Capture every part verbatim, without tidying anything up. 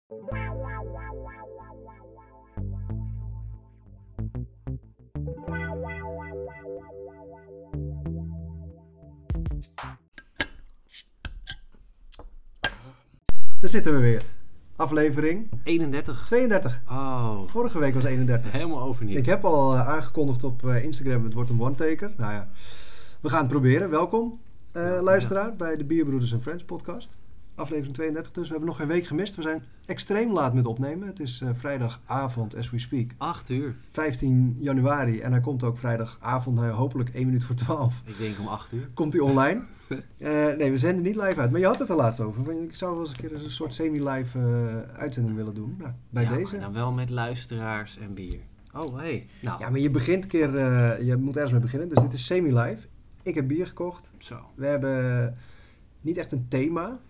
Daar zitten we weer. Aflevering eenendertig. tweeëndertig. Oh. Vorige week was eenendertig. Helemaal overnieuw. Ik heb al uh, aangekondigd op uh, Instagram, het wordt een one-taker. Nou ja, we gaan het proberen. Welkom, uh, ja, luisteraar, ja. bij de Bierbroeders en Friends podcast. Aflevering tweeëndertig dus. We hebben nog geen week gemist. We zijn extreem laat met opnemen. Het is uh, vrijdagavond, as we speak. acht uur. vijftien januari. En hij komt ook vrijdagavond, nou ja, hopelijk één minuut voor twaalf. Ik denk om acht uur. Komt hij online. Uh, nee, we zenden niet live uit. Maar je had het er laatst over. Ik zou wel eens een keer een soort semi-live uh, uitzending willen doen. Nou, bij ja, deze. Maar dan wel met luisteraars en bier. Oh, hé. Hey. Nou. Ja, maar je begint een keer... Uh, je moet ergens mee beginnen. Dus dit is semi-live. Ik heb bier gekocht. Zo. We hebben niet echt een thema.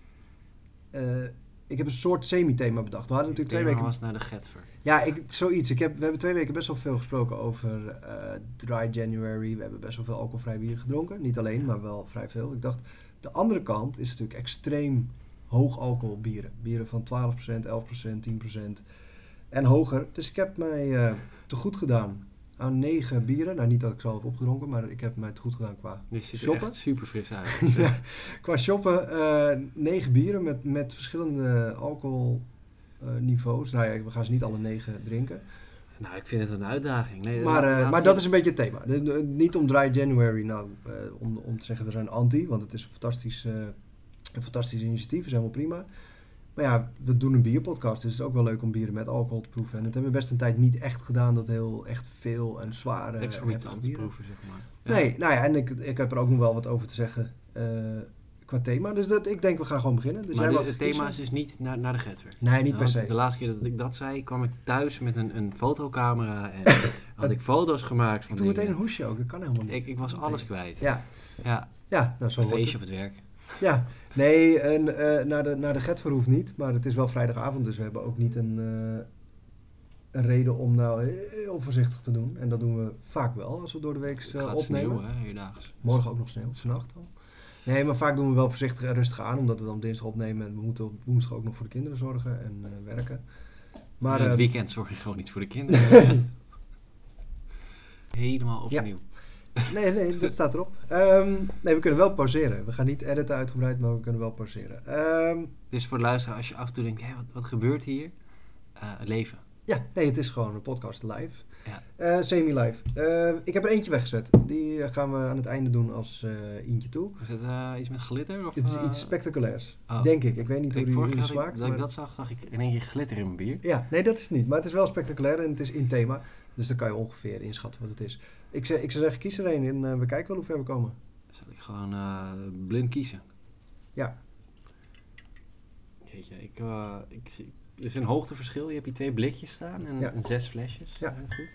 Uh, ik heb een soort semi-thema bedacht. We hadden natuurlijk twee weken... was naar de Getver. Ja, ik, zoiets. Ik heb, we hebben twee weken best wel veel gesproken over uh, Dry January. We hebben best wel veel alcoholvrij bier gedronken. Niet alleen, maar wel vrij veel. Ik dacht, de andere kant is natuurlijk extreem hoog alcohol bieren. Bieren van twaalf procent, elf procent, tien procent en hoger. Dus ik heb mij uh, te goed gedaan aan negen bieren. Nou, niet dat ik ze al heb opgedronken, maar ik heb mij te goed gedaan qua Je ziet er shoppen. echt super fris uit. Ja, qua shoppen, uh, negen bieren met, met verschillende alcoholniveaus. Uh, nou ja, we gaan ze niet alle negen drinken. Nou, ik vind het een uitdaging. Nee, maar uh, maar dat is een beetje het thema. De, de, niet om Dry January, nou, uh, om, om te zeggen we zijn anti, want het is een fantastisch, uh, een fantastisch initiatief, is helemaal prima. Maar ja, we doen een bierpodcast, dus het is ook wel leuk om bieren met alcohol te proeven. En dat hebben we best een tijd niet echt gedaan, dat heel echt veel en zware en heftige bieren. Proeven, zeg maar. Ja. Nee, nou ja, en ik, ik heb er ook nog wel wat over te zeggen uh, qua thema. Dus dat, ik denk, we gaan gewoon beginnen. Dus maar jij de, het thema is dus niet naar, naar de Getver? Nee, niet ja, per se. De laatste keer dat ik dat zei, kwam ik thuis met een, een fotocamera en had ik foto's gemaakt. Van ik doe meteen een hoesje ook, dat kan helemaal niet. Ik, ik was alles kwijt. Ja. Ja, ja nou, zo een feestje op het werk. Ja, nee, en, uh, naar de, naar de Getver hoeft niet, maar het is wel vrijdagavond, dus we hebben ook niet een, uh, een reden om nou heel voorzichtig te doen. En dat doen we vaak wel als we door de week uh, het gaat opnemen. Sneeuw, hè, hierdaags. Morgen ook nog sneeuw, vannacht al. Nee, maar vaak doen we wel voorzichtig en rustig aan, omdat we dan dinsdag opnemen en we moeten op woensdag ook nog voor de kinderen zorgen en uh, werken. Maar in het uh, weekend zorg je gewoon niet voor de kinderen. Helemaal opnieuw. Ja. Nee, nee, dat staat erop. Um, nee, we kunnen wel pauzeren. We gaan niet editen uitgebreid, maar we kunnen wel pauzeren. Um, dus voor de luisteraar, als je af en toe denkt, hé, wat, wat gebeurt hier? Uh, leven. Ja, nee, het is gewoon een podcast live. Ja. Uh, semi-live. Uh, ik heb er eentje weggezet. Die gaan we aan het einde doen als uh, eentje toe. Is het uh, iets met glitter? Of, het is uh... iets spectaculairs. Oh. Denk ik. Ik weet niet hoe ik die, hoe die smaakt. Ik, dat maar... ik dat zag, dacht ik in één keer glitter in mijn bier. Ja, nee, dat is het niet. Maar het is wel spectaculair en het is in thema. Dus dan kan je ongeveer inschatten wat het is. Ik, zeg, ik zou zeggen, kies er één en uh, we kijken wel hoe ver we komen. Zal ik gewoon uh, blind kiezen? Ja. Jeetje, ik, uh, ik zie... Er is een hoogteverschil. Je hebt hier twee blikjes staan en, ja. en zes flesjes. Ja. Goed.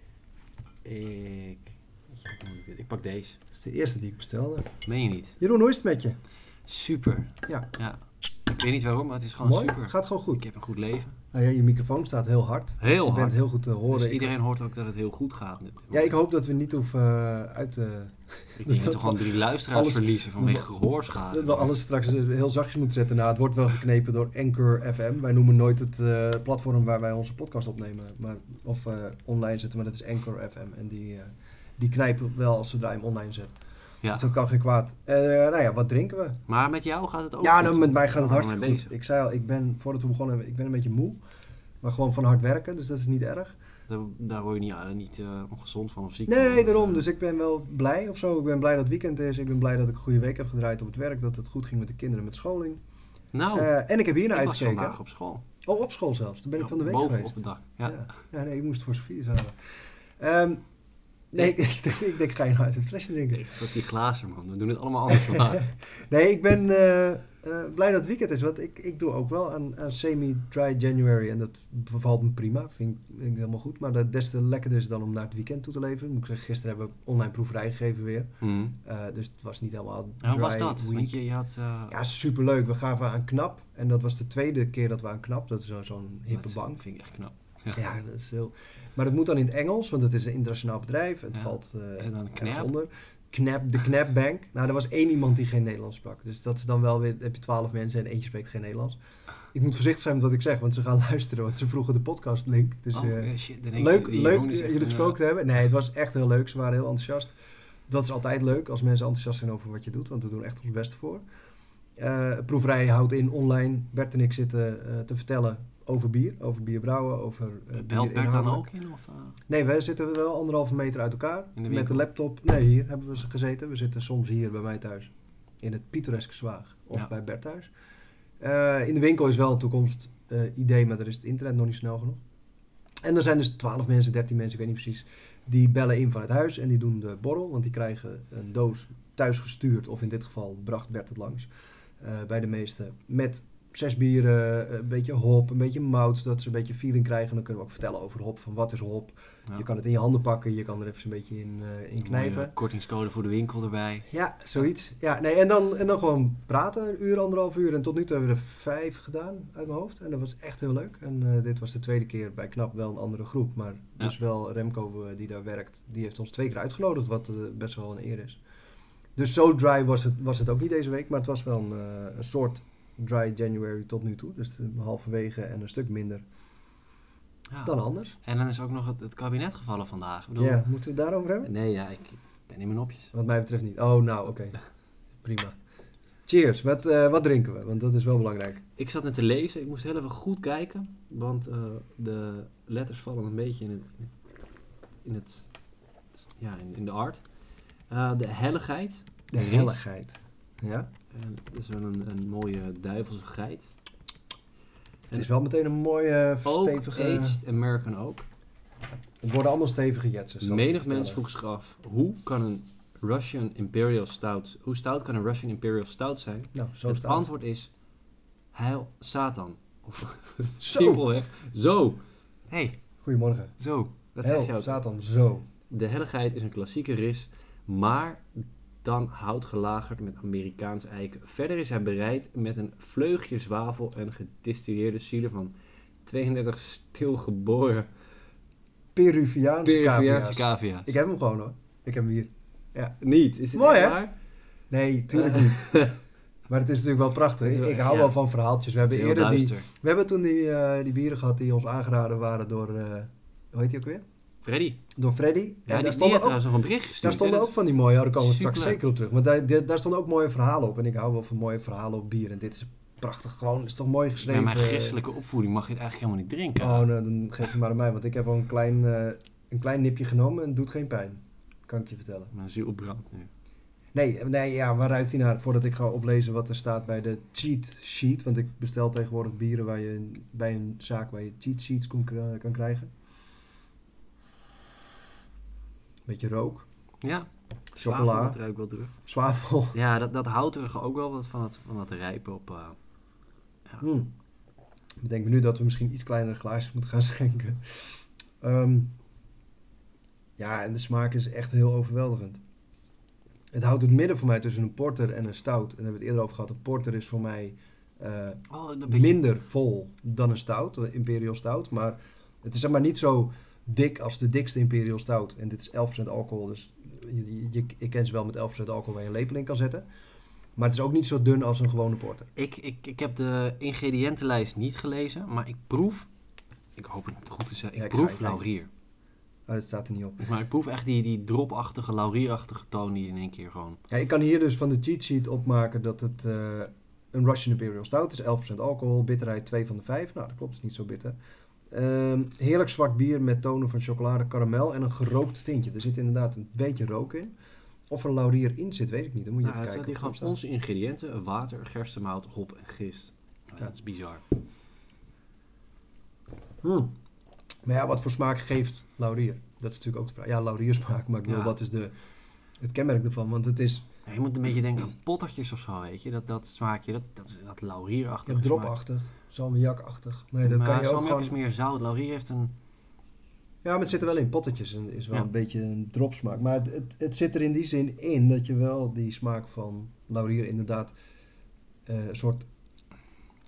Ik... Ik pak deze. Dat is de eerste die ik bestelde. Meen je niet? Jeroen, hoe is het met je? Super. Ja. ja. Ik weet niet waarom, maar het is gewoon Mooi. super. Gaat gewoon goed. Ik heb een goed leven. Nou ja, je microfoon staat heel hard. Heel dus je hard. bent heel goed te horen. Dus iedereen hoort ook dat het heel goed gaat. Ja, ik hoop dat we niet hoeven uh, uit te... Ik denk dat we gewoon drie luisteraars alles, verliezen vanwege gehoorschade. Dat we alles straks heel zachtjes moeten zetten. Nou, het wordt wel geknepen door Anchor F M. Wij noemen nooit het uh, platform waar wij onze podcast opnemen. Maar, of uh, online zetten, maar dat is Anchor F M. En die, uh, die knijpen wel als zodra je hem online zet. Ja. Dus dat kan geen kwaad. Uh, nou ja, wat drinken we? Maar met jou gaat het ook ja, goed? Ja, nou, met mij gaat het hartstikke goed. Bezig. Ik zei al, ik ben, voordat we begonnen, ik ben een beetje moe. Maar gewoon van hard werken, dus dat is niet erg. Daar, daar word je niet, uh, niet uh, ongezond van of ziek nee, van? Nee, daarom. Dus ik ben wel blij of zo. Ik ben blij dat het weekend is. Ik ben blij dat ik een goede week heb gedraaid op het werk. Dat het goed ging met de kinderen met scholing. Nou, uh, en ik heb hier naar ik uitgekeken. was vandaag op school. Oh, op school zelfs. Daar ben ik ja, van de week boven geweest. op de dak. Ja. Ja. ja, nee, ik moest voor Sofie halen. Um, nee, nee. ik, denk, ik denk, ga je nou uit het flesje drinken? Nee, dat die glazen, man. We doen het allemaal anders vandaag. nee, ik ben uh, uh, blij dat het weekend is. Want ik, ik doe ook wel aan, aan semi-dry January. En dat bevalt me prima. Vind ik, vind ik helemaal goed. Maar dat des te lekkerder is dan om naar het weekend toe te leven. Moet ik zeggen, gisteren hebben we online proeverij gegeven weer. Mm. Uh, dus het was niet helemaal dry. Ja, hoe was dat? Week. Want je, je had, uh... Ja, superleuk. We gaven aan Knap. En dat was de tweede keer dat we aan Knap. Dat is zo, zo'n hippe dat bank. vind ik echt knap. Ja. ja, dat is heel... Maar dat moet dan in het Engels, want het is een internationaal bedrijf. Het ja. valt uh, is het dan een ergens onder. Knap, de Knapbank. Nou, er was één iemand die geen Nederlands sprak. Dus dat is dan wel weer, heb je twaalf mensen en eentje spreekt geen Nederlands. Ik moet voorzichtig zijn met wat ik zeg, want ze gaan luisteren. Want ze vroegen de podcastlink. Dus oh, uh, shit, dan denk leuk, je, die leuk Jeroen is echt jullie een, gesproken te hebben. Nee, het was echt heel leuk. Ze waren heel enthousiast. Dat is altijd leuk als mensen enthousiast zijn over wat je doet. Want we doen er echt ons beste voor. Uh, proeverij houdt in online. Bert en ik zitten uh, te vertellen over bier. Over bier brouwen. Over uh, bier Belt Bert dan inhoudelijk. ook in? Of, uh? Nee, we zitten wel anderhalve meter uit elkaar. In de met de laptop. Nee, hier hebben we gezeten. We zitten soms hier bij mij thuis. In het pittoreske Zwaag. Of Ja. bij Bert thuis. Uh, in de winkel is wel een toekomst uh, idee. Maar daar is het internet nog niet snel genoeg. En er zijn dus twaalf mensen, dertien mensen, ik weet niet precies. Die bellen in vanuit huis. En die doen de borrel. Want die krijgen een doos thuis gestuurd. Of in dit geval bracht Bert het langs. Uh, bij de meeste. Met zes bieren, een beetje hop, een beetje mout, zodat ze een beetje feeling krijgen. Dan kunnen we ook vertellen over hop, van wat is hop. Ja. Je kan het in je handen pakken, je kan er even een beetje in, uh, in knijpen. Mooie kortingscode voor de winkel erbij. Ja, zoiets. Ja, nee, en, dan, en dan gewoon praten, een uur, anderhalf uur. En tot nu toe hebben we er vijf gedaan uit mijn hoofd. En dat was echt heel leuk. En uh, dit was de tweede keer bij Knap, wel een andere groep. Maar ja. dus wel Remco uh, die daar werkt, die heeft ons twee keer uitgenodigd, wat uh, best wel een eer is. Dus zo dry was het, was het ook niet deze week, maar het was wel een, uh, een soort dry January tot nu toe. Dus een halverwege en een stuk minder ja. dan anders. En dan is ook nog het, het kabinet gevallen vandaag. Ik bedoel, ja, moeten we het daarover hebben? Nee, ja, ik ben in mijn nopjes. Wat mij betreft niet. Oh, nou, oké. Okay. Prima. Cheers. Wat, uh, wat drinken we? Want dat is wel belangrijk. Ik zat net te lezen. Ik moest heel even goed kijken. Want uh, de letters vallen een beetje in het... In het ja, in, in de art. Uh, de helligheid. De helligheid. Ja. En dat is wel een, een mooie duivelse geit. Het en is wel meteen een mooie, oak, stevige... aged American Oak. Het worden allemaal stevige jetsers. Menig mens vroeg zich af, hoe kan een Russian Imperial Stout... Hoe stout kan een Russian Imperial Stout zijn? Nou, zo Het stout. antwoord is... Heil Satan. Of simpelweg. Zo. Hey. Goedemorgen. Zo. Dat Heil zeg je ook. Satan. Zo. De helligheid is een klassieke ris, maar dan hout gelagerd met Amerikaans eiken. Verder is hij bereid met een vleugje zwavel en gedistilleerde cider van tweeëndertig stilgeboren Peruviaanse, Peruviaanse cavia's. Ik heb hem gewoon hoor. Ik heb hem hier. Ja. Niet? Is dit mooi, echt hè? waar? Nee, tuurlijk uh. niet. Maar het is natuurlijk wel prachtig. Wel, ik hou ja. wel van verhaaltjes. We hebben eerder die, we hebben toen die, uh, die bieren gehad die ons aangeraden waren door, uh, hoe heet die ook weer? Freddy. Door Freddy. Ja, en die, die had trouwens nog een bericht gestuurd. Daar stonden ook van die mooie, daar komen we straks zeker op terug. Maar daar, die, daar stonden ook mooie verhalen op. En ik hou wel van mooie verhalen op bier. En dit is prachtig gewoon, is toch mooi geschreven. Bij mijn christelijke opvoeding mag je het eigenlijk helemaal niet drinken. Oh, nou, dan geef je maar aan mij. Want ik heb al een klein, uh, een klein nipje genomen en het doet geen pijn. Kan ik je vertellen. Mijn ziel brandt nu. Nee, nee, ja, waar ruikt hij naar? Voordat ik ga oplezen wat er staat bij de cheat sheet. Want ik bestel tegenwoordig bieren waar je bij een zaak waar je cheat sheets kon, kan krijgen. Beetje rook. Ja. Chocola. Dat ruikt wel terug. Zwavel. Ja, dat, dat houdt er ook wel wat van het, van het rijpen op. Uh, ja. hmm. Ik bedenk me nu dat we misschien iets kleinere glaasjes moeten gaan schenken. Um, ja, en de smaak is echt heel overweldigend. Het houdt het midden voor mij tussen een porter en een stout. En daar hebben we het eerder over gehad. Een porter is voor mij uh, oh, beetje... minder vol dan een stout, een Imperial Stout. Maar het is zeg maar niet zo dik als de dikste Imperial Stout. En dit is elf procent alcohol, dus je, je, je kent ze wel met elf procent alcohol waar je een lepel in kan zetten. Maar het is ook niet zo dun als een gewone porter. Ik, ik, ik heb de ingrediëntenlijst niet gelezen, maar ik proef, ik hoop het goed te zeggen, ik, ja, ik proef laurier. Oh, dat staat er niet op. Maar ik proef echt die, die dropachtige, laurierachtige toon die in één keer gewoon... Ja, ik kan hier dus van de cheat sheet opmaken dat het uh, een Russian Imperial Stout is. elf procent alcohol, bitterheid twee van de vijf. Nou, dat klopt, is niet zo bitter. Um, heerlijk zwart bier met tonen van chocolade, karamel en een gerookt tintje. Er zit inderdaad een beetje rook in. Of er laurier in zit, weet ik niet. Dan moet je nou, even kijken. Het gewoon onze ingrediënten, water, gerstemout, hop en gist. Nou, ja, dat is bizar. Hmm. Maar ja, wat voor smaak geeft laurier? Dat is natuurlijk ook de vraag. Ja, lauriersmaak, maar ik bedoel, ja. wat is de, het kenmerk ervan? Want het is... Ja, je moet een beetje denken aan pottertjes of zo, weet je. Dat, dat smaakje, dat, dat, dat laurierachtig. Ja, dropachtig, salmiakachtig. Nee, dat maar kan je ook gewoon... is meer zout. Laurier heeft een... Ja, maar het zit er wel in pottetjes en is wel ja. een beetje een dropsmaak. Maar het, het, het zit er in die zin in dat je wel die smaak van laurier inderdaad uh, een soort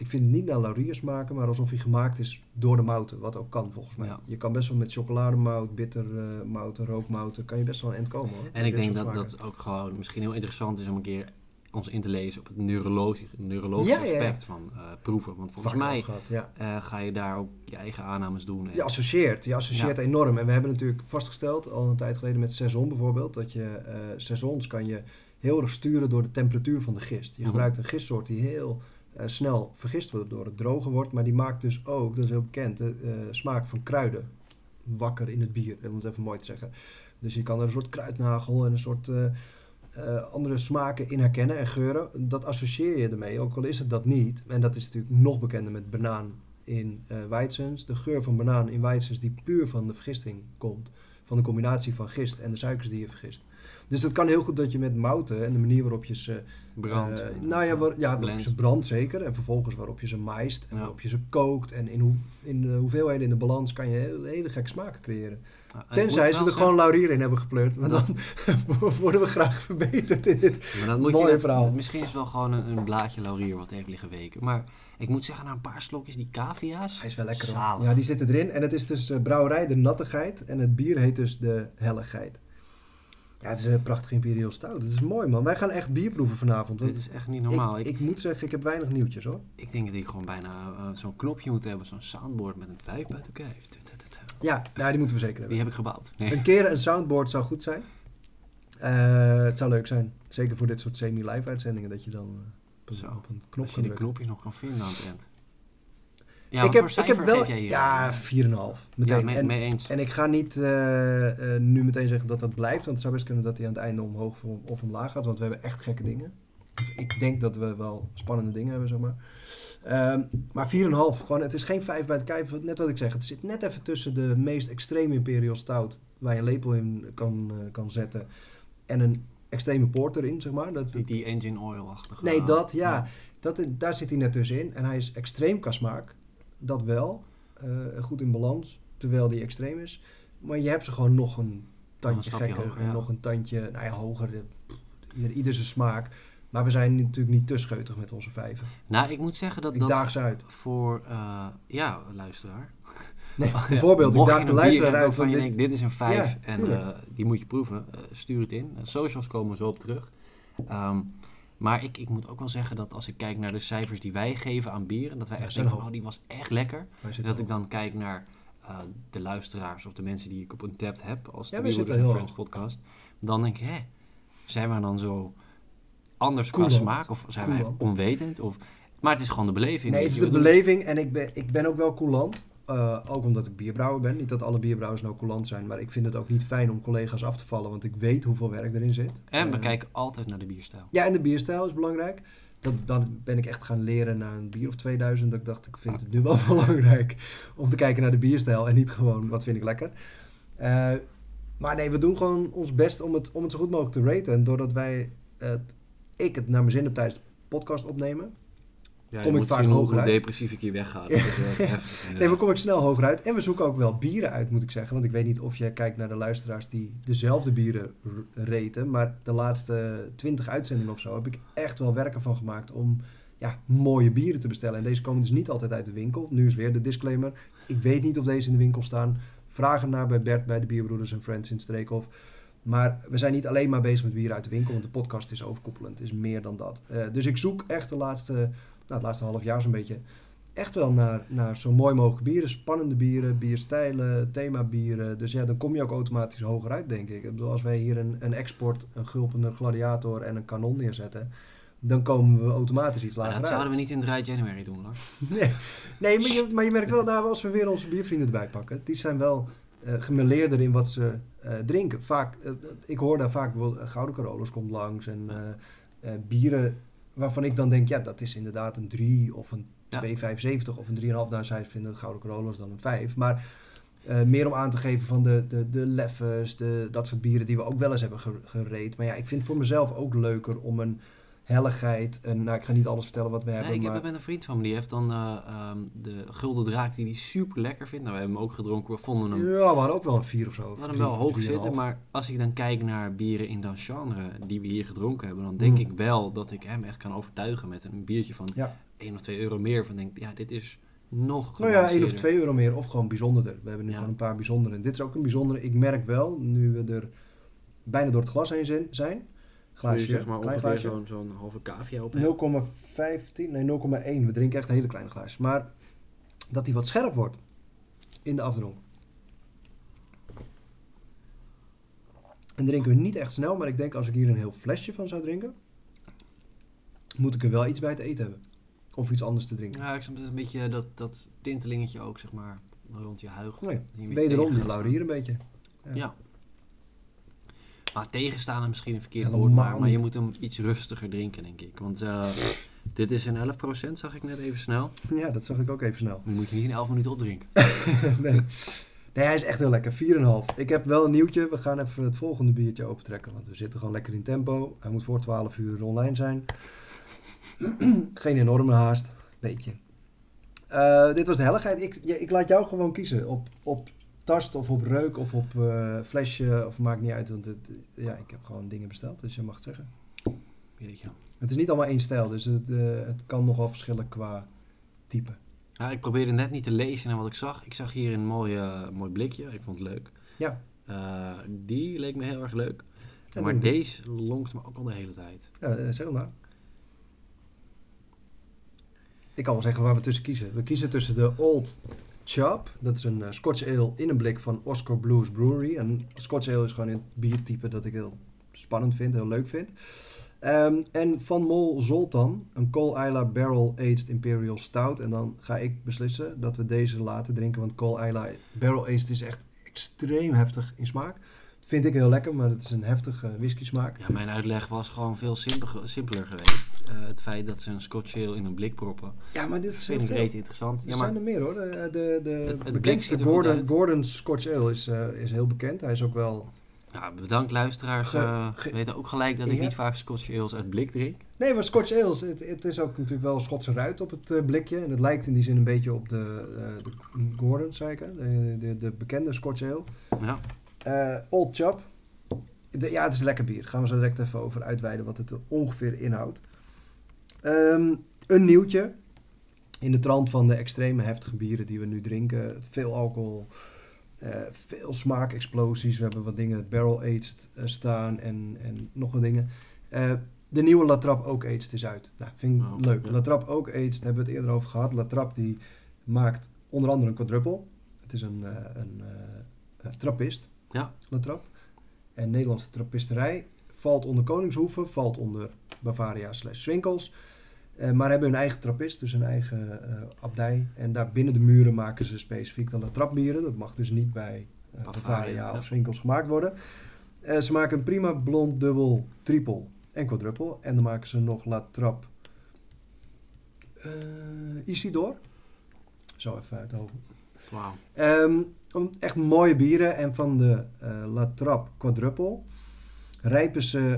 ik vind het niet naar laurier smaken, maar alsof hij gemaakt is door de mouten. Wat ook kan volgens mij. Ja. Je kan best wel met chocolademout, bittermouten, rookmouten, kan je best wel een eind komen hoor. En Met ik dit denk soort dat smaken. dat ook gewoon misschien heel interessant is om een keer ons in te lezen op het neurologisch, neurologisch Ja, ja, ja. aspect van uh, proeven. Want volgens Vaak mij over gehad, ja. uh, ga je daar ook je eigen aannames doen. En Je associeert, je associeert Ja. enorm. En we hebben natuurlijk vastgesteld, al een tijd geleden met saison bijvoorbeeld, dat je uh, saisons kan je heel erg sturen door de temperatuur van de gist. Je Mhm. gebruikt een gistsoort die heel uh, snel vergist wordt door het drogen wordt, maar die maakt dus ook, dat is heel bekend, de uh, smaak van kruiden wakker in het bier, om het even mooi te zeggen. Dus je kan er een soort kruidnagel en een soort uh, uh, andere smaken in herkennen en geuren. Dat associeer je ermee, ook al is het dat niet. En dat is natuurlijk nog bekender met banaan in uh, Weizens. De geur van banaan in Weizens die puur van de vergisting komt. Van de combinatie van gist en de suikers die je vergist. Dus het kan heel goed dat je met mouten en de manier waarop je ze brand. Uh, nou ja, waar, ja waarop blend. je ze brandt zeker. En vervolgens waarop je ze maist en Ja. waarop je ze kookt. En in, hoe, in de hoeveelheden in de balans kan je hele, hele gekke smaken creëren. Ja, en Tenzij ik ze moet er wel gewoon laurier in hebben gepleurd. Maar Dat- dan worden we graag verbeterd in dit. zeggen, maar dat moet mooie je, verhaal. Misschien is het wel gewoon een, een blaadje laurier wat heeft liggen weken. Maar ik moet zeggen, na een paar slokjes die cavia's. Hij is wel lekker hoor. zalig. Ja, die zitten erin. En het is dus uh, brouwerij de Nattigheid. En het bier heet dus de Helligheid. Ja, het is een prachtig imperial stout. Het is mooi man. Wij gaan echt bier proeven vanavond. Dit Want is echt niet normaal. ik, Ik, ik moet zeggen, ik heb weinig nieuwtjes hoor. ik denk dat ik gewoon bijna uh, zo'n knopje moet hebben. Zo'n soundboard met een vijf buiten kijf. Ja, nou, die moeten we zeker hebben. Die heb ik gebouwd. Nee. Een keer een soundboard zou goed zijn. Uh, het zou leuk zijn. Zeker voor dit soort semi-live uitzendingen. Dat je dan uh, op, een, Zo, op een knop Als kan je die drukken. knopjes nog kan vinden aan het eind. Ja, ik, wat heb, voor ik cijfer heb wel... geef jij hier? Ja, vier komma vijf. Meteen. Ja, mee, en, mee eens. en ik ga niet uh, uh, nu meteen zeggen dat dat blijft. Want het zou best kunnen dat hij aan het einde omhoog of omlaag gaat. Want we hebben echt gekke dingen. Ik denk dat we wel spannende dingen hebben, zeg maar. Um, maar vier komma vijf. Gewoon, het is geen vijf bij het kijf. Net wat ik zeg. Het zit net even tussen de meest extreme Imperial Stout. Waar je een lepel in kan, uh, kan zetten. En een extreme porter in, zeg maar. Dat, Die, die engine oil-achtige. Nee, dat, ja. ja. Dat, daar zit hij net tussenin. En hij is extreem qua smaak. Dat wel. Uh, goed in balans. Terwijl die extreem is. Maar je hebt ze gewoon nog een tandje een gekker. hoger, en ja. nog een tandje, nou ja, hoger. Ieder, ieder zijn smaak. Maar we zijn natuurlijk niet te scheutig met onze vijven. Nou, ik moet zeggen dat Ik dat daag ze uit. voor, uh, ja, luisteraar. Nee, bijvoorbeeld, Mocht ik je daag de een luisteraar bier uit hebben van waarvan je dit. denkt, dit is een vijf Ja, en tuurlijk. uh, die moet je proeven. Uh, stuur het in. Uh, socials komen zo op terug. Um, maar ik, ik moet ook wel zeggen dat als ik kijk naar de cijfers die wij geven aan bieren, dat wij Ja, echt zijn denken van, hoog. oh, die was echt lekker. Wij En zitten dat ik hoog. dan kijk naar uh, de luisteraars of de mensen die ik op een tab heb, als Ja, de wij Bierbroeders zitten en heel Friends hoog. podcast, dan denk ik, hè, zijn we dan zo anders qua Coulant. smaak of zijn wij Coulant. onwetend? Of, maar het is gewoon de beleving. Nee, die het is de we doen. beleving en ik ben, ik ben ook wel coulant. Uh, ook omdat ik bierbrouwer ben. Niet dat alle bierbrouwers nou coulant zijn, maar ik vind het ook niet fijn om collega's af te vallen, want ik weet hoeveel werk erin zit. En we Uh, kijken altijd naar de bierstijl. Ja, en de bierstijl is belangrijk. Dat, dan ben ik echt gaan leren na een bier of tweeduizend. Dat ik dacht, ik vind het nu wel belangrijk om te kijken naar de bierstijl en niet gewoon wat vind ik lekker. Uh, maar nee, we doen gewoon ons best om het, om het zo goed mogelijk te raten. En doordat wij het, ik het naar mijn zin heb tijdens de podcast opnemen, Ja, kom je ik moet vaak zien hoe, hoger hoe uit. depressief ik hier wegga. Dat is wel heftig, Nee, inderdaad. maar kom ik snel hoger uit. En we zoeken ook wel bieren uit, moet ik zeggen. Want ik weet niet of jij kijkt naar de luisteraars die dezelfde bieren r- raten. Maar de laatste twintig uitzendingen of zo heb ik echt wel werken van gemaakt om ja, mooie bieren te bestellen. En deze komen dus niet altijd uit de winkel. Nu is weer de disclaimer. Ik weet niet of deze in de winkel staan. Vraag ernaar bij Bert bij de Bierbroeders en Friends in Streekhof. Maar we zijn niet alleen maar bezig met bieren uit de winkel. Want de podcast is overkoepelend. Het is meer dan dat. Uh, dus ik zoek echt de laatste, nou, het laatste half jaar zo'n beetje echt wel naar, naar zo mooi mogelijk bieren. Spannende bieren, bierstijlen, themabieren. Dus ja, dan kom je ook automatisch hoger uit, denk ik. Ik bedoel, als wij hier een, een export, een gulpen, een gladiator en een kanon neerzetten, dan komen we automatisch iets Maar lager dat uit. zouden we niet in Dry January doen, hoor. Nee, nee maar, je, maar je merkt wel, nou, als we weer onze biervrienden erbij pakken, die zijn wel uh, gemêleerder in wat ze uh, drinken. Vaak, uh, ik hoor daar vaak wel, uh, Gouden Carolus komt langs en uh, uh, bieren waarvan ik dan denk, ja, dat is inderdaad een drie of een twee komma vijfenzeventig of een drie komma vijf. Nou, zij vinden Gouden Carolus dan een vijf. Maar uh, meer om aan te geven van de, de, de leffes, de, dat soort bieren die we ook wel eens hebben gereed. Maar ja, ik vind het voor mezelf ook leuker om een helligheid. En, nou, ik ga niet alles vertellen wat we hebben. Nee, ik maar heb het met een vriend van me, die heeft dan uh, um, de Gulden Draak die hij super lekker vindt. Nou, we hebben hem ook gedronken, we vonden hem... Ja, we hadden ook wel een vier of zo. We hadden hem wel hoog zitten, maar als ik dan kijk naar bieren in dat genre die we hier gedronken hebben, dan denk mm. ik wel dat ik hem echt kan overtuigen met een biertje van ja. één of twee euro meer van denk, ja, dit is nog Nou ja, één of gebalanceerder. twee euro meer of gewoon bijzonderder. We hebben nu Ja. gewoon een paar bijzondere. Dit is ook een bijzondere. Ik merk wel, nu we er bijna door het glas heen zijn, zijn Kun je glaasje, zeg maar klein ongeveer glaasje, zo'n, zo'n halve cavia op hebt. nul komma vijftien, nee nul komma één. We drinken echt hele kleine glaasjes. Maar dat die wat scherp wordt in de afdronk. En drinken we niet echt snel, maar ik denk als ik hier een heel flesje van zou drinken, moet ik er wel iets bij te eten hebben. Of iets anders te drinken. Ja, ik snap het een beetje dat, dat tintelingetje ook, zeg maar, rond je huig. Nee, Die een beetje wederom tegen de gaat Laurie staan. hier een beetje. Ja. Ja. Maar tegenstaan is misschien een verkeerd Helemaal woord, maar, maar je niet. moet hem iets rustiger drinken, denk ik. Want uh, dit is een elf procent, zag ik net even snel. Ja, dat zag ik ook even snel. Die moet je niet in elf minuten opdrinken. nee. nee, hij is echt heel lekker. vier komma vijf. Ik heb wel een nieuwtje. We gaan even het volgende biertje opentrekken. Want we zitten gewoon lekker in tempo. Hij moet voor twaalf uur online zijn. Geen enorme haast. Beetje. Uh, dit was de helligheid. Ik, ja, ik laat jou gewoon kiezen. Op, op tast of op reuk of op uh, flesje. Of maakt niet uit. Want het, ja, ik heb gewoon dingen besteld. Dus je mag het zeggen. Weet je. Het is niet allemaal één stijl. Dus het, uh, het kan nogal verschillen qua type. Ja, ik probeerde net niet te lezen naar wat ik zag. Ik zag hier een mooi, uh, mooi blikje. Ik vond het leuk. Ja. Uh, die leek me heel erg leuk. Ja, maar deze lonkt me ook al de hele tijd. Ja, uh, zeg maar. Ik kan wel zeggen waar we tussen kiezen. We kiezen tussen de Old Chub. Dat is een uh, Scotch Ale in een blik van Oscar Blues Brewery. En Scotch Ale is gewoon een biertype dat ik heel spannend vind, heel leuk vind. Um, en Van Mol Zoltan, een Cole Isla Barrel Aged Imperial Stout. En dan ga ik beslissen dat we deze laten drinken. Want Cole Isla Barrel Aged is echt extreem heftig in smaak. Vind ik heel lekker, maar het is een heftige whisky smaak. Ja, mijn uitleg was gewoon veel simpel, simpeler geweest. Uh, het feit dat ze een Scotch Ale in een blik proppen. Ja, maar dit is vind ik reet interessant. Er ja, maar zijn er meer hoor. De, de, de het, het bekendste Gordon, Gordon's Scotch Ale is, uh, is heel bekend. Hij is ook wel... Ja, bedankt luisteraars. Ge, uh, ge, weten ook gelijk dat ik ja. niet vaak Scotch Ales uit blik drink. Nee, maar Scotch Ales, het, het is ook natuurlijk wel een Schotse ruit op het uh, blikje. En het lijkt in die zin een beetje op de, uh, de Gordon, zei ik hè? De, de, de bekende Scotch Ale. Ja. Uh, Old Chub. De, ja, het is een lekker bier. Daar gaan we zo direct even over uitweiden wat het ongeveer inhoudt. Um, een nieuwtje. In de trant van de extreme heftige bieren die we nu drinken. Veel alcohol. Uh, veel smaakexplosies. We hebben wat dingen barrel-aged uh, staan en, en nog wat dingen. Uh, de nieuwe La Trappe Oak Aged is uit. Nou, vind ik oh, leuk. Ja. La Trappe Oak Aged, daar hebben we het eerder over gehad. La Trappe die maakt onder andere een quadruple. Het is een, uh, een uh, trappist. Ja. La Trappe. En Nederlandse trappisterij. Valt onder Koningshoeven, valt onder Bavaria slash Swinkels. Uh, maar hebben hun eigen trappist, dus hun eigen uh, abdij. En daar binnen de muren maken ze specifiek de La Trappe bieren. Dat mag dus niet bij uh, Bavaria, Bavaria ja. of Swinkels gemaakt worden. Uh, ze maken een prima blond, dubbel, triple en quadruple. En dan maken ze nog La Trappe uh, Isidore. Zo even uit de hoofd. Wauw. Um, echt mooie bieren. En van de uh, La Trappe quadruple rijpen ze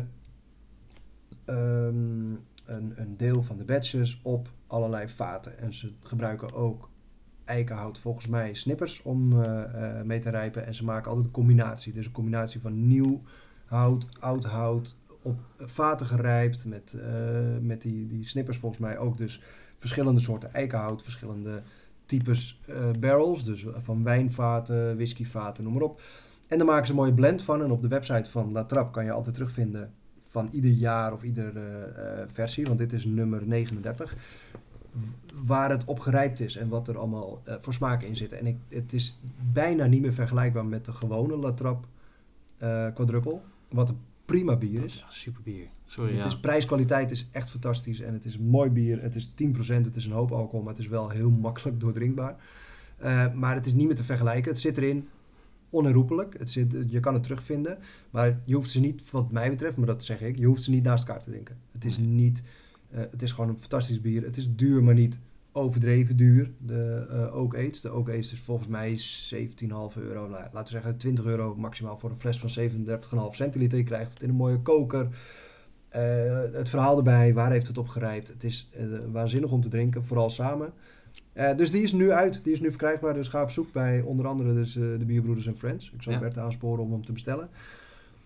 um, een, een deel van de batches op allerlei vaten. En ze gebruiken ook eikenhout, volgens mij snippers, om uh, uh, mee te rijpen. En ze maken altijd een combinatie. Dus een combinatie van nieuw hout, oud hout, op vaten gerijpt. Met, uh, met die, die snippers volgens mij ook dus verschillende soorten eikenhout, verschillende types uh, barrels. Dus van wijnvaten, whiskyvaten, noem maar op. En daar maken ze een mooie blend van. En op de website van La Trappe kan je altijd terugvinden van ieder jaar of iedere uh, versie, want dit is nummer negenendertig, waar het op gerijpt is en wat er allemaal uh, voor smaken in zitten. En ik, het is bijna niet meer vergelijkbaar met de gewone La Trappe uh, quadruple, wat een prima bier dat is. is super bier. Sorry, het ja. is prijs-kwaliteit is echt fantastisch en het is een mooi bier. Het is tien procent, het is een hoop alcohol, maar het is wel heel makkelijk doordrinkbaar. Uh, maar het is niet meer te vergelijken. Het zit erin onherroepelijk. Het zit, je kan het terugvinden. Maar je hoeft ze niet, wat mij betreft, maar dat zeg ik, je hoeft ze niet naast elkaar te drinken. Het is niet, uh, het is gewoon een fantastisch bier. Het is duur, maar niet overdreven duur. De uh, Oak Aged. De Oak Aged is volgens mij zeventien komma vijf euro. Nou, laten we zeggen twintig euro maximaal voor een fles van zevenendertig komma vijf centiliter. Je krijgt het in een mooie koker. Uh, het verhaal erbij, waar heeft het op gerijpt. Het is uh, waanzinnig om te drinken, vooral samen. Uh, dus die is nu uit, die is nu verkrijgbaar. Dus ga op zoek bij onder andere dus, uh, de Bierbroeders en Friends. Ik zal ja. Bert aansporen om hem te bestellen.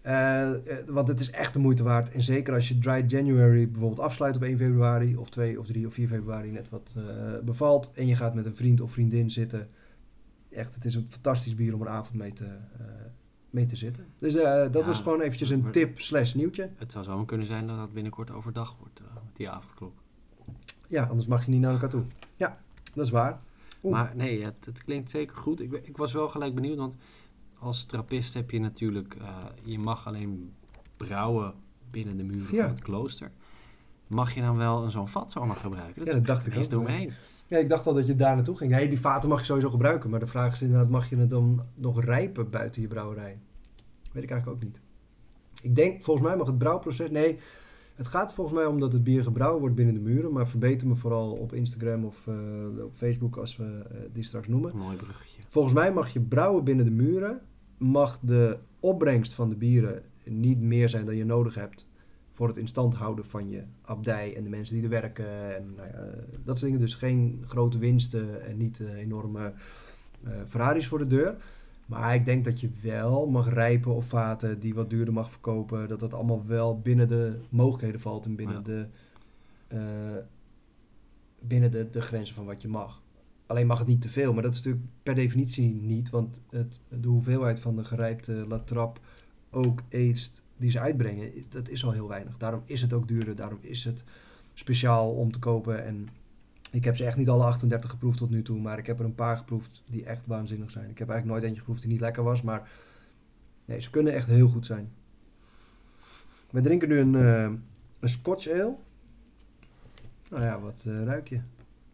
Uh, uh, want het is echt de moeite waard. En zeker als je Dry January bijvoorbeeld afsluit op één februari... of twee of drie of vier februari, net wat uh, bevalt... en je gaat met een vriend of vriendin zitten... echt, het is een fantastisch bier om een avond mee te, uh, mee te zitten. Dus uh, dat ja, was gewoon eventjes een tip slash nieuwtje. Het zou zo kunnen zijn dat het binnenkort overdag wordt, uh, die avondklok. Ja, anders mag je niet naar elkaar toe. Ja, dat is waar. Oeh. Maar nee, het, het klinkt zeker goed. Ik, ik was wel gelijk benieuwd, want als trappist heb je natuurlijk... Uh, je mag alleen brouwen binnen de muren ja. van het klooster. Mag je dan wel een zo'n vat zomaar gebruiken? Dat, ja, dat dacht ik ook. door me heen. Ja, ik dacht al dat je daar naartoe ging. Nee, die vaten mag je sowieso gebruiken. Maar de vraag is inderdaad, mag je het dan nog rijpen buiten je brouwerij? Weet ik eigenlijk ook niet. Ik denk, volgens mij mag het brouwproces... Nee, het gaat volgens mij om dat het bier gebrouwen wordt binnen de muren. Maar verbeter me vooral op Instagram of uh, op Facebook als we uh, die straks noemen. Een mooi bruggetje. Volgens mij mag je brouwen binnen de muren. Mag de opbrengst van de bieren niet meer zijn dan je nodig hebt... voor het in stand houden van je abdij en de mensen die er werken. En nou ja, dat soort dingen. Dus geen grote winsten en niet uh, enorme uh, Ferraris voor de deur. Maar ik denk dat je wel mag rijpen op vaten die wat duurder mag verkopen. Dat dat allemaal wel binnen de mogelijkheden valt en binnen, ja. de, uh, binnen de, de grenzen van wat je mag. Alleen mag het niet te veel, maar dat is natuurlijk per definitie niet. Want het, de hoeveelheid van de gerijpte La Trappe ook aged die ze uitbrengen, dat is al heel weinig. Daarom is het ook duurder, daarom is het speciaal om te kopen. En ik heb ze echt niet alle achtendertig geproefd tot nu toe, maar ik heb er een paar geproefd die echt waanzinnig zijn. Ik heb eigenlijk nooit eentje geproefd die niet lekker was, maar nee, ze kunnen echt heel goed zijn. We drinken nu een, uh, een Scotch ale. Nou ja, wat uh, ruik je?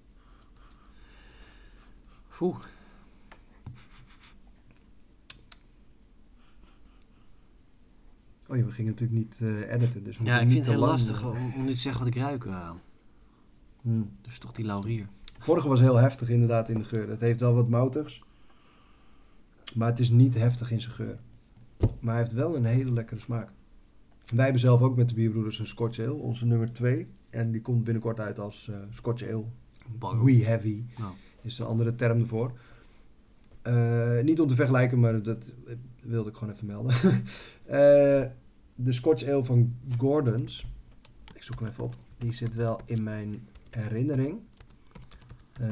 Oeh. Oh ja, we gingen natuurlijk niet uh, editen, dus we ja, ik niet vind het heel lang, lastig uh, om, om nu te zeggen wat ik ruik. Uh. Hmm. Dus toch die laurier. Vorige was heel heftig inderdaad in de geur. Het heeft wel wat moutigs, maar het is niet heftig in zijn geur. Maar hij heeft wel een hele lekkere smaak. Wij hebben zelf ook met de Bierbroeders een Scotch Ale, onze nummer twee. En die komt binnenkort uit als uh, Scotch Ale. Barrel. Wee Heavy Oh. is een andere term ervoor. Uh, niet om te vergelijken, maar dat wilde ik gewoon even melden. uh, de Scotch Ale van Gordon's, ik zoek hem even op, die zit wel in mijn herinnering. Uh,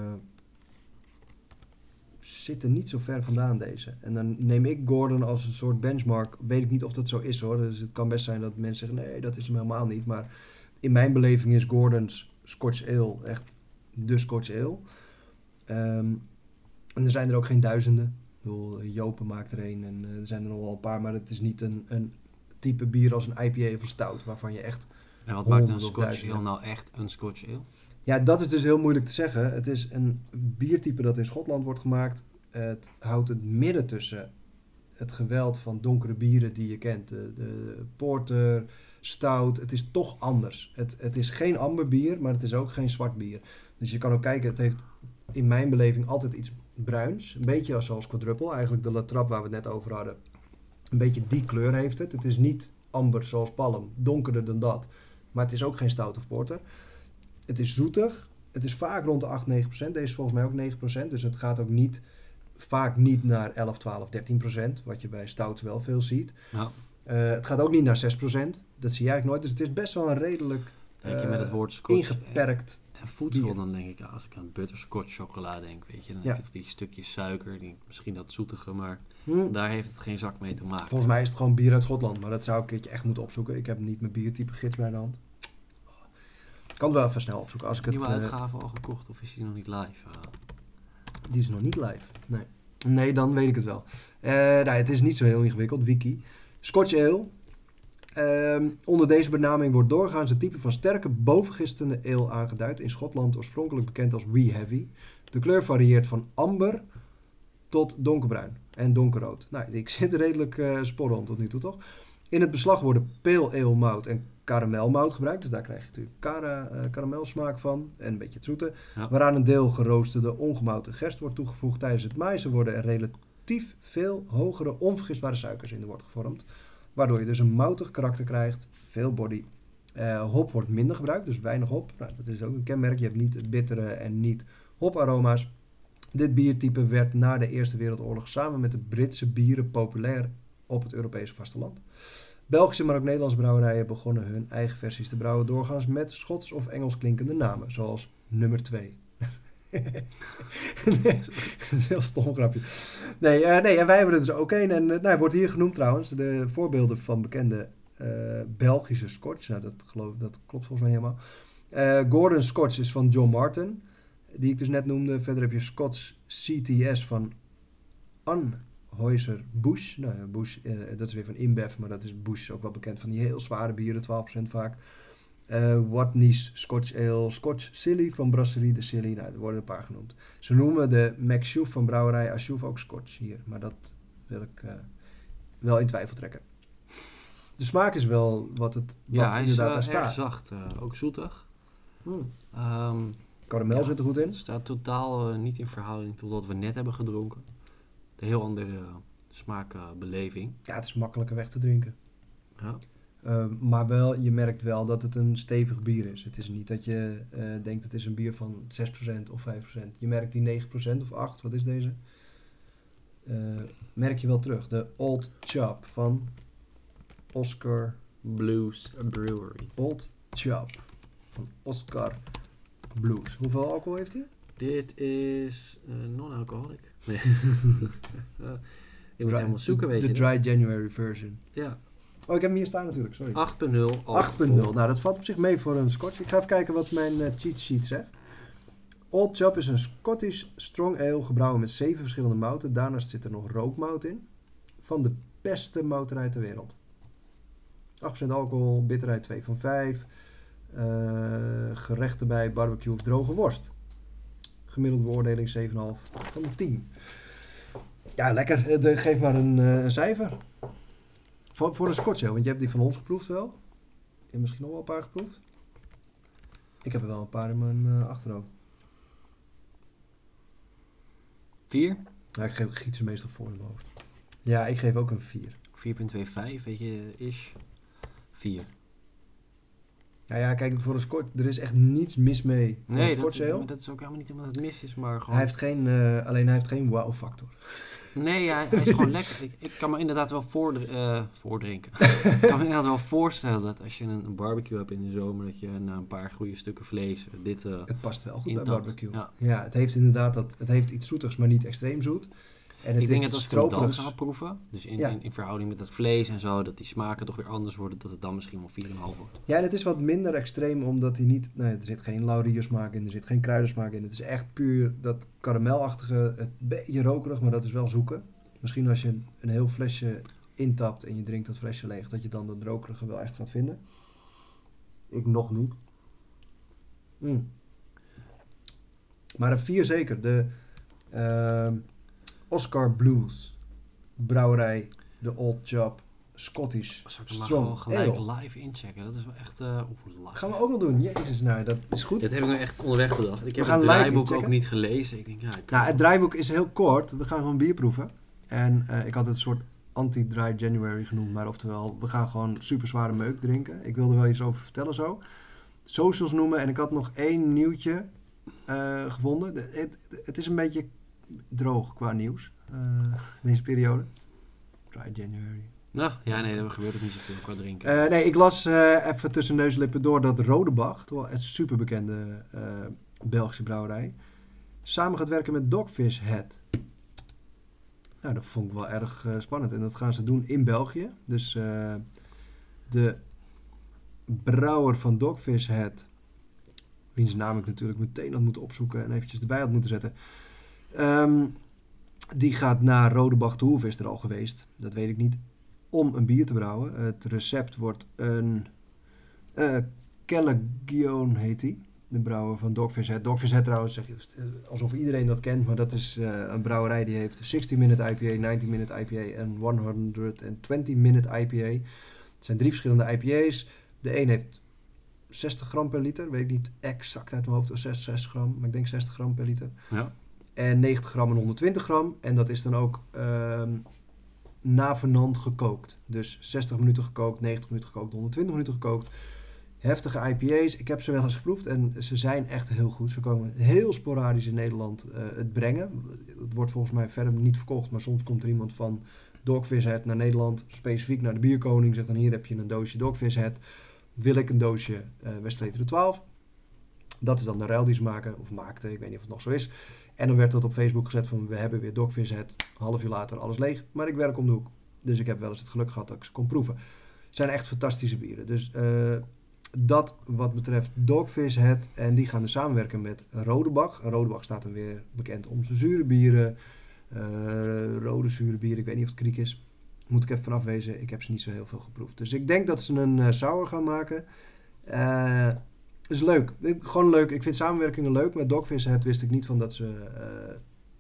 zit er niet zo ver vandaan deze. En dan neem ik Gordon als een soort benchmark. Weet ik niet of dat zo is hoor. Dus het kan best zijn dat mensen zeggen, nee, dat is hem helemaal niet. Maar in mijn beleving is Gordon's Scotch Ale echt de Scotch Ale. Um, en er zijn er ook geen duizenden. Ik bedoel, Jopen maakt er een en uh, er zijn er nog wel een paar. Maar het is niet een, een type bier als een I P A of een stout. Waarvan je echt... En wat maakt een Scotch Ale nou echt een Scotch Ale? Ja, dat is dus heel moeilijk te zeggen. Het is een biertype dat in Schotland wordt gemaakt. Het houdt het midden tussen het geweld van donkere bieren die je kent. De, de porter, stout. Het is toch anders. Het, het is geen amberbier, maar het is ook geen zwart bier. Dus je kan ook kijken, het heeft in mijn beleving altijd iets bruins. Een beetje zoals quadruple. Eigenlijk de La Trappe waar we het net over hadden. Een beetje die kleur heeft het. Het is niet amber zoals palm. Donkerder dan dat. Maar het is ook geen stout of porter. Het is zoetig. Het is vaak rond de acht, negen procent. Deze is volgens mij ook negen procent. Dus het gaat ook niet, vaak niet naar elf, twaalf, dertien procent. Wat je bij stouts wel veel ziet. Ja. Uh, het gaat ook niet naar zes procent. Dat zie je eigenlijk nooit. Dus het is best wel een redelijk uh, met het woord Scotch ingeperkt en voedsel. Bier. Dan denk ik, als ik aan butterscotch chocola denk, weet je, dan ja. heb je die stukjes suiker, die, misschien dat zoetige, maar hmm. daar heeft het geen zak mee te maken. Volgens mij is het gewoon bier uit Schotland. Maar dat zou ik een keertje echt moeten opzoeken. Ik heb niet mijn biertype gids bij de hand. Ik kan het wel even snel opzoeken. Als ik Nieuwe het, uitgave uh, al gekocht of is die nog niet live? Uh. Die is nog niet live. Nee. Nee, dan weet ik het wel. Uh, nou, het is niet zo heel ingewikkeld. Wiki. Scotch Ale. Um, onder deze benaming wordt doorgaans het type van sterke bovengistende ale aangeduid. In Schotland oorspronkelijk bekend als Wee Heavy. De kleur varieert van amber tot donkerbruin en donkerrood. Nou, ik zit redelijk uh, sporrond tot nu toe, toch? In het beslag worden pale ale mout en karamelmout gebruikt. Dus daar krijg je natuurlijk kara, uh, karamelsmaak van. En een beetje het zoete. Ja. Waaraan een deel geroosterde ongemouten gerst wordt toegevoegd. Tijdens het maaien worden er relatief veel hogere onvergistbare suikers in de wort gevormd. Waardoor je dus een moutig karakter krijgt. Veel body. Uh, hop wordt minder gebruikt. Dus weinig hop. Nou, dat is ook een kenmerk. Je hebt niet het bittere en niet hoparoma's. Dit biertype werd na de Eerste Wereldoorlog samen met de Britse bieren populair op het Europese vasteland. Belgische, maar ook Nederlandse brouwerijen begonnen hun eigen versies te brouwen, doorgaans met Schots of Engels klinkende namen, zoals nummer twee. Nee, dat is een heel stom grapje. Nee, uh, nee, en wij hebben er dus ook een. En uh, nou, hij wordt hier genoemd trouwens. De voorbeelden van bekende uh, Belgische Scotch. Nou, dat, geloof, dat klopt volgens mij helemaal. Uh, Gordon Scotch is van John Martin, die ik dus net noemde. Verder heb je Scotch C T S van Anheuser-Busch. Nou ja, Busch, uh, dat is weer van InBev, maar dat is Busch ook wel bekend van die heel zware bieren, twaalf procent vaak. Uh, Watney's Scotch Ale, Scotch Silly van Brasserie de Silly. Nou, er worden een paar genoemd. Ze noemen de McShoof van brouwerij Ashouf ook Scotch hier. Maar dat wil ik uh, wel in twijfel trekken. De smaak is wel wat het wat ja, hij inderdaad is uh, daar erg staat. zacht. Uh, ook zoetig. Hmm. Um, Karamel ja, zit er goed in. Het staat totaal uh, niet in verhouding tot wat we net hebben gedronken. Een heel andere uh, smaakbeleving. Ja, het is makkelijker weg te drinken. Ja. Uh, maar wel, je merkt wel dat het een stevig bier is. Het is niet dat je uh, denkt het is een bier van zes procent of vijf procent. Je merkt die negen procent of acht, wat is deze? Uh, merk je wel terug. De Old Chop van Oscar... Blues Brewery. Old Chop van Oscar Blues. Hoeveel alcohol heeft hij? Dit is uh, non-alcoholic. Nee. uh, je moet Dry, helemaal zoeken, weet de je. De Dry January version. Ja. Oh, ik heb hem hier staan natuurlijk, sorry. acht punt nul. acht punt nul. Nou, dat valt op zich mee voor een Scotch. Ik ga even kijken wat mijn uh, cheat sheet zegt. Old Chop is een Scottish strong ale gebrouwen met zeven verschillende mouten. Daarnaast zit er nog rookmout in. Van de beste mouterij ter wereld. acht procent alcohol, bitterheid twee van vijf. Uh, gerechten bij barbecue of droge worst. Gemiddelde beoordeling zeven komma vijf van de tien. Ja, lekker. De, geef maar een, uh, een cijfer. Voor, voor een Scotch ale, want je hebt die van ons geproefd wel. Je hebt misschien nog wel een paar geproefd. Ik heb er wel een paar in mijn uh, achterhoofd. vier? Ja, ik, geef, ik giet ze meestal voor in mijn hoofd. Ja, ik geef ook een vier. vier komma vijfentvijftig, weet je, is vier. Nou ja, kijk, voor een Scotch, er is echt niets mis mee voor Nee, een Scotch dat, ale. dat is ook helemaal niet omdat het mis is, maar gewoon... Hij heeft geen, uh, alleen hij heeft geen wow factor. Nee, ja, hij is gewoon lekker. Ik, ik kan me inderdaad wel voordr- uh, voordrinken. Ik kan me inderdaad wel voorstellen dat als je een, een barbecue hebt in de zomer, dat je na een paar goede stukken vlees dit... Uh, het past wel goed bij dat, barbecue. Ja. ja, het heeft inderdaad dat, het heeft iets zoetigs, maar niet extreem zoet. En het ik denk heeft dat als ik het dan stroperigs. zou proeven, dus in, Ja. in, in verhouding met het vlees en zo, dat die smaken toch weer anders worden, dat het dan misschien wel vier komma vijf wordt. Ja, en het is wat minder extreem, omdat hij niet... Nou, er zit geen lauriersmaak in, er zit geen kruidensmaak in. Het is echt puur dat karamelachtige, het beetje rokerig, maar dat is wel zoeken. Misschien als je een, een heel flesje intapt en je drinkt dat flesje leeg, dat je dan dat rokerige wel echt gaat vinden. Ik nog niet. Mm. Maar een vier zeker. De uh, Oscar Blues brouwerij, de Old Chop, Scottish Zal ik hem maar Strong gewoon gelijk Ale. live inchecken? Dat is wel echt... Uh, oeh, live. Gaan we ook nog doen. Jezus, nou, dat is goed. Dit heb ik nou echt onderweg bedacht. Ik heb gaan het live draaiboek inchecken. ook niet gelezen. Ik denk, ja, ik kan Nou, het draaiboek is heel kort. We gaan gewoon bier proeven. En uh, ik had het een soort anti-dry January genoemd. Maar oftewel, we gaan gewoon super zware meuk drinken. Ik wilde wel iets over vertellen zo. Socials noemen. En ik had nog één nieuwtje uh, gevonden. De, het, het is een beetje droog qua nieuws. Uh, deze periode. Dry January. Nou, ja, nee, er gebeurt ook niet zoveel qua drinken. Uh, nee, ik las uh, even tussen neus en lippen door dat Rodebach, toch wel een superbekende uh, Belgische brouwerij, samen gaat werken met Dogfish Head. Nou, dat vond ik wel erg uh, spannend. En dat gaan ze doen in België. Dus uh, de brouwer van Dogfish Head, wiens naam ik natuurlijk meteen had moeten opzoeken en eventjes erbij had moeten zetten, um, die gaat naar Rodebach toe, of is er al geweest, dat weet ik niet, om een bier te brouwen. Het recept wordt een uh, Calagione heet die. De brouwer van Dogfish Head. Dogfish Head trouwens, zeg je, alsof iedereen dat kent, maar dat is uh, een brouwerij die heeft zestig minute I P A, negentig minute I P A en honderdtwintig minute I P A. Het zijn drie verschillende I P A's. De een heeft zestig gram per liter, weet ik niet exact uit mijn hoofd, of zesenzestig gram, maar ik denk zestig gram per liter. Ja. En negentig gram en honderdtwintig gram. En dat is dan ook uh, navenant gekookt. Dus zestig minuten gekookt, negentig minuten gekookt, honderdtwintig minuten gekookt. Heftige I P A's. Ik heb ze wel eens geproefd en ze zijn echt heel goed. Ze komen heel sporadisch in Nederland uh, het brengen. het wordt volgens mij verder niet verkocht. Maar soms komt er iemand van Dogfish Head naar Nederland, specifiek naar de Bierkoning. Zegt dan hier heb je een doosje Dogfish Head. Wil ik een doosje uh, Westvleteren twaalf. Dat is dan de ruil die ze maken, of maakte, ik weet niet of het nog zo is. En dan werd dat op Facebook gezet van we hebben weer Dogfish Head. Half uur later alles leeg, maar ik werk om de hoek. Dus ik heb wel eens het geluk gehad dat ik ze kon proeven. Het zijn echt fantastische bieren. Dus uh, dat wat betreft Dogfish Head. En die gaan dus samenwerken met Rodebach. Rodebach staat dan weer bekend om zijn zure bieren. Uh, rode zure bieren, ik weet niet of het kriek is. Moet ik even vanaf wezen, ik heb ze niet zo heel veel geproefd. Dus ik denk dat ze een uh, sour gaan maken. Uh, is leuk. Gewoon leuk. Ik vind samenwerkingen leuk. Met Dogfish Head wist ik niet van dat ze uh,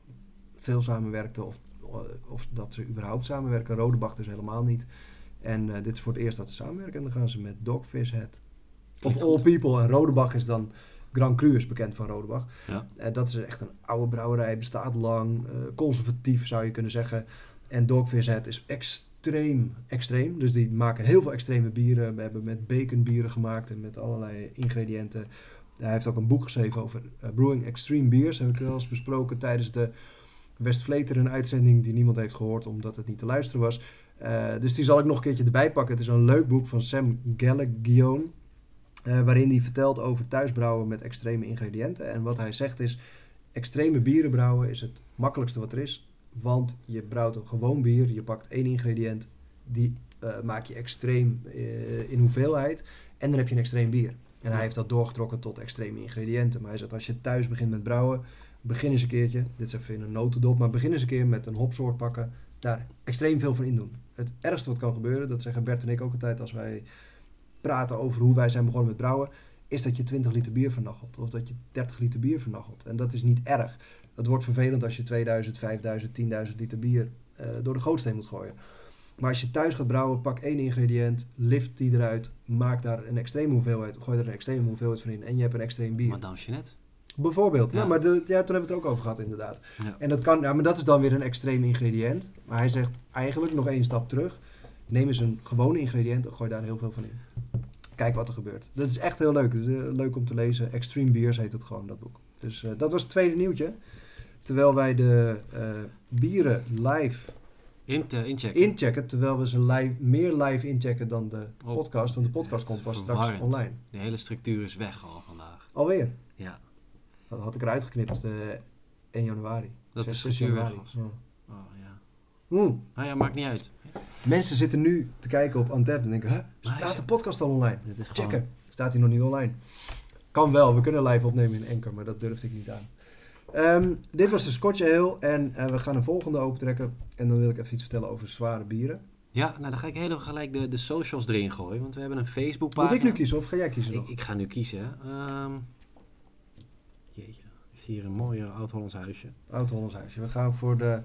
veel samenwerkten. Of, of dat ze überhaupt samenwerken. Rodebach dus helemaal niet. En uh, dit is voor het eerst dat ze samenwerken. En dan gaan ze met Dogfish Head. Of All People. En Rodebach is dan... Grand Cru is bekend van Rodebach. Ja. Uh, dat is echt een oude brouwerij. Bestaat lang. Uh, conservatief zou je kunnen zeggen. En Dogfish Head is extreem, extreem. Dus die maken heel veel extreme bieren. We hebben met bacon bieren gemaakt. En met allerlei ingrediënten. Hij heeft ook een boek geschreven over uh, Brewing Extreme Beers. Dat heb ik wel eens besproken tijdens de Westvleteren uitzending. Die niemand heeft gehoord omdat het niet te luisteren was. Uh, dus die zal ik nog een keertje erbij pakken. Het is een leuk boek van Sam Galligione. Uh, waarin hij vertelt over thuisbrouwen met extreme ingrediënten. En wat hij zegt is, extreme bieren brouwen is het makkelijkste wat er is. Want je brouwt een gewoon bier, je pakt één ingrediënt, die uh, maak je extreem uh, in hoeveelheid. En dan heb je een extreem bier. En hij heeft dat doorgetrokken tot extreme ingrediënten. Maar hij zegt, als je thuis begint met brouwen, begin eens een keertje, dit is even in een notendop, maar begin eens een keer met een hopsoort pakken, daar extreem veel van in doen. Het ergste wat kan gebeuren, dat zeggen Bert en ik ook altijd als wij praten over hoe wij zijn begonnen met brouwen, is dat je twintig liter bier vernachelt. Of dat je dertig liter bier vernachelt. En dat is niet erg. Het wordt vervelend als je tweeduizend, vijfduizend, tienduizend liter bier uh, door de gootsteen moet gooien. Maar als je thuis gaat brouwen, pak één ingrediënt, lift die eruit, maak daar een extreme hoeveelheid, gooi er een extreme hoeveelheid van in en je hebt een extreem bier. Madame Jeanette. Bijvoorbeeld. Ja, ja maar de, ja, toen hebben we het er ook over gehad inderdaad. Ja. En dat kan, ja, maar dat is dan weer een extreem ingrediënt. Maar hij zegt eigenlijk nog één stap terug. Neem eens een gewone ingrediënt en gooi daar heel veel van in. Kijk wat er gebeurt. Dat is echt heel leuk. Het is uh, leuk om te lezen. Extreme Beers heet het gewoon, dat boek. Dus uh, dat was het tweede nieuwtje. Terwijl wij de uh, bieren live In te, inchecken. inchecken. Terwijl we ze live, meer live inchecken dan de oh, podcast. Want de podcast komt pas straks online. De hele structuur is weg al vandaag. Alweer? Ja. Dat had ik eruit geknipt uh, één januari. Dat is structuur weg. Ja. Oh ja. Mm. Nou ja, maakt niet uit. Mensen zitten nu te kijken op Untappd en denken, huh, staat de podcast al online? Checken. Gewoon... Staat hij nog niet online? Kan wel, we kunnen live opnemen in Anchor, maar dat durfde ik niet aan. Um, dit was de Scotch Ale en uh, we gaan een volgende opentrekken. En dan wil ik even iets vertellen over zware bieren. Ja, nou dan ga ik heel gelijk de, de socials erin gooien, want we hebben een Facebookpagina. Moet ik nu kiezen of ga jij kiezen nog? Ik, ik ga nu kiezen. Um, jeetje, ik zie hier een mooi Oud-Hollands huisje. Oud-Hollands huisje. We gaan voor de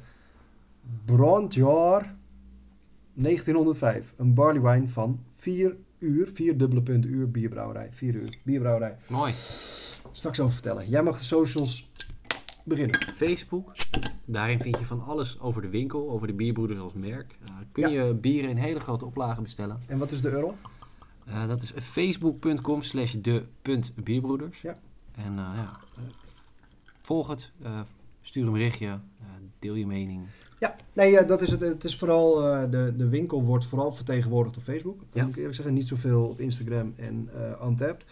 Brandjaar negentienhonderdvijf. Een barley wine van vier uur, vier dubbele punten uur bierbrouwerij. vier uur bierbrouwerij. Mooi. Straks over vertellen. Jij mag de socials beginnen. Facebook. Daarin vind je van alles over de winkel, over de bierbroeders als merk. Uh, kun ja. je bieren in hele grote oplagen bestellen. En wat is de U R L? Uh, dat is facebook.com slash de.bierbroeders. Ja. En uh, ja, uh, volg het. Uh, stuur een berichtje. Uh, deel je mening. Ja, nee, uh, dat is het. Het is vooral, uh, de, de winkel wordt vooral vertegenwoordigd op Facebook. Ja. Moet ik eerlijk zeggen, niet zoveel op Instagram en uh, Untappd.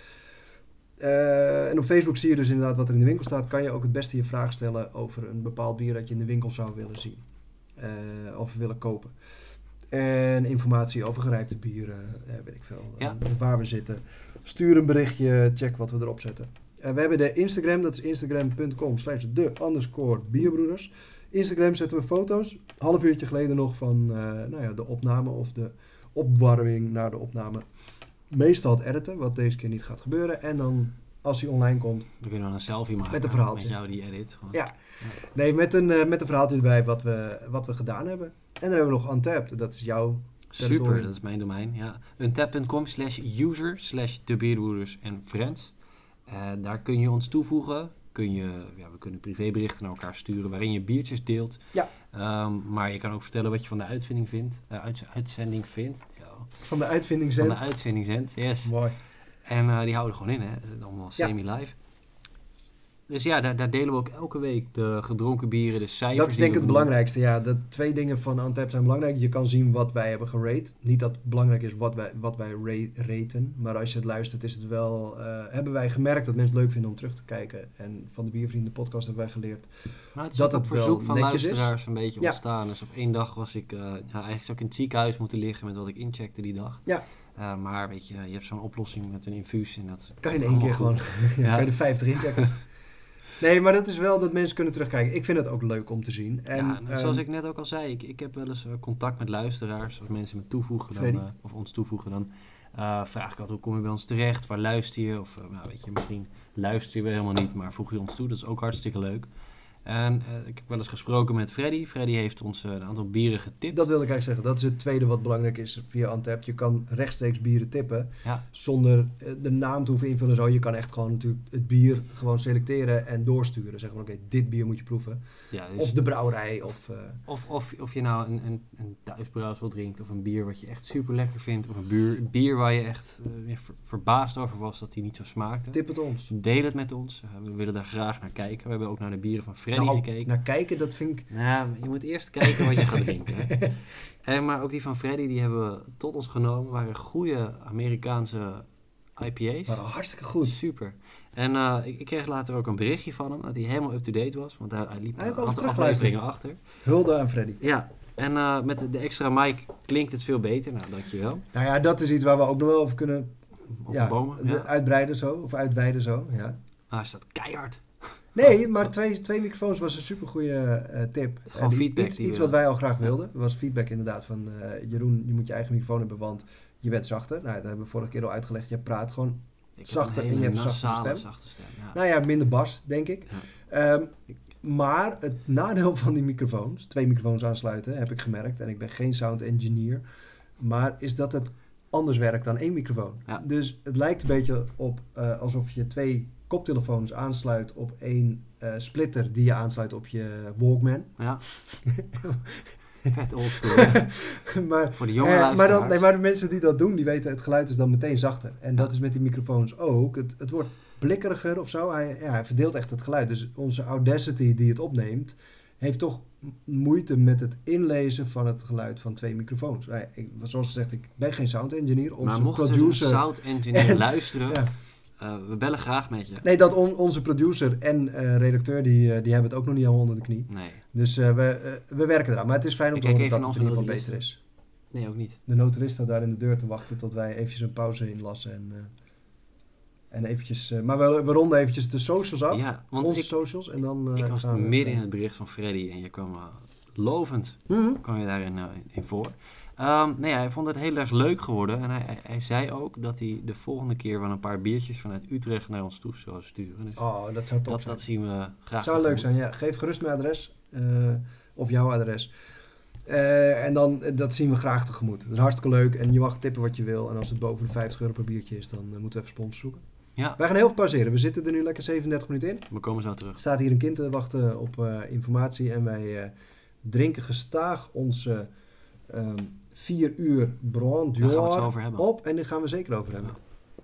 Uh, en op Facebook zie je dus inderdaad wat er in de winkel staat. Kan je ook het beste je vraag stellen over een bepaald bier dat je in de winkel zou willen zien. Uh, of willen kopen. En informatie over gerijpte bieren, uh, weet ik veel. Ja. Uh, waar we zitten. Stuur een berichtje, check wat we erop zetten. Uh, we hebben de Instagram, dat is instagram.com slash de underscore bierbroeders. Instagram zetten we foto's. Half uurtje geleden nog van uh, nou ja, de opname of de opwarming naar de opname. Meestal het editen, wat deze keer niet gaat gebeuren. En dan, als hij online komt... We kunnen dan een selfie maken met een verhaaltje. Met jou die edit. Gewoon. Ja. Nee, met een, uh, met een verhaaltje erbij wat we, wat we gedaan hebben. En dan hebben we nog Untappd, dat is jouw territorium. Super, dat is mijn domein. Ja. Untappd.com slash user slash de bierbroeders en friends. Uh, daar kun je ons toevoegen. Kun je, ja, we kunnen privéberichten naar elkaar sturen waarin je biertjes deelt. Ja. Um, maar je kan ook vertellen wat je van de uitvinding vindt. Uh, uit, uitzending vindt. Zo. Van de uitvinding zendt. Van de uitvinding zendt, yes. Mooi. En uh, die houden gewoon in, hè. Het is allemaal semi-live. dus ja, daar, daar delen we ook elke week de gedronken bieren, de cijfers. Dat is denk ik die het we belangrijkste. Ja, de twee dingen van Untappd zijn belangrijk. Je kan zien wat wij hebben gerate. Niet dat het belangrijk is wat wij, wat wij ra- raten. Maar als je het luistert, is het wel, uh, hebben wij gemerkt dat mensen het leuk vinden om terug te kijken. En van de Biervrienden podcast hebben wij geleerd. Maar het is dat ook het op verzoek wel van netjes is. luisteraars een beetje Ja. ontstaan. Dus op één dag was ik, uh, ja, eigenlijk zou ik in het ziekenhuis moeten liggen met wat ik incheckte die dag. Ja. Uh, maar weet je, je hebt zo'n oplossing met een infuus en dat Kan je in één keer gewoon ja. kan je er vijftig inchecken. Nee, maar dat is wel dat mensen kunnen terugkijken. Ik vind het ook leuk om te zien. En, ja, en zoals um, ik net ook al zei, ik, ik heb wel eens uh, contact met luisteraars. Als mensen me toevoegen, dan, uh, of ons toevoegen, dan uh, vraag ik altijd hoe kom je bij ons terecht? Waar luister je? Of uh, nou, weet je, misschien luister je wel helemaal niet, maar voeg je ons toe. Dat is ook hartstikke leuk. En uh, ik heb wel eens gesproken met Freddy. Freddy heeft ons uh, een aantal bieren getipt. Dat wilde ik eigenlijk zeggen. Dat is het tweede wat belangrijk is via Untappd. Je kan rechtstreeks bieren tippen. Ja. Zonder uh, de naam te hoeven invullen. Zo. Je kan echt gewoon natuurlijk het bier gewoon selecteren en doorsturen. Zeggen van oké, okay, dit bier moet je proeven. Ja, dus of de brouwerij. Of, uh, of, of, of je nou een, een, een thuisbrouwsel drinkt. Of een bier wat je echt super lekker vindt. Of een bier, bier waar je echt uh, weer ver, verbaasd over was dat die niet zo smaakte. Tip het ons. Deel het met ons. Uh, we willen daar graag naar kijken. We hebben ook naar de bieren van Freddy nou, gekeken. Naar kijken, dat vind ik... Nou, je moet eerst kijken wat je gaat drinken. Hè. En, maar ook die van Freddy, die hebben we tot ons genomen. Waren goede Amerikaanse I P A's. Waren hartstikke goed. Super. En uh, ik, ik kreeg later ook een berichtje van hem, dat hij helemaal up-to-date was. Want hij, hij liep hij een aantal afleveringen achter. Hulde aan Freddy. Ja, en uh, met de, de extra mic klinkt het veel beter. Nou, dankjewel. Nou ja, dat is iets waar we ook nog wel over kunnen... Ja, bomen, ja. uitbreiden zo. Of uitweiden zo, ja. Ah, hij staat keihard. Nee, maar twee, twee microfoons was een supergoeie uh, tip. Gewoon die, feedback. Iets, iets wat wij al graag wilden. was feedback inderdaad van... Uh, Jeroen, je moet je eigen microfoon hebben, want je bent zachter. Nou, dat hebben we vorige keer al uitgelegd. Je praat gewoon ik zachter en je hebt een zachtere stem. zachte stem ja. Nou ja, minder bas, denk ik. Ja. Um, maar het nadeel van die microfoons... Twee microfoons aansluiten, heb ik gemerkt. En ik ben geen sound engineer. Maar is dat het anders werkt dan één microfoon. Ja. Dus het lijkt een beetje op uh, alsof je twee... koptelefoons aansluit op één uh, splitter die je aansluit op je Walkman. Ja. Vet oldschool. maar, voor de jonge uh, maar, dan, nee, maar de mensen die dat doen, die weten het geluid is dan meteen zachter. En ja. dat is met die microfoons ook. Het, het wordt blikkeriger of zo. Hij, ja, hij verdeelt echt het geluid. Dus onze Audacity die het opneemt, heeft toch moeite met het inlezen van het geluid van twee microfoons. Ja, ik, zoals gezegd, ik ben geen sound engineer. Onze maar mocht producer, een sound engineer en, luisteren... Ja. Uh, we bellen graag met je. Nee, dat on, onze producer en uh, redacteur, die, uh, die hebben het ook nog niet al onder de knie. Nee. Dus uh, we, uh, we werken eraan. Maar het is fijn om ik te horen dat het in ieder geval beter is. Nee, ook niet. De notarist staat daar in de deur te wachten tot wij eventjes een pauze inlassen. En, uh, en eventjes, uh, maar we, we ronden eventjes de socials af. Ja, want onze ik, socials. En dan, uh, ik was midden in het bericht van Freddy en je kwam uh, lovend mm-hmm. kwam je daarin uh, in voor. Um, nee, hij vond het heel erg leuk geworden. En hij, hij, hij zei ook dat hij de volgende keer wel een paar biertjes vanuit Utrecht naar ons toe zou sturen. Dus oh, dat zou top dat, zijn. Dat zien we graag. Het zou leuk zijn, ja. Geef gerust mijn adres. Uh, of jouw adres. Uh, en dan, dat zien we graag tegemoet. Dat is hartstikke leuk. En je mag tippen wat je wil. En als het boven de vijftig euro per biertje is, dan uh, moeten we even sponsors zoeken. Ja. Wij gaan heel veel pauzeren. We zitten er nu lekker zevenendertig minuten in. We komen zo terug. Er staat hier een kind te wachten op uh, informatie. En wij uh, drinken gestaag onze... Um, vier uur Brand Joar op en daar gaan we zeker over hebben.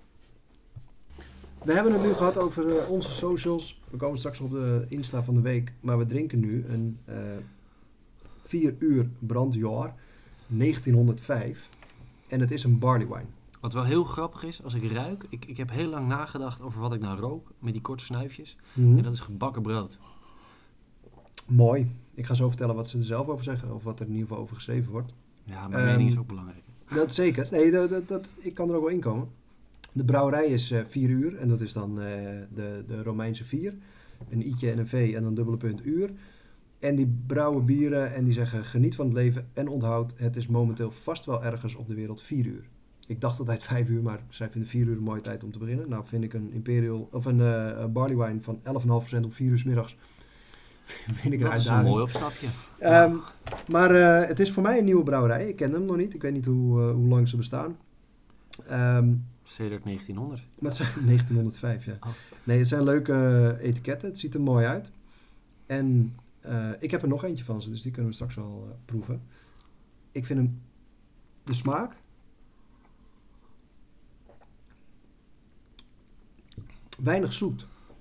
We hebben het nu gehad over uh, onze socials. We komen straks op de Insta van de week. Maar we drinken nu een uh, vier uur Brand Joar negentienhonderdvijf. En het is een barley wine. Wat wel heel grappig is, als ik ruik... Ik, ik heb heel lang nagedacht over wat ik nou rook. Met die korte snuifjes. Mm-hmm. En dat is gebakken brood. Mooi. Ik ga zo vertellen wat ze er zelf over zeggen. Of wat er in ieder geval over geschreven wordt. Ja, mijn um, mening is ook belangrijk. Dat zeker. Nee, dat, dat, dat, ik kan er ook wel in komen. De brouwerij is uh, vier uur. En dat is dan uh, de, de Romeinse vier. Een i'tje en een v en dan dubbele punt uur. En die brouwen bieren en die zeggen geniet van het leven en onthoud. Het is momenteel vast wel ergens op de wereld vier uur. Ik dacht altijd vijf uur, maar zij vinden vier uur een mooie tijd om te beginnen. Nou vind ik een Imperial of een uh, barley wine van elf komma vijf procent op vier uur 's middags. Vind ik dat een is een mooi opstapje. Um, maar uh, het is voor mij een nieuwe brouwerij. Ik ken hem nog niet. Ik weet niet hoe, uh, hoe lang ze bestaan. Um, Sedert negentienhonderd. Maar het zijn negentienhonderdvijf, ja. Oh. Nee, het zijn leuke uh, etiketten. Het ziet er mooi uit. En uh, ik heb er nog eentje van ze, dus die kunnen we straks wel uh, proeven. Ik vind hem... De smaak... Weinig zoet.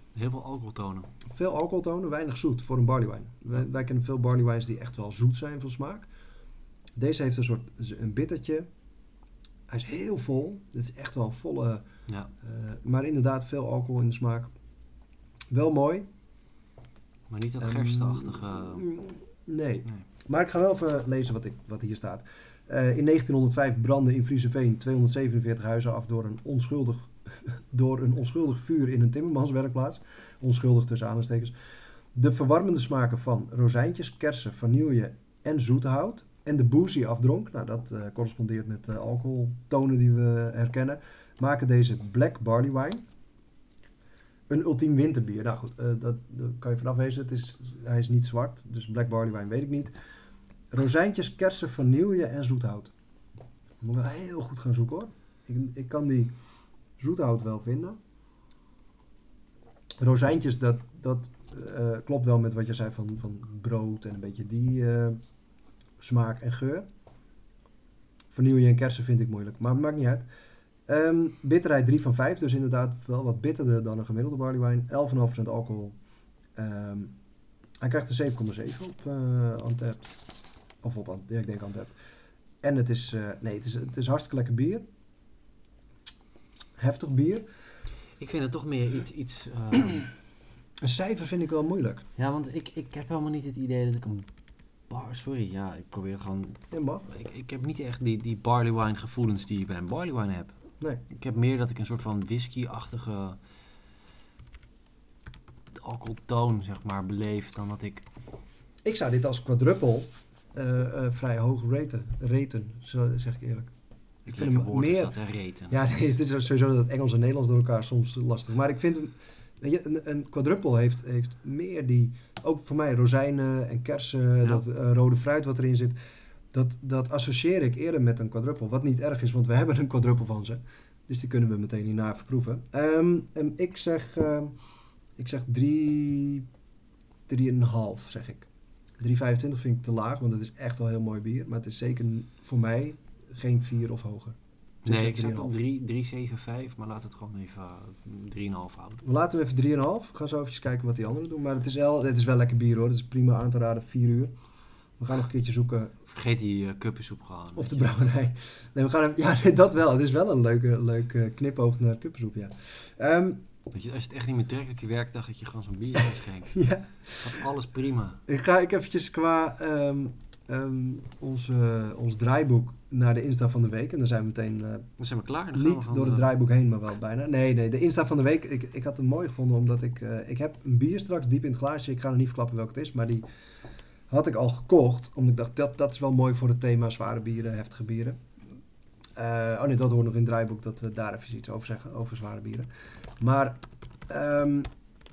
Heel veel alcoholtonen. Veel alcoholtonen, weinig zoet voor een barley wine. Wij, wij kennen veel barley wines die echt wel zoet zijn van smaak. Deze heeft een soort een bittertje. Hij is heel vol. Dit is echt wel volle... Ja. Uh, maar inderdaad veel alcohol in de smaak. Wel mooi. Maar niet dat gerstachtige... Um, nee. nee. Maar ik ga wel even lezen wat, ik, wat hier staat. Uh, in negentienhonderdvijf brandden in Friezenveen tweehonderdzevenenveertig huizen af door een onschuldig, door een onschuldig vuur in een timmermanswerkplaats. Onschuldig tussen aanhalingstekens. De verwarmende smaken van rozijntjes, kersen, vanille en zoethout. En de boozy afdronk, nou dat uh, correspondeert met de uh, alcoholtonen die we herkennen, maken deze Black Barley Wine een ultiem winterbier. Nou goed, uh, dat, dat kan je vanaf wezen. Het is, hij is niet zwart, dus Black Barley Wine weet ik niet. Rozijntjes, kersen, vanille en zoethout. Moet ik wel heel goed gaan zoeken hoor. Ik, ik kan die zoethout wel vinden. Rozijntjes, dat, dat uh, klopt wel met wat je zei van, van brood en een beetje die uh, smaak en geur. Vanille en kersen vind ik moeilijk, maar het maakt niet uit. Um, bitterheid drie van vijf, dus inderdaad wel wat bitterder dan een gemiddelde barley wine. elf komma vijf procent alcohol. Um, hij krijgt een zeven komma zeven op uh, Untappd. Of op, ja, ik denk Untappd. En het is, uh, nee, het is, het is hartstikke lekker bier. Heftig bier. Ik vind het toch meer iets... iets uh... Een cijfer vind ik wel moeilijk. Ja, want ik, ik heb helemaal niet het idee dat ik een bar... Sorry, ja, ik probeer gewoon... Ja, mag. Ik, ik heb niet echt die, die barley wine gevoelens die je bij een barley wine hebt. Nee. Ik heb meer dat ik een soort van whisky-achtige alcoholtoon, zeg maar, beleef dan dat ik... Ik zou dit als quadruppel uh, uh, vrij hoog raten, raten, zo zeg ik eerlijk. Ik vind hem woord meer... is dat, hè, raten. Ja, nee, het is sowieso dat het Engels en Nederlands door elkaar soms lastig. Maar ik vind hem... Een, een quadruppel heeft, heeft meer die... Ook voor mij rozijnen en kersen, Ja. dat uh, rode fruit wat erin zit. Dat, dat associeer ik eerder met een quadruppel. Wat niet erg is, want we hebben een quadruppel van ze. Dus die kunnen we meteen hierna verproeven. Um, en ik zeg... Uh, ik zeg drie... drieënhalf, zeg ik. drie komma vijfentwintig vind ik te laag, want het is echt wel heel mooi bier. Maar het is zeker voor mij geen vier of hoger. Dus Nee, ik ik zeg zat op drie komma zevenenzeventig, maar laat het gewoon even drie komma vijf houden. We laten we even drie komma vijf. We gaan zo even kijken wat die anderen doen. Maar het is wel, het is wel lekker bier hoor. Het is prima aan te raden, vier uur. We gaan nog een keertje zoeken. Vergeet die uh, kuppensoep gewoon. Of de brouwerij. Nee, we gaan even, ja, nee, dat wel. Het is wel een leuke, leuke knipoog naar kuppensoep, ja. Um, Dat je, als je het echt niet meer trekt op je werkdag, dat je gewoon zo'n bier schenkt. Ja. Gaat alles prima. Ik ga ik eventjes qua um, um, ons, uh, ons draaiboek naar de Insta van de week. En dan zijn we meteen uh, Dan zijn we klaar. Dan gaan we niet gewoon, door het uh, draaiboek heen, maar wel bijna. Nee, nee, de Insta van de week. Ik, ik had hem mooi gevonden, omdat ik... Uh, ik heb een bier straks diep in het glaasje. Ik ga nog niet verklappen welk het is, maar die had ik al gekocht. Omdat ik dacht, dat, dat is wel mooi voor het thema zware bieren, heftige bieren. Uh, oh nee, dat hoort nog in het draaiboek, dat we daar even iets over zeggen, over zware bieren. Maar... Um,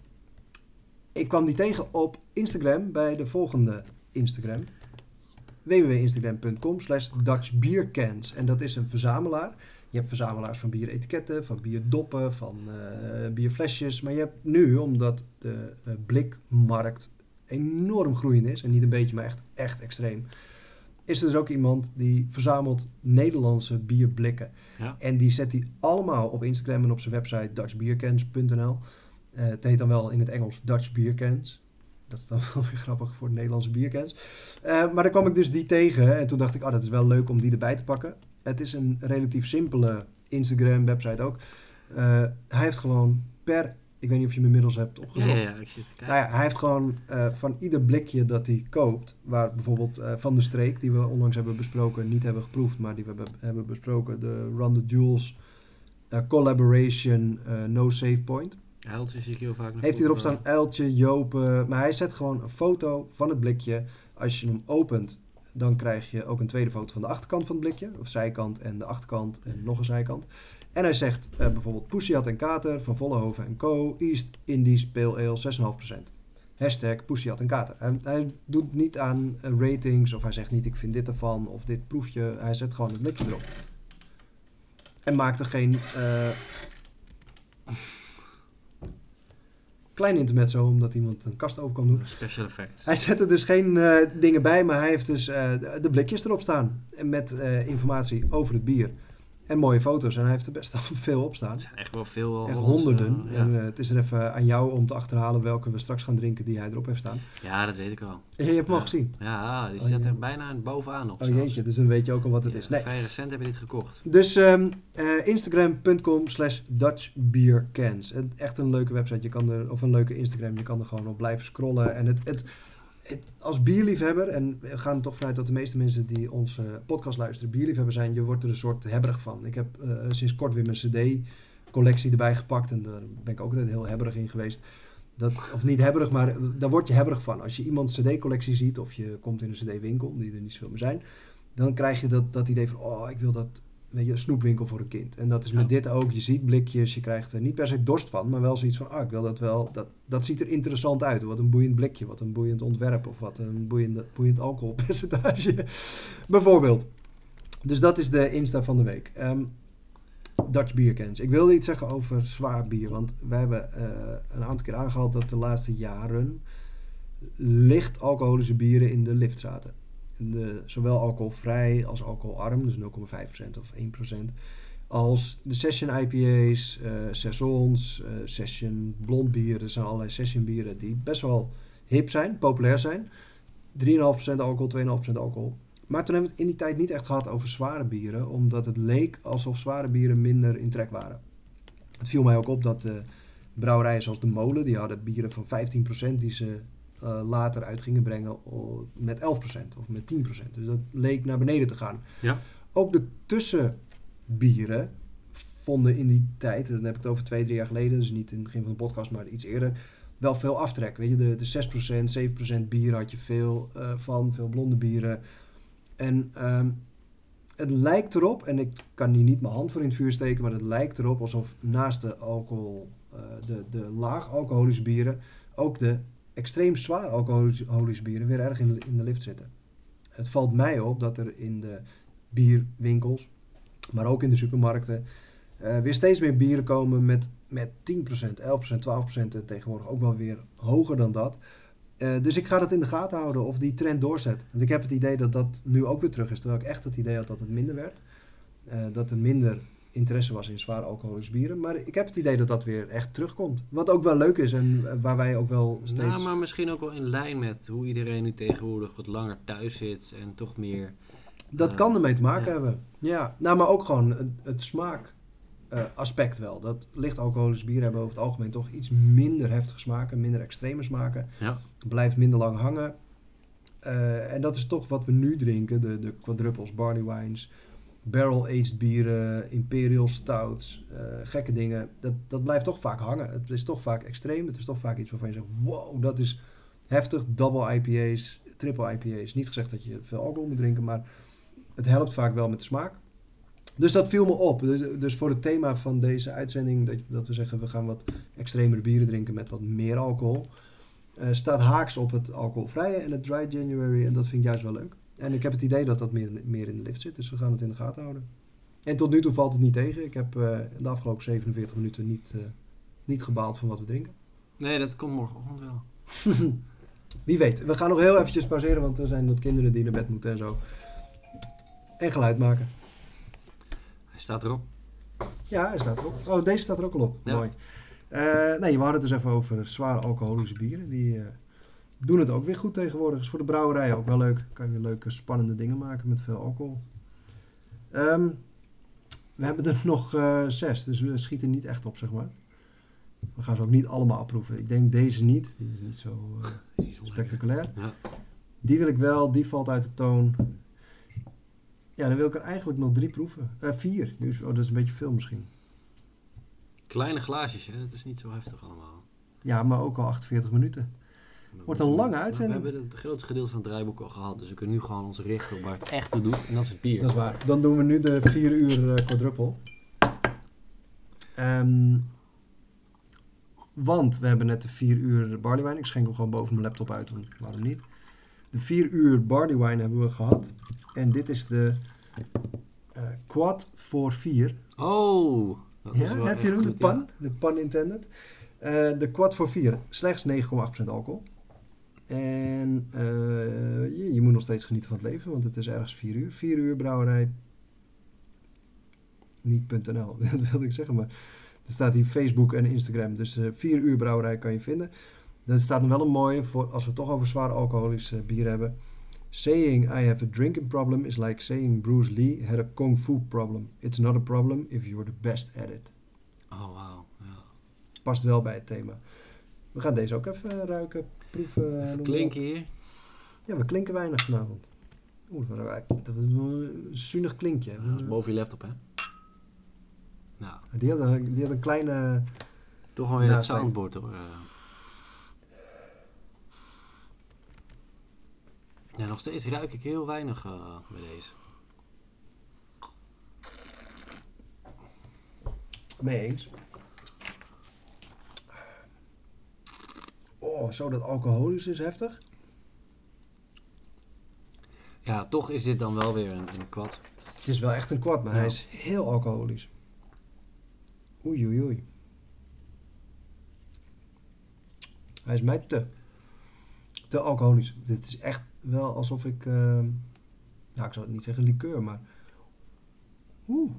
ik kwam die tegen op Instagram bij de volgende Instagram. w w w punt instagram punt com slash Dutch Beer Cans. En dat is een verzamelaar. Je hebt verzamelaars van bieretiketten, van bierdoppen, van uh, bierflesjes. Maar je hebt nu, omdat de uh, blikmarkt enorm groeiend is, en niet een beetje, maar echt, echt extreem, is er dus ook iemand die verzamelt Nederlandse bierblikken. Ja. En die zet die allemaal op Instagram en op zijn website dutch beer cans punt n l. Uh, het heet dan wel in het Engels Dutch Beer Cans. Dat is dan wel weer grappig voor de Nederlandse biercans. Uh, maar dan kwam ik dus die tegen. En toen dacht ik, oh, dat is wel leuk om die erbij te pakken. Het is een relatief simpele Instagram-website ook. Uh, hij heeft gewoon per... Ik weet niet of je hem inmiddels hebt opgezocht. Ja, ja, ja, ik zit te kijken. Nou ja, hij heeft gewoon uh, van ieder blikje dat hij koopt... waar bijvoorbeeld uh, Van de Streek, die we onlangs hebben besproken... niet hebben geproefd, maar die we hebben, hebben besproken... de Run the Jewels uh, Collaboration uh, No Save Point... Uiltje zie ik heel vaak. Heeft hij erop staan uiltje, jopen. Maar hij zet gewoon een foto van het blikje. Als je hem opent, dan krijg je ook een tweede foto van de achterkant van het blikje. Of zijkant en de achterkant en nog een zijkant. En hij zegt uh, bijvoorbeeld Poesiat en Kater van Vollenhoven en Co. East Indies Pale Ale zes komma vijf procent. Hashtag Poesiat en Kater. Hij, hij doet niet aan uh, ratings of hij zegt niet ik vind dit ervan of dit proefje. Hij zet gewoon het blikje erop. En maakt er geen... Uh, Klein intermezzo, omdat iemand een kast open kan doen. Special effects. Hij zet er dus geen uh, dingen bij, maar hij heeft dus uh, de blikjes erop staan. Met uh, informatie over het bier. En mooie foto's. En hij heeft er best al veel op staan. Het zijn echt wel veel. Echt Hollandse, honderden. ja. En uh, het is er even aan jou om te achterhalen welke we straks gaan drinken die hij erop heeft staan. Ja, dat weet ik wel. En je hebt hem ja. al gezien? Ja, die oh, staat ja. er bijna bovenaan nog. Oh jeetje, dus dan weet je ook al wat het ja, is. Nee. Vrij recent hebben we dit gekocht. Dus um, uh, instagram.com slash dutchbeercans. Echt een leuke website. Je kan er, of een leuke Instagram. Je kan er gewoon op blijven scrollen. En het... het Het, als bierliefhebber, en we gaan er toch vanuit dat de meeste mensen die onze podcast luisteren bierliefhebber zijn, je wordt er een soort hebberig van. Ik heb uh, sinds kort weer mijn cd-collectie erbij gepakt en daar ben ik ook altijd heel hebberig in geweest. Dat, of niet hebberig, maar daar word je hebberig van. Als je iemands cd-collectie ziet of je komt in een cd-winkel, die er niet zoveel meer zijn, dan krijg je dat, dat idee van, oh, ik wil dat, weet je, een snoepwinkel voor een kind. En dat is ja. met dit ook. Je ziet blikjes, je krijgt er niet per se dorst van, maar wel zoiets van, ah, ik wil dat wel, dat, dat ziet er interessant uit. Wat een boeiend blikje, wat een boeiend ontwerp of wat een boeiend, boeiend alcoholpercentage, bijvoorbeeld. Dus dat is de Insta van de week. Um, Dutch Beer Cans. Ik wilde iets zeggen over zwaar bier, want we hebben uh, een aantal keer aangehaald dat de laatste jaren licht alcoholische bieren in de lift zaten. De, zowel alcoholvrij als alcoholarm, dus nul komma vijf procent of één procent, als de session I P A's, uh, saisons, uh, session blond bieren. Er zijn allerlei session bieren die best wel hip zijn, populair zijn. drie komma vijf procent alcohol, twee komma vijf procent alcohol. Maar toen hebben we het in die tijd niet echt gehad over zware bieren, omdat het leek alsof zware bieren minder in trek waren. Het viel mij ook op dat de brouwerijen zoals De Molen, die hadden bieren van vijftien procent die ze Uh, later uit gingen brengen uh, met elf procent of met tien procent. Dus dat leek naar beneden te gaan. Ja. Ook de tussenbieren vonden in die tijd, dan heb ik het over twee, drie jaar geleden, dus niet in het begin van de podcast, maar iets eerder, wel veel aftrek. Weet je, de, de zes procent, zeven procent bier had je veel uh, van, veel blonde bieren. En um, het lijkt erop, en ik kan hier niet mijn hand voor in het vuur steken, maar het lijkt erop alsof naast de alcohol, uh, de, de laag alcoholische bieren, ook de extreem zwaar alcoholische bieren weer erg in de, in de lift zitten. Het valt mij op dat er in de bierwinkels, maar ook in de supermarkten, uh, weer steeds meer bieren komen met, met tien procent, elf procent, twaalf procent en tegenwoordig ook wel weer hoger dan dat. Uh, dus ik ga dat in de gaten houden of die trend doorzet. Want ik heb het idee dat dat nu ook weer terug is, terwijl ik echt het idee had dat het minder werd. Uh, dat er minder interesse was in zwaar alcoholische bieren. Maar ik heb het idee dat dat weer echt terugkomt. Wat ook wel leuk is en waar wij ook wel steeds... Nou, maar misschien ook wel in lijn met hoe iedereen nu tegenwoordig wat langer thuis zit en toch meer... Dat uh, kan ermee te maken ja. hebben. Ja, nou, maar ook gewoon het, het smaak uh, aspect wel. Dat licht alcoholische bieren hebben over het algemeen toch iets minder heftige smaken, minder extreme smaken. Ja. Blijft minder lang hangen. Uh, en dat is toch wat we nu drinken. De, de quadruples, barley wines, barrel-aged bieren, imperial stouts, uh, gekke dingen. Dat, dat blijft toch vaak hangen. Het is toch vaak extreem. Het is toch vaak iets waarvan je zegt, wow, dat is heftig. Double I P A's, triple I P A's. Niet gezegd dat je veel alcohol moet drinken, maar het helpt vaak wel met de smaak. Dus dat viel me op. Dus, dus voor het thema van deze uitzending, dat, dat we zeggen, we gaan wat extremere bieren drinken met wat meer alcohol, uh, staat haaks op het alcoholvrije en het dry January. En dat vind ik juist wel leuk. En ik heb het idee dat dat meer, meer in de lift zit. Dus we gaan het in de gaten houden. En tot nu toe valt het niet tegen. Ik heb uh, de afgelopen zevenenveertig minuten niet, uh, niet gebaald van wat we drinken. Nee, dat komt morgenochtend wel. Wie weet. We gaan nog heel eventjes pauzeren, want er zijn wat kinderen die naar bed moeten en zo. En geluid maken. Hij staat erop. Ja, hij staat erop. Oh, deze staat er ook al op. Ja. Mooi. Uh, nee, we hadden het dus even over zware alcoholische bieren. Die uh, doen het ook weer goed tegenwoordig. Is voor de brouwerij ook wel leuk. Kan je weer leuke, spannende dingen maken met veel alcohol. Um, we hebben er nog uh, zes, dus we schieten niet echt op, zeg maar. We gaan ze ook niet allemaal afproeven. Ik denk deze niet. Die is niet zo uh, spectaculair. Ja. Die wil ik wel. Die valt uit de toon. Ja, dan wil ik er eigenlijk nog drie proeven. Uh, vier. Dus, oh, dat is een beetje veel misschien. Kleine glaasjes, hè? Dat is niet zo heftig allemaal. Ja, maar ook al achtenveertig minuten. Wordt een lange uitzending. We hebben het grootste gedeelte van het draaiboek al gehad. Dus we kunnen nu gewoon ons richten op waar het echt toe doet. En dat is het bier. Dat is waar. Dan doen we nu de vier uur uh, quadruple. Um, want we hebben net de vier uur barley wine. Ik schenk hem gewoon boven mijn laptop uit. Want waarom niet? De vier uur barley wine hebben we gehad. En dit is de uh, quad voor vier. Oh! Dat ja, is wel heb je hem? De goed, pan? Ja. De pan intended. Uh, de quad voor vier. Slechts negen komma acht procent alcohol. En uh, je, je moet nog steeds genieten van het leven, want het is ergens vier uur. vier uur brouwerij. niet .nl, dat wilde ik zeggen, maar er staat hier Facebook en Instagram. Dus uh, vier uur brouwerij kan je vinden. Er staat nog wel een mooie, voor als we het toch over zwaar alcoholisch uh, bier hebben. Saying I have a drinking problem is like saying Bruce Lee had a kung fu problem. It's not a problem if you're the best at it. Oh, wauw. Ja. Past wel bij het thema. We gaan deze ook even ruiken, proeven. Even klinken hier. Ja, we klinken weinig vanavond. Oeh, dat was dat was een zuinig klinkje. Ja, dat is boven je laptop, hè? Nou. Die had een, die had een kleine... Toch wel weer het soundboard, hoor. Ja, nog steeds ruik ik heel weinig uh, bij deze. Mee eens. Oh, zo dat alcoholisch is heftig. Ja, toch is dit dan wel weer een, een kwad. Het is wel echt een kwad, maar ja. Hij is heel alcoholisch. Oei, oei, oei. Hij is mij te, te alcoholisch. Dit is echt wel alsof ik... Uh, nou, ik zou het niet zeggen liqueur, maar... Oeh.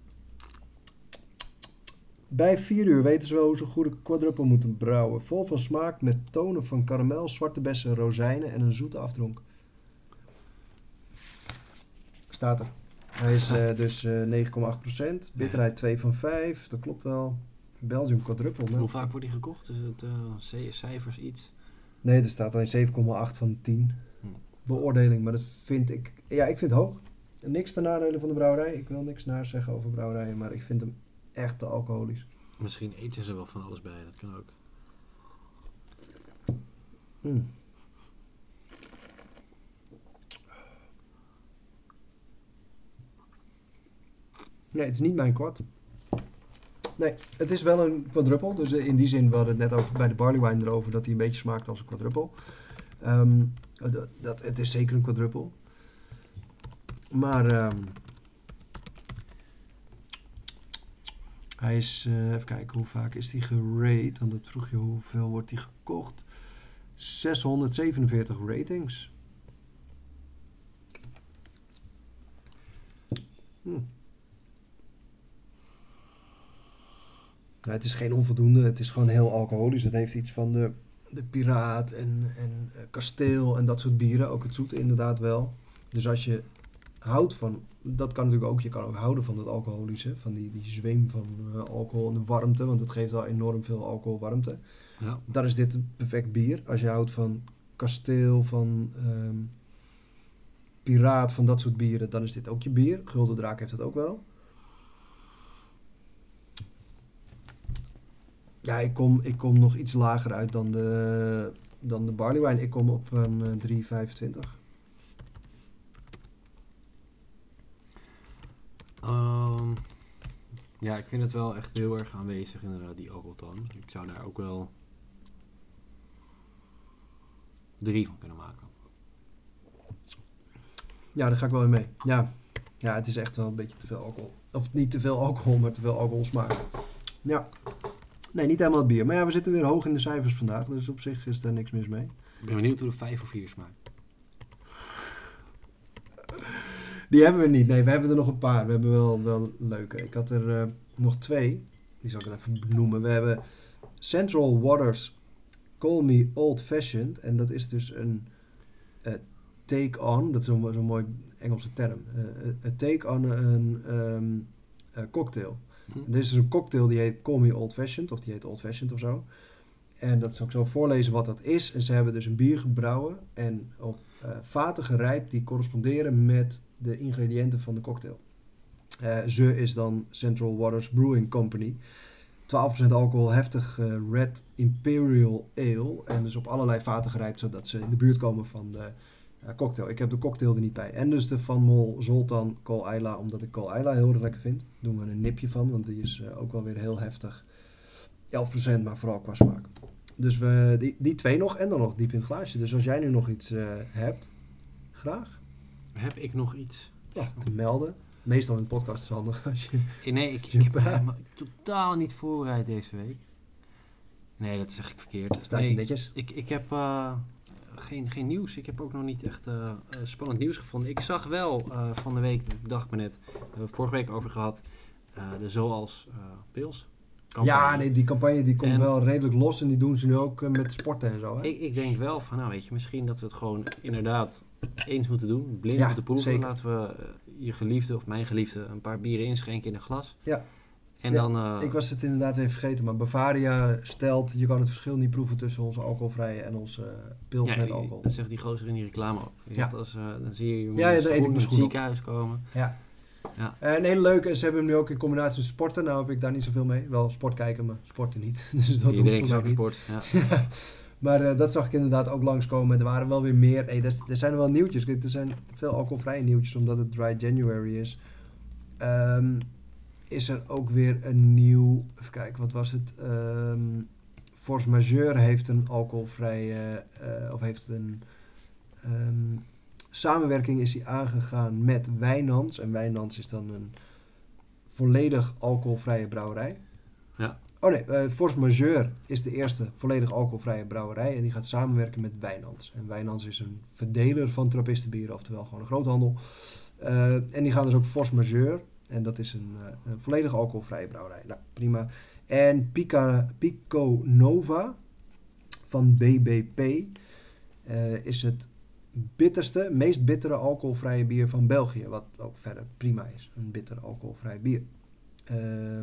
Bij vier uur weten ze wel hoe ze een goede quadruple moeten brouwen. Vol van smaak met tonen van karamel, zwarte bessen, rozijnen en een zoete afdronk. Staat er. Hij is uh, dus uh, negen komma acht procent. Bitterheid twee van vijf. Dat klopt wel. Belgium quadruple. Hoe vaak wordt die gekocht? Is het uh, cijfers iets? Nee, er staat alleen zeven komma acht van tien. Hm. Beoordeling, maar dat vind ik... Ja, ik vind het hoog. Niks ten nadele van de brouwerij. Ik wil niks naar zeggen over brouwerijen, maar ik vind hem echt te alcoholisch. Misschien eten ze wel van alles bij, dat kan ook. Mm. Nee, het is niet mijn kwad. Nee, het is wel een quadruple. Dus in die zin, we hadden het net over, bij de barley wine erover dat hij een beetje smaakt als een quadruple. Um, dat, dat, het is zeker een quadruple. Maar um, hij is, uh, even kijken, hoe vaak is hij gerate? Want dat vroeg je, hoeveel wordt hij gekocht? zeshonderdzevenenveertig ratings. Hm. Nou, het is geen onvoldoende, het is gewoon heel alcoholisch. Het heeft iets van de, de piraat en, en uh, kasteel en dat soort bieren. Ook het zoete inderdaad wel. Dus als je houdt van, dat kan natuurlijk ook, je kan ook houden van het alcoholische. Van die, die zweem van uh, alcohol en de warmte, want het geeft wel enorm veel alcoholwarmte. Ja. Dan is dit een perfect bier. Als je houdt van kasteel, van um, piraat, van dat soort bieren, dan is dit ook je bier. Gulden Draak heeft dat ook wel. Ja, ik kom, ik kom nog iets lager uit dan de, dan de barley wine. Ik kom op een uh, drie komma vijfentwintig. Um, ja, ik vind het wel echt heel erg aanwezig inderdaad, die alcoholtoon. Ik zou daar ook wel drie van kunnen maken. Ja, daar ga ik wel in mee. Ja. Ja, het is echt wel een beetje te veel alcohol. Of niet te veel alcohol, maar te veel alcoholsmaak. Ja. Nee, niet helemaal het bier. Maar ja, we zitten weer hoog in de cijfers vandaag. Dus op zich is er niks mis mee. Ik ben benieuwd hoe de vijf of vier smaakt. Die hebben we niet. Nee, we hebben er nog een paar. We hebben wel, wel leuke. Ik had er uh, nog twee. Die zal ik dan even benoemen. We hebben Central Waters Call Me Old Fashioned. En dat is dus een uh, take-on. Dat is zo'n zo mooi Engelse term. Uh, een take-on een um, uh, cocktail. Hm. Dit is een cocktail die heet Call Me Old Fashioned. Of die heet Old Fashioned of zo. En dat zal ik zo voorlezen wat dat is. En ze hebben dus een bier gebrouwen. En op uh, vaten gerijpt die corresponderen met de ingrediënten van de cocktail. Uh, ze is dan Central Waters Brewing Company. twaalf procent alcohol, heftig uh, Red Imperial Ale. En dus op allerlei vaten gerijpt, zodat ze in de buurt komen van de uh, cocktail. Ik heb de cocktail er niet bij. En dus de Van Mol Zoltan Col Ayla, omdat ik Col Ayla heel erg lekker vind. Daar doen we een nipje van, want die is uh, ook wel weer heel heftig. elf procent, maar vooral qua smaak. Dus we, die, die twee nog en dan nog diep in het glaasje. Dus als jij nu nog iets uh, hebt, graag. Heb ik nog iets? Ja, te melden. Meestal in de podcast is het handig als je... Nee, ik, ik heb me helemaal totaal niet voorbereid deze week. Nee, dat zeg ik verkeerd. Staat nee, je netjes? Ik, ik heb uh, geen, geen nieuws. Ik heb ook nog niet echt uh, uh, spannend nieuws gevonden. Ik zag wel uh, van de week, ik dacht me net, uh, vorige week over gehad, Uh, de Zoals uh, Pils. Campagne. Ja, nee, die campagne die komt en wel redelijk los en die doen ze nu ook uh, met sporten en zo. Hè? Ik, ik denk wel van, nou weet je, misschien dat we het gewoon inderdaad eens moeten doen. Blind ja, moeten proeven. Zeker. Laten we uh, je geliefde of mijn geliefde een paar bieren inschenken in een glas. Ja. En ja, dan, uh, ik was het inderdaad even vergeten, maar Bavaria stelt, je kan het verschil niet proeven tussen onze alcoholvrije en onze uh, pils ja, met alcohol. Dat zegt die gozer in die reclame ook. Je Ja. als, uh, dan zie je jongens ja, ja, dan eet ik in mijn het ziekenhuis komen. Ja. Ja. Uh, een hele leuke, ze hebben hem nu ook in combinatie met sporten. Nou heb ik daar niet zoveel mee. Wel sport kijken, maar sporten niet. Dus dat Iedereen hoeft voor mij niet. sport, ja. Maar uh, dat zag ik inderdaad ook langskomen. Er waren wel weer meer. Nee, er, er zijn er wel nieuwtjes. Kijk, er zijn veel alcoholvrije nieuwtjes, omdat het Dry January is. Um, is er ook weer een nieuw... Even kijken, wat was het? Um, Force Majeure heeft een alcoholvrije... Uh, of heeft een... Um, samenwerking is die aangegaan met Wijnands. En Wijnands is dan een volledig alcoholvrije brouwerij. Ja. Oh nee, uh, Force Majeure is de eerste volledig alcoholvrije brouwerij. En die gaat samenwerken met Wijnands. En Wijnands is een verdeler van trappistenbieren, oftewel gewoon een groothandel. Uh, en die gaan dus ook Force Majeure. En dat is een, uh, een volledig alcoholvrije brouwerij. Nou, prima. En Pica, Pico Nova van B B P uh, is het bitterste, meest bittere alcoholvrije bier van België. Wat ook verder prima is. Een bitter alcoholvrij bier. Uh,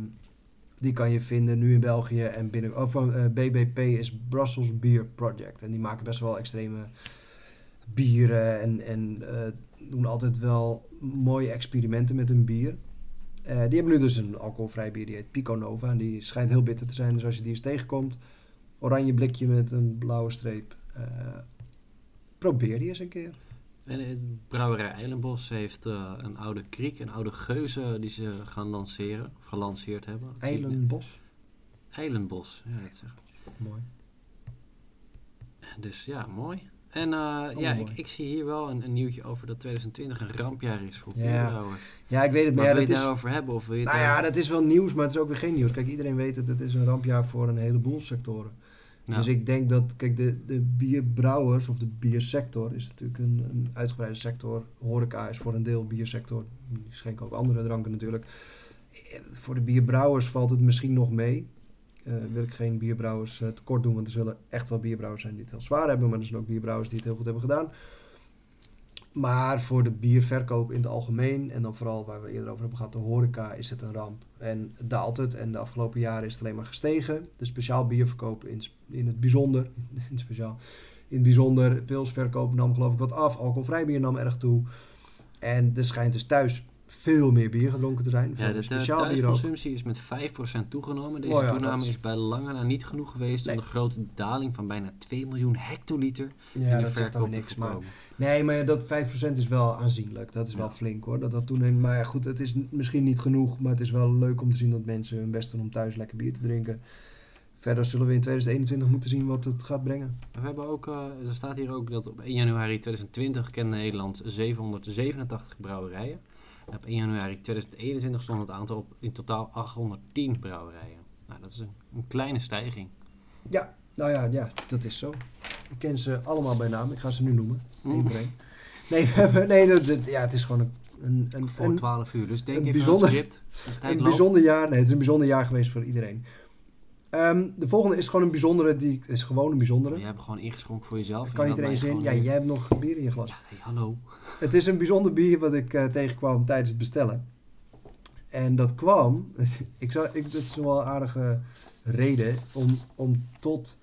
die kan je vinden nu in België en binnen... Oh, van uh, B B P is Brussels Beer Project. En die maken best wel extreme bieren en, en uh, doen altijd wel mooie experimenten met hun bier. Uh, die hebben nu dus een alcoholvrij bier, die heet Pico Nova. En die schijnt heel bitter te zijn, dus als je die eens tegenkomt, oranje blikje met een blauwe streep, uh, probeer die eens een keer. En het brouwerij Eilenbos heeft uh, een oude kriek, een oude geuze die ze gaan lanceren, of gelanceerd hebben. Eilenbos? Eilenbos, ja, dat zeg ik. Mooi. Dus ja, mooi. En uh, oh, ja, mooi. Ik, ik zie hier wel een, een nieuwtje over dat twintig twintig een rampjaar is voor ja. bierbrouwers. Ja, ik weet het. Maar, maar wil ja, je dat het is, daarover hebben? Of wil je nou daar... ja, dat is wel nieuws, maar het is ook weer geen nieuws. Kijk, iedereen weet het, het is een rampjaar voor een heleboel sectoren. Ja. Dus ik denk dat, kijk, de, de bierbrouwers of de biersector is natuurlijk een, een uitgebreide sector. Horeca is voor een deel biersector. Die schenken ook andere dranken natuurlijk. Voor de bierbrouwers valt het misschien nog mee. Uh, wil ik geen bierbrouwers uh, tekort doen, want er zullen echt wel bierbrouwers zijn die het heel zwaar hebben. Maar er zijn ook bierbrouwers die het heel goed hebben gedaan. Maar voor de bierverkoop in het algemeen, en dan vooral waar we eerder over hebben gehad, de horeca, is het een ramp. En daalt het. En de afgelopen jaren is het alleen maar gestegen. De speciaal bierverkoop in, in het bijzonder, in, speciaal, in het bijzonder, pilsverkoop nam geloof ik wat af. Alcoholvrij bier nam erg toe. En er schijnt dus thuis veel meer bier gedronken te zijn. Ja, de, de thuisconsumptie is met vijf procent toegenomen. Deze oh ja, toename is... is bij lange na niet genoeg geweest nee. om de grote daling van bijna twee miljoen hectoliter ja, in de dat verkoop zegt niks, maar nee, maar dat vijf procent is wel aanzienlijk. Dat is ja. wel flink hoor, dat dat toeneemt. Maar ja, goed, het is misschien niet genoeg, maar het is wel leuk om te zien dat mensen hun best doen om thuis lekker bier te drinken. Verder zullen we in twintig eenentwintig moeten zien wat het gaat brengen. We hebben ook, uh, er staat hier ook dat op één januari tweeduizend twintig kende Nederland zevenhonderdzevenentachtig brouwerijen. En op één januari tweeduizend eenentwintig stond het aantal op in totaal achthonderdtien brouwerijen. Nou, dat is een, een kleine stijging. Ja, nou ja, ja, dat is zo. Ik ken ze allemaal bij naam. Ik ga ze nu noemen. Mm. Nee, we hebben, nee dat, dat, ja, het is gewoon een... een, een voor twaalf uur, dus denk een even bijzonder, aan het script. Een bijzonder jaar. Nee, het is een bijzonder jaar geweest voor iedereen. Um, de volgende is gewoon een bijzondere, die is gewoon een bijzondere. Je hebt gewoon ingeschonken voor jezelf. Kan niet iedereen zin. Ja, in. jij hebt nog bier in je glas. Ja, hey, hallo. Het is een bijzonder bier wat ik uh, tegenkwam tijdens het bestellen. En dat kwam, ik zou, ik, dat is wel een aardige reden, om, om tot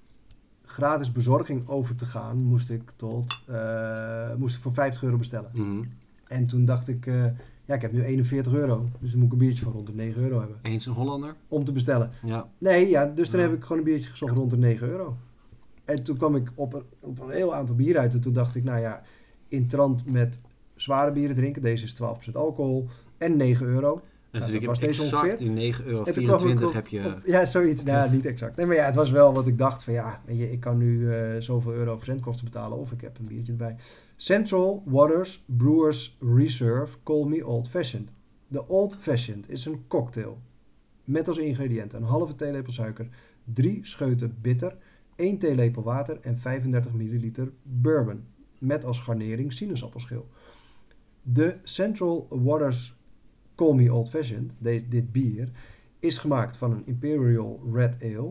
gratis bezorging over te gaan, moest ik, tot, uh, moest ik voor vijftig euro bestellen. Mm-hmm. En toen dacht ik, uh, ja, ik heb nu eenenveertig euro, dus dan moet ik een biertje van rond de negen euro hebben. Eens een Hollander? Om te bestellen. Ja. Nee, ja, dus dan ja. heb ik gewoon een biertje gezocht rond de negen euro. En toen kwam ik op een, op een heel aantal bieren uit en toen dacht ik, nou ja, in trant met zware bieren drinken, deze is twaalf procent alcohol en negen euro. En nou, natuurlijk heb exact ongeveer. Die negen euro vierentwintig heb je... Op, ja, zoiets. Nou, niet exact. Nee, maar ja, het was wel wat ik dacht van ja, weet je, ik kan nu uh, zoveel euro verzendkosten betalen of ik heb een biertje erbij. Central Waters Brewers Reserve Call Me Old Fashioned. De Old Fashioned is een cocktail met als ingrediënten een halve theelepel suiker, drie scheuten bitter, één theelepel water en vijfendertig milliliter bourbon met als garnering sinaasappelschil. De Central Waters Call Me Old Fashioned, de, dit bier, is gemaakt van een Imperial Red Ale,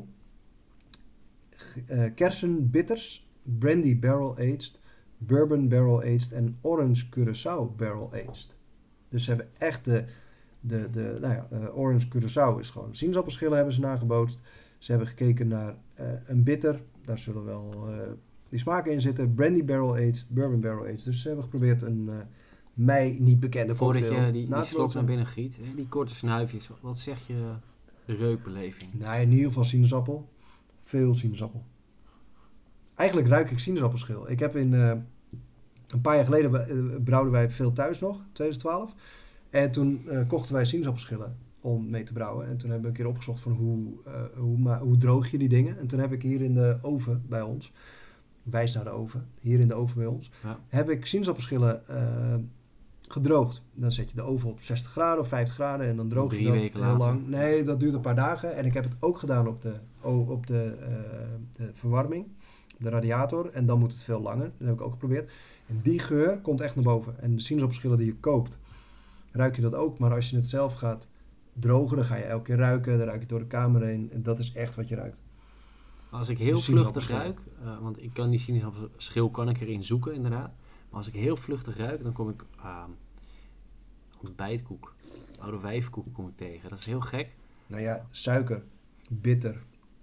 uh, kersenbitters, brandy barrel aged, bourbon barrel aged en orange Curaçao barrel aged. Dus ze hebben echt de, de, de nou ja, uh, orange Curaçao is gewoon sinaasappelschillen hebben ze nagebootst. Ze hebben gekeken naar uh, een bitter, daar zullen wel uh, die smaken in zitten, brandy barrel aged, bourbon barrel aged. Dus ze hebben geprobeerd een uh, mij niet bekende cocktail. Voordat je die, na die te slok loodsen. naar binnen giet, hè, die korte snuifjes, wat, wat zegt je reukbeleving? Nee, in ieder geval sinaasappel. Veel sinaasappel. Eigenlijk ruik ik sinaasappelschil. Ik heb in uh, een paar jaar geleden uh, brouwden wij veel thuis nog, twintig twaalf. En toen uh, kochten wij sinaasappelschillen om mee te brouwen. En toen hebben we een keer opgezocht van hoe, uh, hoe, ma- hoe droog je die dingen. En toen heb ik hier in de oven bij ons, wijs naar de oven, hier in de oven bij ons, Ja. heb ik sinaasappelschillen uh, gedroogd. Dan zet je de oven op zestig graden of vijftig graden en dan droog Drie je dat weken heel later. lang. Nee, dat duurt een paar dagen. En ik heb het ook gedaan op de, oh, op de, uh, de verwarming, de radiator. En dan moet het veel langer. Dat heb ik ook geprobeerd. En die geur komt echt naar boven. En de sinaasappelschillen die je koopt, ruik je dat ook. Maar als je het zelf gaat drogen, dan ga je elke keer ruiken. Dan ruik je het door de kamer heen. En dat is echt wat je ruikt. Als ik heel De vluchtig sinaasappelschil. ruik, uh, want ik kan die sinaasappelschil kan ik erin zoeken inderdaad. Maar als ik heel vluchtig ruik, dan kom ik uh, ontbijtkoek, oude wijfkoek kom ik tegen. Dat is heel gek. Nou ja, suiker, bitter,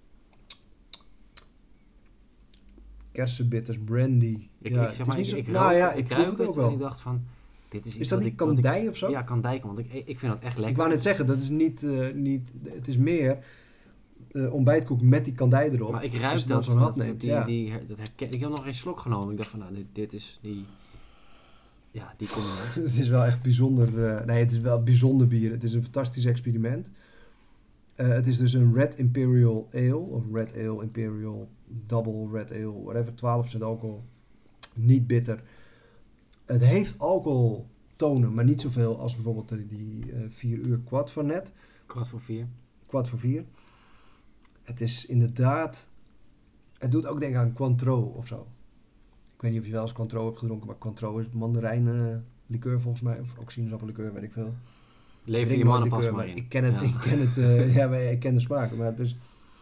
kersenbitters, brandy. Ik, ja, ik, zeg maar, het is ik, niet ik, zo- ruik, nou ja, het, ik ik proef ruik het het ook en wel. ik dacht van, dit is iets Is dat wat niet ik, wat ik- kandij of zo? Ja, kandijken, want ik, ik vind dat echt lekker. Ik wou net zeggen, dat is niet, uh, niet het is meer uh, ontbijtkoek met die kandij erop. Maar ik als ruik je dan dat, zo'n hap dat, neemt, die, ja. die, her- dat herken, ik heb nog geen slok genomen. Ik dacht van, nou, dit, dit is die, ja, die combinatie. Het is wel echt bijzonder, uh, nee, het is wel bijzonder bier. Het is een fantastisch experiment. Uh, het is dus een Red Imperial Ale, of Red Ale Imperial Double Red Ale, whatever, twaalf procent alcohol. Niet bitter. Het heeft alcoholtonen, maar niet zoveel als bijvoorbeeld die, die uh, vier uur quad van net. Kwart voor vier. Kwart voor vier. Het is inderdaad, het doet ook denken aan Cointreau of zo. Ik weet niet of je wel eens Cointreau hebt gedronken, maar Cointreau is mandarijn uh, likeur volgens mij, of ook sinaasappellikeur, weet ik veel. Lever Ik je drink nooit mannen pas likeur, maar maar in. ik ken het, Ja. ik ken het, uh, ja, maar ik ken de smaak, maar het is...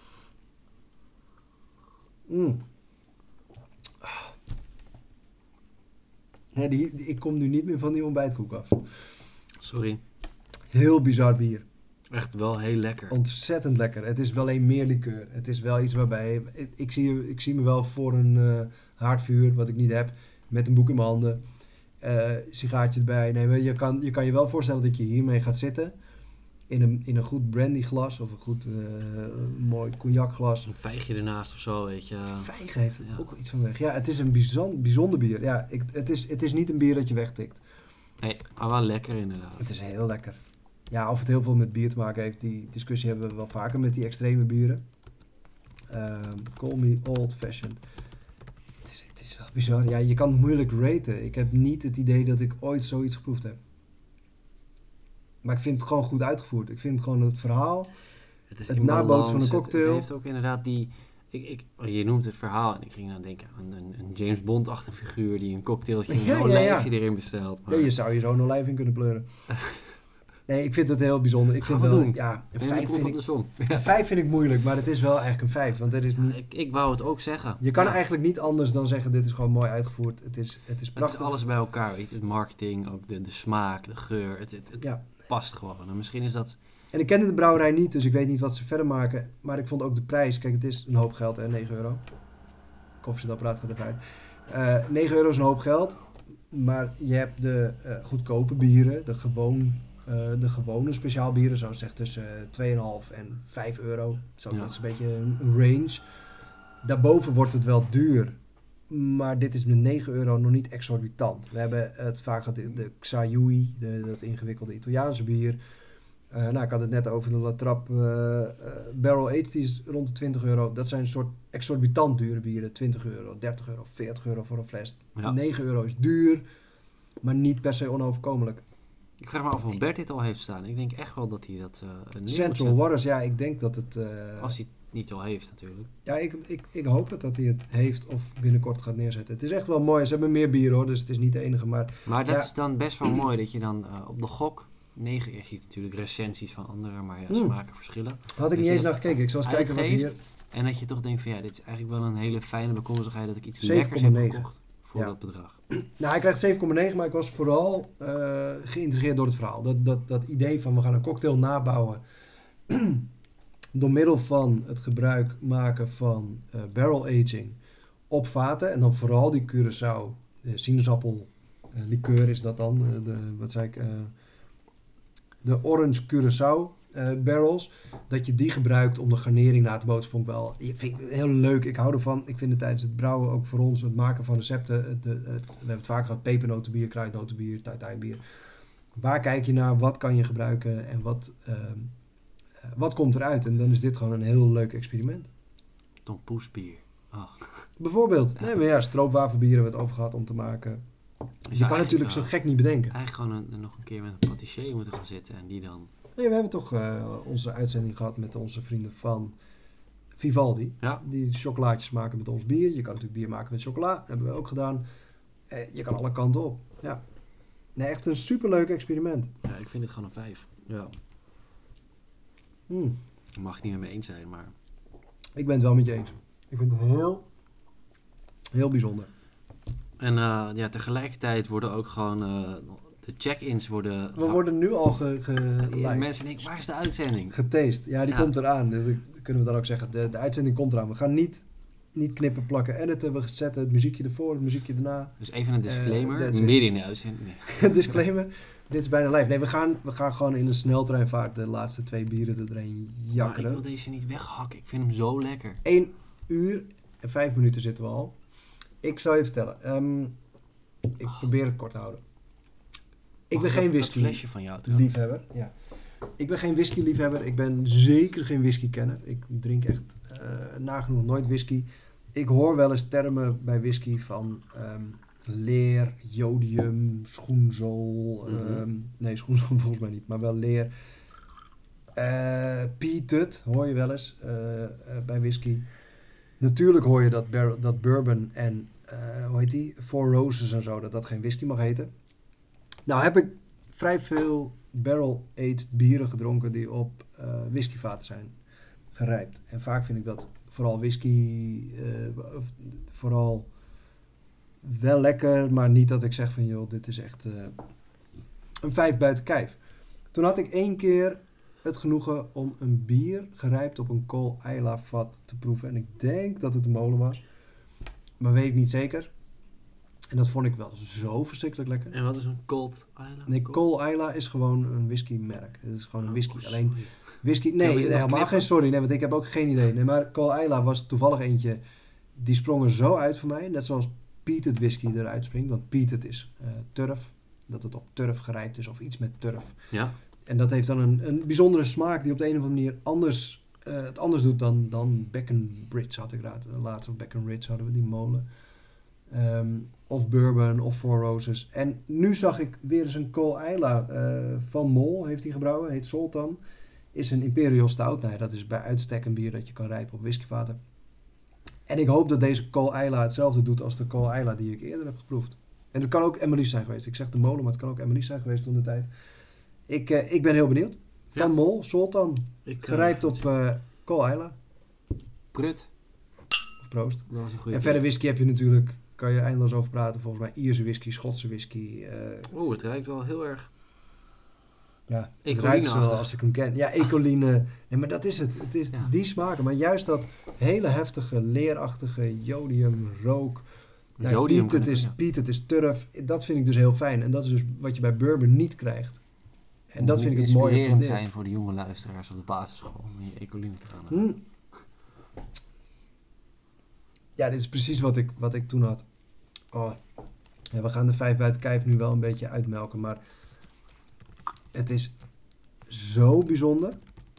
Mm. Ja, die, die- ik kom nu niet meer van die ontbijtkoek af. Sorry. Heel bizar bier. Echt wel heel lekker. Ontzettend lekker. Het is wel een meer likeur. Het is wel iets waarbij... Ik, ik, zie, ik zie me wel voor een uh, haardvuur, wat ik niet heb, met een boek in mijn handen. Uh, sigaartje erbij. Nee, maar je kan, je kan je wel voorstellen dat je hiermee gaat zitten. In een, in een goed brandyglas of een goed uh, mooi cognacglas. Een vijgje ernaast of zo, weet je. Vijgen heeft het Ja. ook wel iets van weg. Ja, het is een bijzonder, bijzonder bier. Ja, ik, het, is, het is niet een bier dat je wegtikt. Nee, maar wel lekker inderdaad. Het is heel lekker. Ja, of het heel veel met bier te maken heeft, die discussie hebben we wel vaker met die extreme bieren. Um, call me old fashioned. Het is, het is wel bizar. Ja, je kan het moeilijk raten. Ik heb niet het idee dat ik ooit zoiets geproefd heb. Maar ik vind het gewoon goed uitgevoerd. Ik vind gewoon het verhaal. Het, is het in nabootsen balans, van een het- cocktail. Het, heeft ook inderdaad die... Ik, ik, je noemt het verhaal en ik ging dan denken aan een, een James Bond-achtige figuur die een cocktailtje en Ja, een ja, olijfje ja. erin bestelt. Maar Ja, je zou hier zo'n olijf in kunnen pleuren. Nee, ik vind het heel bijzonder. Ik Gaan vind we wel, doen. ja, een neem de vijf proef vind op de ik, som. een vijf vind ik moeilijk, maar het is wel eigenlijk een vijf. Want er is Ja, niet, ik, ik wou het ook zeggen. je kan Ja. eigenlijk niet anders dan zeggen, dit is gewoon mooi uitgevoerd. Het is, het is Het prachtig. is alles bij elkaar, weet je. Het marketing, ook de, de smaak, de geur. Het, het, het Ja. past gewoon. En misschien is dat... En ik kende de brouwerij niet, dus ik weet niet wat ze verder maken. Maar ik vond ook de prijs, kijk, het is een hoop geld, hè, negen euro. Koffiezetapparaat gaat even uit. Uh, negen euro is een hoop geld, maar je hebt de uh, goedkope bieren, de, gewoon, uh, de gewone speciaal bieren, zo zeg tussen uh, twee komma vijf en vijf euro. Zo, Ja. dat is een beetje een, een range. Daarboven wordt het wel duur, maar dit is met negen euro nog niet exorbitant. We hebben het vaak gehad, de, de Xayui, de, dat ingewikkelde Italiaanse bier. Uh, nou, ik had het net over de La Trappe uh, uh, Barrel Aged, die is rond de twintig euro. Dat zijn een soort exorbitant dure bieren. twintig euro, dertig euro, veertig euro voor een fles. Ja. negen euro is duur, maar niet per se onoverkomelijk. Ik vraag me af of Bert dit al heeft staan. Ik denk echt wel dat hij dat uh, neer moet Central zetten. Waters, ja, ik denk dat het... Uh, Als hij het niet al heeft natuurlijk. ja, ik, ik, ik hoop het dat hij het heeft of binnenkort gaat neerzetten. Het is echt wel mooi. Ze hebben meer bier hoor, dus het is niet de enige. Maar Maar dat Ja. is dan best wel mooi dat je dan uh, op de gok negen. Je ziet natuurlijk recensies van anderen, maar ja, Mm. smaken verschillen. Had ik Dat niet je eens dat naar gekeken. Ik zal eens kijken wat uitgeeft. hier... En dat je toch denkt van ja, dit is eigenlijk wel een hele fijne bekomstigheid dat ik iets zeven lekkers komma heb negen. gekocht voor Ja. dat bedrag. Nou, hij krijgt zeven komma negen, maar ik was vooral uh, geïntrigeerd door het verhaal. Dat, dat, dat idee van we gaan een cocktail nabouwen door middel van het gebruik maken van uh, barrel aging op vaten. En dan vooral die Curaçao, uh, sinaasappel uh, liqueur is dat dan. Uh, de, wat zei ik? Uh, de orange Curaçao uh, barrels. Dat je die gebruikt om de garnering na te bootsen, vond ik wel vind ik heel leuk. Ik hou ervan. Ik vind het tijdens het brouwen ook voor ons, het maken van recepten. Het, het, het, we hebben het vaak gehad, pepernotenbier, kruidnotenbier, tai-tai-bier. Waar kijk je naar? Wat kan je gebruiken? En wat, uh, uh, wat komt eruit? En dan is dit gewoon een heel leuk experiment. Tompoesbier. Oh. Bijvoorbeeld. Ja. Nee, maar ja, stroopwafelbier hebben we het over gehad om te maken. Dus je kan natuurlijk zo gek niet bedenken. Eigenlijk gewoon een, nog een keer met een patissier moeten gaan zitten en die dan... Nee, we hebben toch uh, onze uitzending gehad met onze vrienden van Vivaldi. Ja. Die chocolaatjes maken met ons bier. Je kan natuurlijk bier maken met chocola. Dat hebben we ook gedaan. Uh, je kan alle kanten op. Ja. Nee, echt een superleuk experiment. Ja, ik vind dit gewoon een vijf. Ja. Hmm. Daar mag ik niet met me eens zijn, maar... Ik ben het wel met je eens. Ik vind het heel, heel bijzonder. En uh, ja, tegelijkertijd worden ook gewoon... Uh, de check-ins worden... We worden nu al ge, ge, ja, mensen denken, waar is de uitzending? Getast. Ja, die ja. komt eraan. Dat kunnen we dan ook zeggen. De, de uitzending komt eraan. We gaan niet, niet knippen, plakken, editen. We zetten het muziekje ervoor, het muziekje erna. Dus even een disclaimer. Uh, midden in de uitzending. Nee. Disclaimer. Dit is bijna live. Nee, we gaan, we gaan gewoon in een sneltreinvaart de laatste twee bieren er doorheen jakkeren. Maar ik wil deze niet weghakken. Ik vind hem zo lekker. Eén uur en vijf minuten zitten we al. Ik zal je vertellen. Um, ik oh. probeer het kort te houden. Ik Mag ben geen dat, whisky dat flesje van jou liefhebber. Ja. Ik ben geen whisky liefhebber. Ik ben zeker geen whisky kenner. Ik drink echt uh, nagenoeg nooit whisky. Ik hoor wel eens termen bij whisky van um, leer, jodium, schoenzool. Mm-hmm. Um, nee, schoenzool volgens mij niet, maar wel leer. Uh, peated hoor je wel eens uh, uh, bij whisky. Natuurlijk hoor je dat, bar- dat bourbon en uh, hoe heet die? Four Roses en zo, dat dat geen whisky mag heten. Nou heb ik vrij veel barrel-aged bieren gedronken die op uh, whiskyvaten zijn gerijpt. En vaak vind ik dat vooral whisky uh, vooral wel lekker, maar niet dat ik zeg van joh, dit is echt uh, een vijf buiten kijf. Toen had ik één keer het genoegen om een bier gerijpt op een Col Isla vat te proeven. En ik denk dat het een molen was, maar weet ik niet zeker. En dat vond ik wel zo verschrikkelijk lekker. En wat is een Cold Isla? Nee, Col Isla is gewoon een whiskymerk. Het is gewoon een whisky. Oh, Alleen whisky. Nee, nee helemaal geen sorry. Nee, want ik heb ook geen idee. Nee, maar Col Isla was toevallig eentje. Die sprong er zo uit voor mij. Net zoals peated whisky eruit springt. Want peated is uh, turf. Dat het op turf gerijpt is of iets met turf. Ja. En dat heeft dan een, een bijzondere smaak die op de een of andere manier anders, uh, het anders doet dan, dan Breckenridge had ik raad. Laatst of Breckenridge hadden we die molen. Um, of bourbon of Four Roses. En nu zag ik weer eens een Col Isla uh, van Mol heeft hij gebrouwen. Heet Sultan. Is een Imperial Stout. Nou ja, dat is bij uitstek een bier dat je kan rijpen op whiskyvaten. En ik hoop dat deze Col Isla hetzelfde doet als de Col Isla die ik eerder heb geproefd. En het kan ook Emmelies zijn geweest. Ik zeg de molen, maar het kan ook Emmelies zijn geweest toen de tijd. Ik, uh, ik ben heel benieuwd. Van ja. Mol, Sultan. Ik, gerijpt uh, op uh, Col Isla. Prut. Of proost. Dat was een goede en verder whisky heb je natuurlijk... kan je eindeloos over praten. Volgens mij Ierse whisky, Schotse whisky. Uh, Oeh, het ruikt wel heel erg... Ja, het ruikt zo als ik hem ken. Ja, ecoline. Nee, maar dat is het. Het is ja. die smaken. Maar juist dat hele heftige, leerachtige jodium, rook. Nou, jodium peated is, ja. peated is turf. Dat vind ik dus heel fijn. En dat is dus wat je bij bourbon niet krijgt. En Moet dat vind ik het mooie van dit. zijn voor de jonge luisteraars op de basisschool om je ecoline te gaan. Hmm. Ja, dit is precies wat ik, wat ik toen had. Oh. Ja, we gaan de vijf buiten kijf nu wel een beetje uitmelken, maar het is zo bijzonder.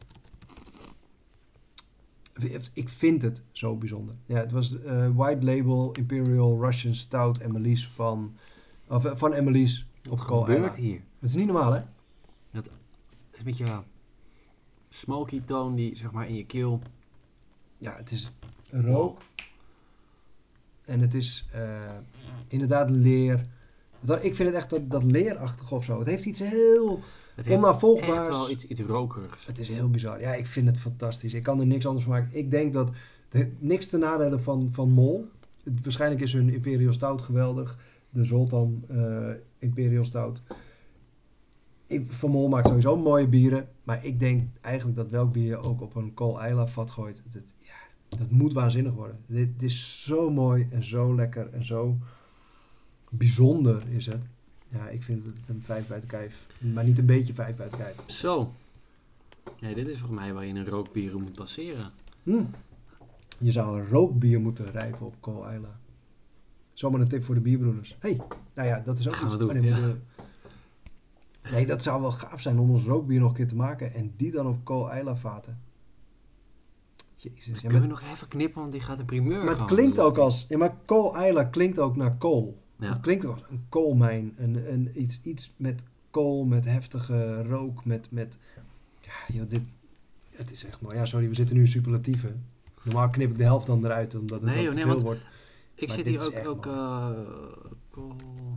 Ik vind het zo bijzonder. Ja, het was uh, White Label Imperial Russian Stout Emmelies van, of, uh, van Emmelies op Col Isla. Wat hier? Dat is niet normaal, hè? Dat een beetje smoky toon die zeg maar in je keel. Ja, het is rook. En het is uh, inderdaad leer. Dat, ik vind het echt dat, dat leerachtig of zo. Het heeft iets heel Het heeft onnavolgbaars. echt wel iets, iets rokerigs. Het is heel bizar. Ja, ik vind het fantastisch. Ik kan er niks anders van maken. Ik denk dat de, niks te nadelen van, van Mol. Het, waarschijnlijk is hun Imperial Stout geweldig. De Zoltan uh, Imperial Stout. Ik, Van Mol maakt sowieso mooie bieren. Maar ik denk eigenlijk dat welk bier je ook op een Col Isla vat gooit. Het, het, ja, dat moet waanzinnig worden. Dit, dit is zo mooi en zo lekker en zo bijzonder is het. Ja, ik vind het een vijf buiten kijf. Maar niet een beetje vijf buiten kijf. Zo. Ja, dit is volgens mij waar je een rookbier moet passeren. Hm. Je zou een rookbier moeten rijpen op Col Isla. Zomaar een tip voor de bierbroeders. Hé, hey, nou ja, dat is ook Gaan iets. we doen, Oh, nee, ja. moeten we- nee, dat zou wel gaaf zijn om ons rookbier nog een keer te maken en die dan op Col Isla vaten. Jezus. Ja, Kunnen maar, we nog even knippen, want die gaat een primeur maar het gewoon klinkt doen. ook als... Ja, maar Col Isla klinkt ook naar kool. Ja. Het klinkt ook als een koolmijn. Een, een, iets, iets met kool, met heftige rook, met... met ja, joh, dit... Het is echt mooi. Ja, sorry, we zitten nu in superlatieven. Normaal knip ik de helft dan eruit, omdat het Nee, dan joh, te nee, veel want- wordt. Ik Maar zit dit hier is ook... echt ook mooi. uh, cool.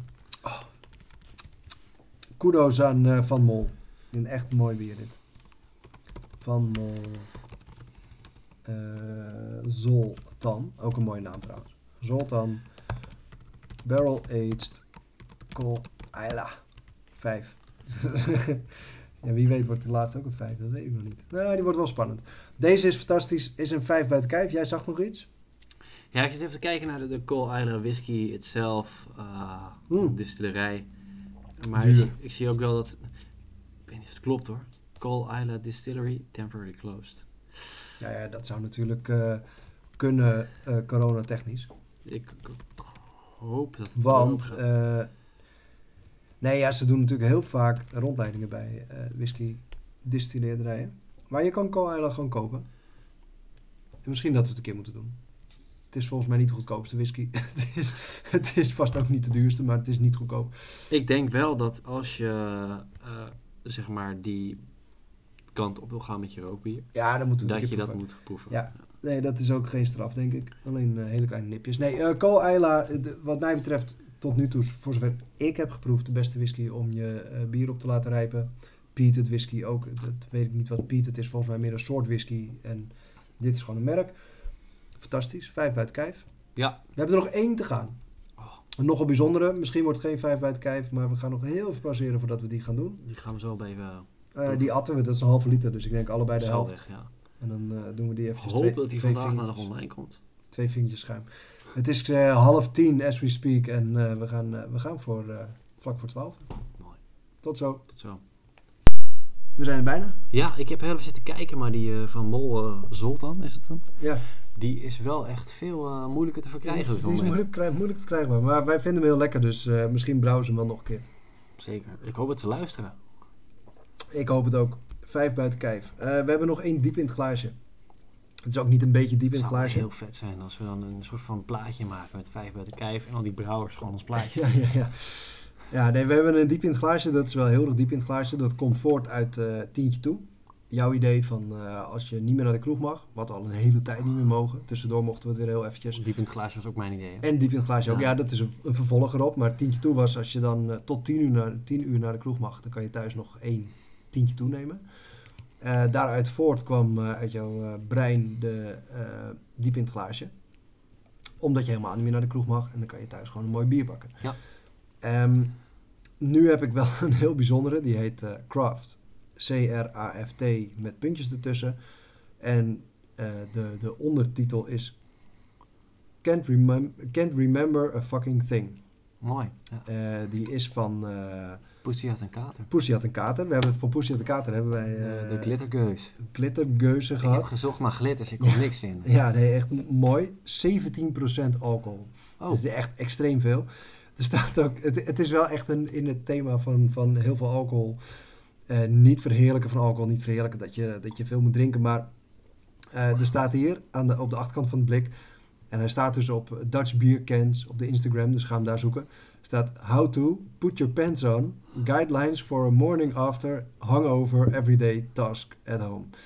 Kudos aan uh, Van Mol. Een echt mooi bier dit. Van Mol. Uh, Zoltan. Ook een mooie naam trouwens. Zoltan. Barrel Aged. Col Isla. Vijf. Ja, wie weet wordt de laatste ook een vijf. Dat weet ik nog niet. Nou, die wordt wel spannend. Deze is fantastisch. Is een vijf buiten kijf. Jij zag nog iets? Ja, ik zit even te kijken naar de, de Col Isla whisky itself. Uh, Mm. distillerij. Maar Duur. ik, zie- ik zie ook wel dat... Ik weet niet of het klopt hoor. Col Isla Distillery, temporarily closed. Ja, ja, dat zou natuurlijk uh, kunnen uh, coronatechnisch. Ik, ik hoop dat het Want, wel gaat. uh, nee ja, ze doen natuurlijk heel vaak rondleidingen bij uh, whisky distilleerderijen. Maar je kan Col Isla gewoon kopen. En misschien dat we het een keer moeten doen. Het is volgens mij niet de goedkoopste whisky. het, is, het is vast ook niet de duurste, maar het is niet goedkoop. Ik denk wel dat als je uh, zeg maar die kant op wil gaan met je rookbier, Ja, dan moeten we het dat een je keer dat proeven. moet proeven. Ja. Nee, dat is ook geen straf, denk ik. Alleen uh, hele kleine nipjes. Nee, uh, Col Isla, de, wat mij betreft, tot nu toe, voor zover ik heb geproefd, de beste whisky om je uh, bier op te laten rijpen. Peated whisky ook. Dat weet ik niet wat peated is. Volgens mij meer een soort whisky. En dit is gewoon een merk. Fantastisch. Vijf buiten kijf. Ja. We hebben er nog één te gaan. Oh. Een nogal bijzondere. Misschien wordt het geen vijf buiten kijf, maar we gaan nog heel even pauzeren voordat we die gaan doen. Die gaan we zo bij even... Uh, die atten we, dat is een halve liter. Dus ik denk allebei de zo helft. weg, ja. En dan uh, doen we die eventjes Hoop twee, dat die twee vandaag nog vingertjes. online komt. Twee vingertjes schuim. Het is uh, half tien as we speak. En uh, we, gaan, uh, we gaan voor uh, vlak voor twaalf. Mooi. Tot zo. Tot zo. We zijn er bijna. Ja, ik heb heel even zitten kijken, maar die uh, Van Mol uh, Zoltan, is het dan? Ja. Die is wel echt veel uh, moeilijker te verkrijgen. Het op is, dit die is moment. moeilijk, verkrij- moeilijk verkrijgbaar. Maar wij vinden hem heel lekker. Dus uh, misschien brouwen ze hem wel nog een keer. Zeker. Ik hoop dat ze luisteren. Ik hoop het ook. Vijf buiten kijf. Uh, we hebben nog één diep in het glaasje. Het is ook niet een beetje diep in Het het zou glaasje. heel vet zijn als we dan een soort van plaatje maken met vijf buiten kijf en al die brouwers gewoon ons plaatje. Ja, ja, ja. Ja, nee, we hebben een diep in het glaasje. Dat is wel heel erg diep in het glaasje. Dat komt voort uit uh, Tientje Toe. Jouw idee van uh, als je niet meer naar de kroeg mag, wat al een hele tijd niet meer mogen. Tussendoor mochten we het weer heel eventjes. Diep in het glaasje was ook mijn idee. Hè? En diep in het glaasje ook. Ja. Ja, dat is een, een vervolg erop. Maar Tientje Toe was als je dan uh, tot tien uur, naar, tien uur naar de kroeg mag, dan kan je thuis nog één tientje toenemen. Uh, daaruit voort kwam uh, uit jouw uh, brein de uh, diep in het glaasje. Omdat je helemaal niet meer naar de kroeg mag. En dan kan je thuis gewoon een mooi bier pakken. Ja. Um, nu heb ik wel een heel bijzondere. Die heet uh, Craft. C R A F T met puntjes ertussen. En uh, de, de ondertitel is Can't, remem- can't Remember a Fucking Thing. Mooi. Ja. Uh, die is van uh, Pussy had een kater. Pussy had een kater. We hebben van Pussy had een kater hebben wij uh, De, de glittergeus. glittergeuze Ik gehad. heb gezocht naar glitters, ik kon Ja. niks vinden. Ja, nee, echt m- mooi. zeventien procent alcohol. Oh, Dat is echt extreem veel. Er staat ook, het, het is wel echt een, in het thema van, van heel veel alcohol. Uh, niet verheerlijken van alcohol, niet verheerlijken dat je, dat je veel moet drinken. Maar uh, er staat hier aan de, op de achterkant van het blik. En hij staat dus op Dutch Beer Cans op de Instagram, dus ga hem daar zoeken. Staat How to Put Your Pants On. Guidelines for a morning after hangover everyday task at home.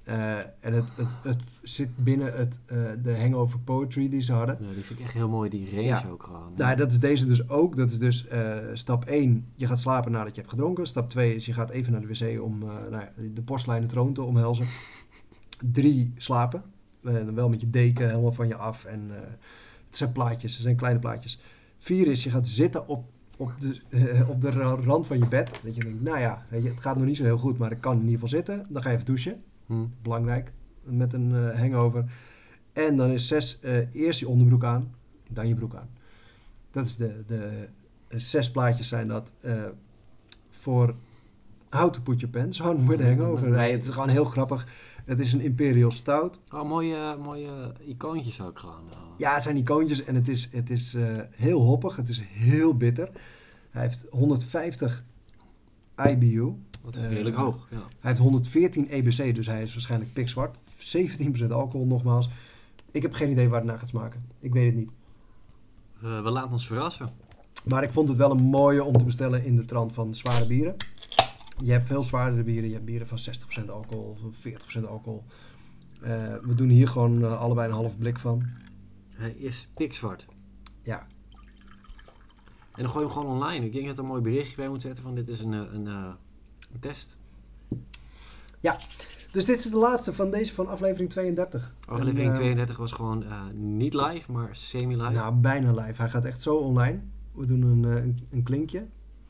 Uh, en het, het, het zit binnen het, uh, de Hangover Poetry die ze hadden. Ja, die vind ik echt heel mooi, die range ja. ook gewoon. Nou, dat is deze dus ook. Dat is dus uh, stap één, je gaat slapen nadat je hebt gedronken. Stap twee is, je gaat even naar de wc om uh, nou ja, de borstlijnen troon te omhelzen. Drie, slapen. Uh, wel met je deken helemaal van je af. En uh, het zijn plaatjes, het zijn kleine plaatjes. Vier is, je gaat zitten op, op, de, uh, op de rand van je bed. Dat je denkt, nou ja, weet je, het gaat nog niet zo heel goed, maar ik kan in ieder geval zitten. Dan ga je even douchen. Hmm. Belangrijk, met een uh, hangover. En dan is zes, uh, eerst je onderbroek aan, dan je broek aan. Dat is de, de uh, zes plaatjes zijn dat uh, voor how to put your pants on with a hangover. Nee, het is gewoon heel grappig. Het is een Imperial Stout. Oh, mooie, mooie icoontjes ook gewoon. Oh. Ja, het zijn icoontjes en het is, het is uh, heel hoppig. Het is heel bitter. Hij heeft honderdvijftig I B U. Dat is redelijk uh, hoog. Ja. Hij heeft honderdveertien E B C, dus hij is waarschijnlijk pikzwart. zeventien procent alcohol nogmaals. Ik heb geen idee waar het naar gaat smaken. Ik weet het niet. Uh, we laten ons verrassen. Maar ik vond het wel een mooie om te bestellen in de trant van zware bieren. Je hebt veel zwaardere bieren. Je hebt bieren van zestig procent alcohol, van veertig procent alcohol. Uh, we doen hier gewoon uh, allebei een half blik van. Hij is pikzwart. Ja. En dan gooi je hem gewoon online. Ik denk dat er een mooi berichtje bij moet zetten van dit is een, een, een, een test. Ja, dus dit is de laatste van deze van aflevering tweeëndertig. Aflevering en, uh, tweeëndertig was gewoon uh, niet live, maar semi-live. Nou, bijna live. Hij gaat echt zo online. We doen een, uh, een, een klinkje.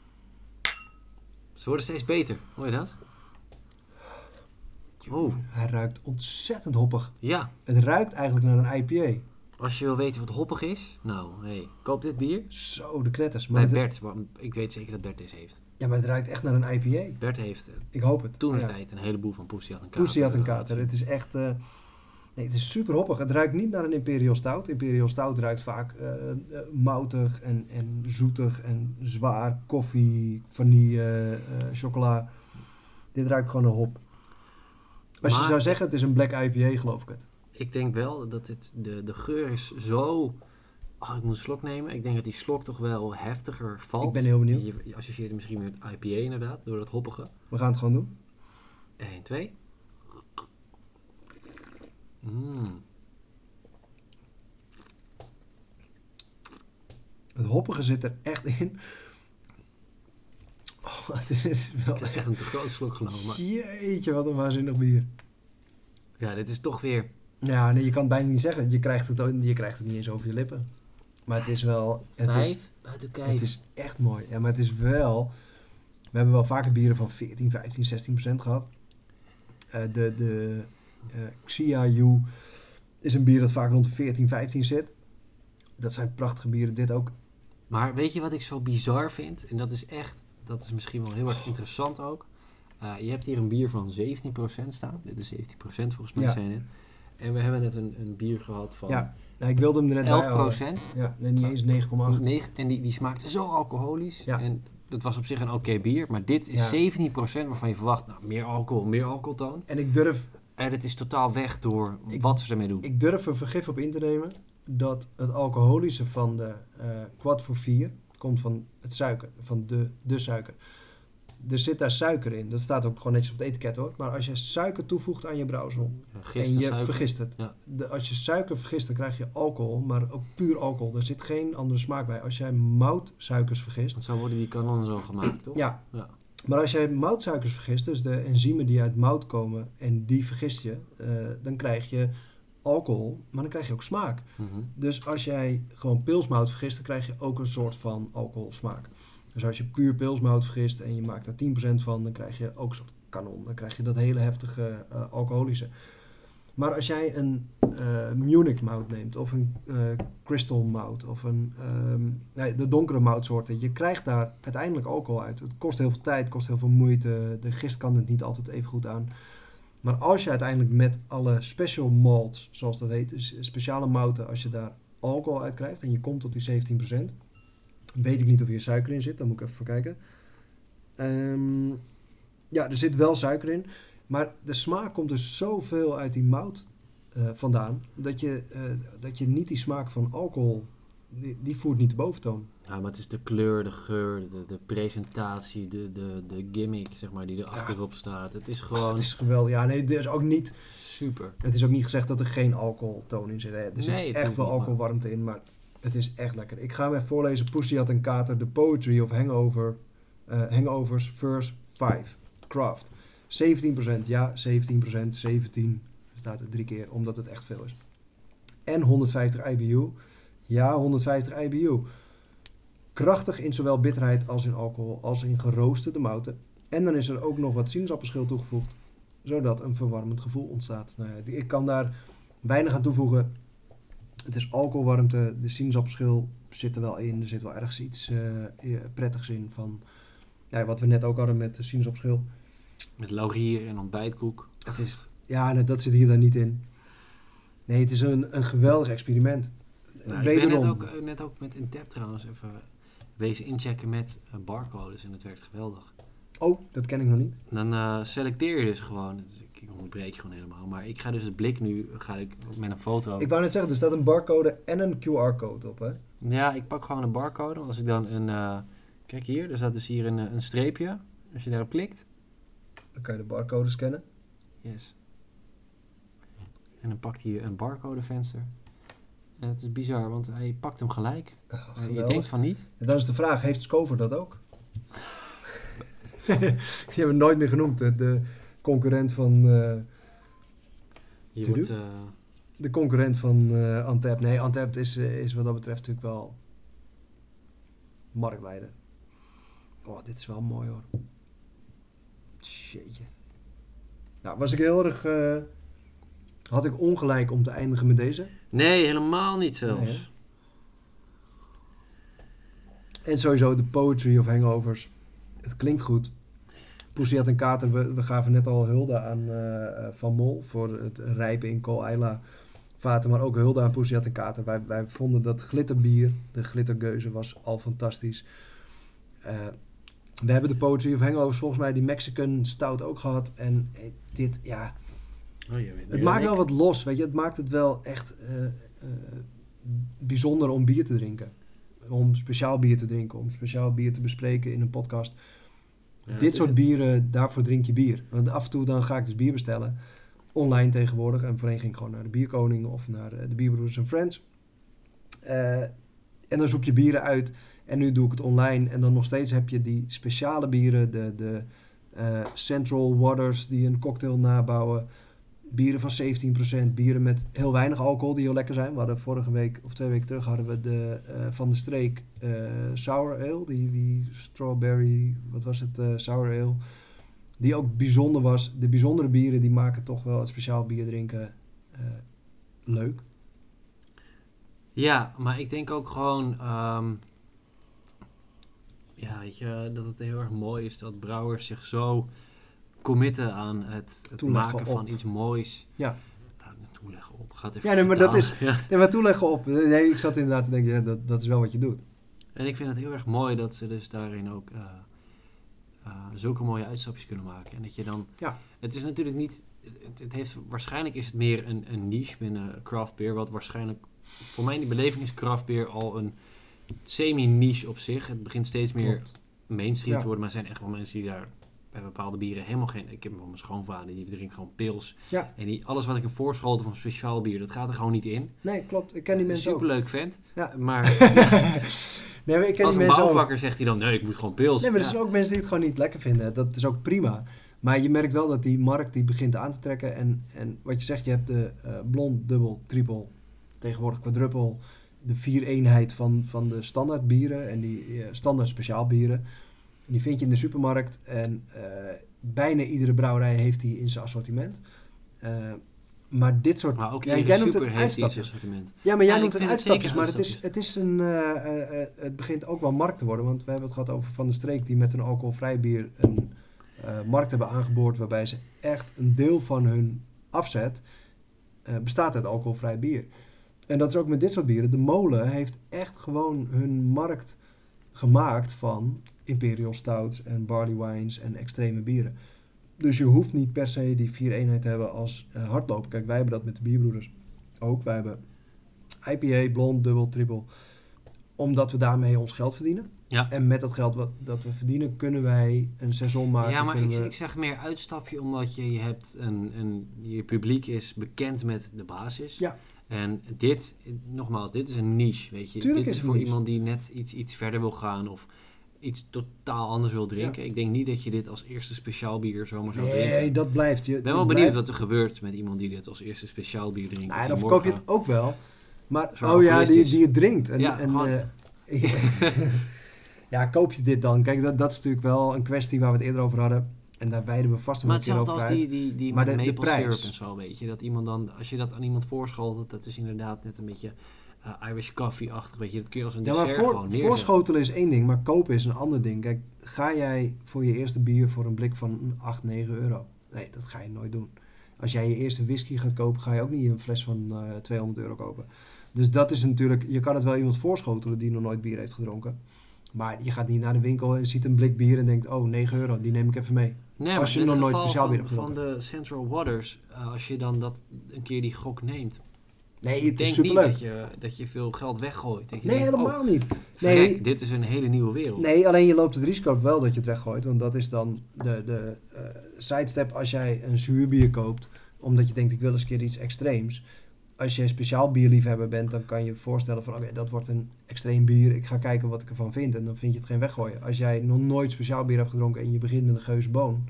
Ze worden steeds beter. Hoor je dat? Oh. Hij ruikt ontzettend hoppig. Ja. Het ruikt eigenlijk naar een I P A. Als je wil weten wat hoppig is, nou, hey, koop dit bier. Zo, de knetters. Maar Bij Bert, het... ik weet zeker dat Bert deze heeft. Ja, maar het ruikt echt naar een I P A. Bert heeft uh, ik hoop het. toen een ja. tijd een heleboel van Pussy had een kater. Pussy had een kater. Het is echt... Uh, nee, het is super hoppig. Het ruikt niet naar een Imperial Stout. Imperial Stout ruikt vaak uh, uh, moutig en, en zoetig en zwaar. Koffie, vanille, uh, chocola. Dit ruikt gewoon naar hop. Als maar, je zou zeggen, het is een black I P A, geloof ik het. Ik denk wel dat het, de, de geur is zo... Oh, ik moet een slok nemen. Ik denk dat die slok toch wel heftiger valt. Ik ben heel benieuwd. Je, je associeert het misschien met I P A inderdaad, door dat hoppige. We gaan het gewoon doen. één, twee. Mm. Het hoppige zit er echt in. Oh, dit is wel ik heb echt een te groot slok genomen. Maar... Jeetje, wat een waanzinnig bier. Ja, dit is toch weer... Ja, nee, je kan het bijna niet zeggen. Je krijgt het, je krijgt het niet eens over je lippen. Maar het is wel... Het Vijf, is, buiten kijf. Het is echt mooi. Ja, maar het is wel... We hebben wel vaker bieren van veertien, vijftien, zestien procent gehad. Uh, de de uh, Xia Yu is een bier dat vaak rond de veertien, vijftien zit. Dat zijn prachtige bieren. Dit ook. Maar weet je wat ik zo bizar vind? En dat is echt... Dat is misschien wel heel erg interessant ook. Uh, je hebt hier een bier van zeventien procent staan. Dit is zeventien procent volgens mij, ja. Zijn het. En we hebben net een, een bier gehad van... Ja, nou, ik wilde hem er net elf procent. Bij ja, nee, niet eens negen komma acht. En die, die smaakt zo alcoholisch. Ja. En dat was op zich een oké okay bier. Maar dit is ja. zeventien procent waarvan je verwacht... Nou, meer alcohol, meer alcoholtoon. En ik durf... En het is totaal weg door ik, wat ze ermee doen. Ik durf er vergif op in te nemen... dat het alcoholische van de uh, Quad voor vier... komt van het suiker. Van de, de suiker. Er zit daar suiker in. Dat staat ook gewoon netjes op het etiket hoor. Maar als je suiker toevoegt aan je brouwsel ja, en je suiker. vergist het. Ja. De, als je suiker vergist, dan krijg je alcohol, maar ook puur alcohol. Er zit geen andere smaak bij. Als jij moutsuikers vergist... Want zo worden die kanonnen zo gemaakt, toch? Ja. ja. Maar als jij moutsuikers vergist, dus de enzymen die uit mout komen en die vergist je, uh, dan krijg je alcohol, maar dan krijg je ook smaak. Mm-hmm. Dus als jij gewoon pilsmout vergist, dan krijg je ook een soort van alcoholsmaak. Dus als je puur pilsmout vergist en je maakt daar tien procent van, dan krijg je ook een soort kanon. Dan krijg je dat hele heftige uh, alcoholische. Maar als jij een uh, Munich mout neemt, of een uh, Crystal mout, of een, um, nee, de donkere moutsoorten, je krijgt daar uiteindelijk alcohol uit. Het kost heel veel tijd, kost heel veel moeite, de gist kan het niet altijd even goed aan. Maar als je uiteindelijk met alle special malts, zoals dat heet, dus speciale mouten, als je daar alcohol uit krijgt en je komt tot die zeventien procent... Weet ik niet of hier suiker in zit, daar moet ik even voor kijken. Um, ja, er zit wel suiker in. Maar de smaak komt dus zoveel uit die mout uh, vandaan... Dat je, uh, dat je niet die smaak van alcohol die, die voert niet de boventoon. Ja, maar het is de kleur, de geur, de, de presentatie, de, de, de gimmick, zeg maar, die er Ja. achterop staat. Het is gewoon Het is geweldig. Ja, nee, er is ook niet, super. het is ook niet gezegd dat er geen alcoholtoon in zit. Hè. Er zit Nee, echt natuurlijk wel niet, maar- alcoholwarmte in, maar het is echt lekker. Ik ga hem even voorlezen. Pussy had een kater. The Poetry of Hangover. eh, hangovers, verse vijf. Craft. zeventien procent, ja, zeventien procent, zeventien. Staat er drie keer, omdat het echt veel is. En honderdvijftig I B U. Ja, honderdvijftig I B U. Krachtig in zowel bitterheid als in alcohol, als in geroosterde mouten. En dan is er ook nog wat sinaasappelschil toegevoegd, zodat een verwarmend gevoel ontstaat. Nou ja, die- ik kan daar weinig aan toevoegen. Het is alcoholwarmte, de sinaasappelschil zit er wel in. Er zit wel ergens iets eh, eh, prettigs in van ja, wat we net ook hadden met de sinaasappelschil. Met laurier en ontbijtkoek. Het is, ja, nee, dat zit hier dan niet in. Nee, het is een, een geweldig experiment. Nou, ik ben Wederom. net ook, eh, net ook met Intap trouwens even wezen inchecken met uh, barcodes en het werkt geweldig. Oh, dat ken ik nog niet. Dan uh, selecteer je dus gewoon, het is, ik onderbreek je gewoon helemaal, maar ik ga dus het blik nu, ga ik met een foto. Ik wou net zeggen, er staat een barcode en een Q R-code op, hè? Ja, ik pak gewoon een barcode. Als ik dan een, uh, kijk hier, er staat dus hier een, een streepje. Als je daarop klikt. Dan kan je de barcode scannen. Yes. En dan pakt hij een barcode venster. En het is bizar, want hij pakt hem gelijk. Oh, Uh, je denkt van niet. En dan is de vraag, heeft Scover dat ook? Die hebben we nooit meer genoemd. De, de concurrent van... Uh, Je To wordt, do? uh, de concurrent van uh, Antep. Nee, Antep is, uh, is wat dat betreft natuurlijk wel marktleider. Oh, dit is wel mooi hoor. Jeetje. Nou, was ik heel erg... Uh, had ik ongelijk om te eindigen met deze? Nee, helemaal niet zelfs. Nee, en sowieso de Poetry of Hangovers. Het klinkt goed. Pussy had een kater. We, we gaven net al hulde aan uh, Van Mol voor het rijpen in Col Ayla vaten. Maar ook hulde aan Pussy had een kater. Wij, wij vonden dat glitterbier, de glittergeuze, was al fantastisch. Uh, we hebben de Poetry of Hangovers volgens mij die Mexican stout ook gehad. En eh, dit, ja... Oh, je weet Het maakt wel wat los, weet je. Het maakt het wel echt uh, uh, bijzonder om bier te drinken. Om speciaal bier te drinken, om speciaal bier te bespreken in een podcast. Ja, Dit is soort het. bieren, daarvoor drink je bier. Want af en toe dan ga ik dus bier bestellen. Online tegenwoordig. En voorheen ging ik gewoon naar de Bierkoning of naar de Bierbroeders and Friends. Uh, en dan zoek je bieren uit. En nu doe ik het online. En dan nog steeds heb je die speciale bieren. De, de uh, Central Waters die een cocktail nabouwen. Bieren van zeventien procent, bieren met heel weinig alcohol die heel lekker zijn. We hadden vorige week of twee weken terug hadden we de uh, Van de Streek uh, Sour Ale, die, die strawberry, wat was het, uh, Sour Ale. Die ook bijzonder was. De bijzondere bieren die maken toch wel het speciaal bier drinken uh, leuk. Ja, maar ik denk ook gewoon, um, ja, weet je, dat het heel erg mooi is dat brouwers zich zo committen aan het, het maken van iets moois. Ja. Nou, toeleggen op. Gaat even ja, nee, maar dat is... Ja. Nee, maar toeleggen op. Nee, ik zat inderdaad te denken, ja, dat, dat is wel wat je doet. En ik vind het heel erg mooi dat ze dus daarin ook uh, uh, zulke mooie uitstapjes kunnen maken. En dat je dan... Ja. Het is natuurlijk niet... Het, het heeft, waarschijnlijk is het meer een, een niche binnen craft beer. Wat waarschijnlijk... Voor mij in die beleving is craft beer al een semi-niche op zich. Het begint steeds meer Klopt. mainstream Ja. te worden. Maar er zijn echt wel mensen die daar... bij bepaalde bieren helemaal geen... Ik heb wel mijn schoonvader, die drinkt gewoon pils. Ja. En die, alles wat ik hem voorschoten van speciaal bier, dat gaat er gewoon niet in. Nee, klopt. Ik ken die mensen ook. Superleuk vent. Ja. Maar nee, maar ik ken als die een mensen ook. bouwvakker zegt hij dan, nee, ik moet gewoon pils. Nee, maar er Ja. zijn ook mensen die het gewoon niet lekker vinden. Dat is ook prima. Maar je merkt wel dat die markt die begint aan te trekken. En, en wat je zegt, je hebt de uh, blond, dubbel, triple, tegenwoordig quadruppel. De vier eenheid van, van de standaard bieren en die uh, standaard speciaal bieren. Die vind je in de supermarkt. En uh, bijna iedere brouwerij heeft die in zijn assortiment. Uh, maar dit soort... Maar ook ja, iedere jij noemt super het heeft die uitstapjes. assortiment. Ja, maar jij Ja, noemt ik het vind het uitstapjes, zeker maar het is, het is een... Uh, uh, uh, het begint ook wel markt te worden, want we hebben het gehad over Van der Streek die met een alcoholvrij bier een uh, markt hebben aangeboord waarbij ze echt een deel van hun afzet uh, bestaat uit alcoholvrij bier. En dat is ook met dit soort bieren. De Molen heeft echt gewoon hun markt gemaakt van Imperial Stouts en barley wines en extreme bieren. Dus je hoeft niet per se die vier eenheid te hebben als uh, hardlopen. Kijk, wij hebben dat met de Bierbroeders ook. Wij hebben I P A, blond, dubbel, triple. omdat we daarmee ons geld verdienen. Ja. En met dat geld wat dat we verdienen, kunnen wij een seizoen maken. Ja, maar ik, we... ik zeg meer uitstapje, omdat je, je hebt een, een... Je publiek is bekend met de basis. Ja. En dit, nogmaals, dit is een niche, weet je. Tuurlijk dit is is het voor niche. iemand die net iets, iets verder wil gaan of iets totaal anders wil drinken. Ja. Ik denk niet dat je dit als eerste speciaal bier zomaar zou Nee, drinken. dat blijft. Je, Ik ben wel het benieuwd blijft... wat er gebeurt met iemand die dit als eerste speciaal bier drinkt. Nou, Dat dan hij verkoop je morgen- het ook wel. Maar, Zo oh ja, die, alcoholistisch. die je drinkt. En, Ja, en, gewoon- eh, ja, koop je dit dan? Kijk, dat, dat is natuurlijk wel een kwestie waar we het eerder over hadden. En daar wijden we vast nog Maar een keer hetzelfde over als uit. die, die, die Maar met de- de maple prijs. syrup en zo, weet je. Dat iemand dan, als je dat aan iemand voorschotelt, dat is inderdaad net een beetje uh, Irish coffee-achtig, weet je. Dat kun je als een Ja, dessert maar gewoon voor, neerzetten. voorschotelen is één ding, maar kopen is een ander ding. Kijk, ga jij voor je eerste bier voor een blik van acht, negen euro? Nee, dat ga je nooit doen. Als jij je eerste whisky gaat kopen, ga je ook niet een fles van uh, tweehonderd euro kopen. Dus dat is natuurlijk, je kan het wel iemand voorschotelen die nog nooit bier heeft gedronken. Maar je gaat niet naar de winkel en ziet een blik bier en denkt, oh, negen euro, die neem ik even mee. Nee, als maar je in nog het nooit geval speciaal van, bier hebt van gedronken. de Central Waters, uh, als je dan dat een keer die gok neemt, Nee, ik het is denk niet superleuk. dat je, dat je veel geld weggooit. Dat je Nee, denkt, helemaal oh, niet. verrek, Nee, dit is een hele nieuwe wereld. nee, alleen je loopt het risico wel dat je het weggooit. Want dat is dan de, de uh, sidestep als jij een zuurbier koopt. Omdat je denkt, ik wil eens een keer iets extreems. Als je speciaal bierliefhebber bent, dan kan je je voorstellen van... oké, okay, dat wordt een extreem bier. Ik ga kijken wat ik ervan vind. En dan vind je het geen weggooien. Als jij nog nooit speciaal bier hebt gedronken en je begint met een geuze boon...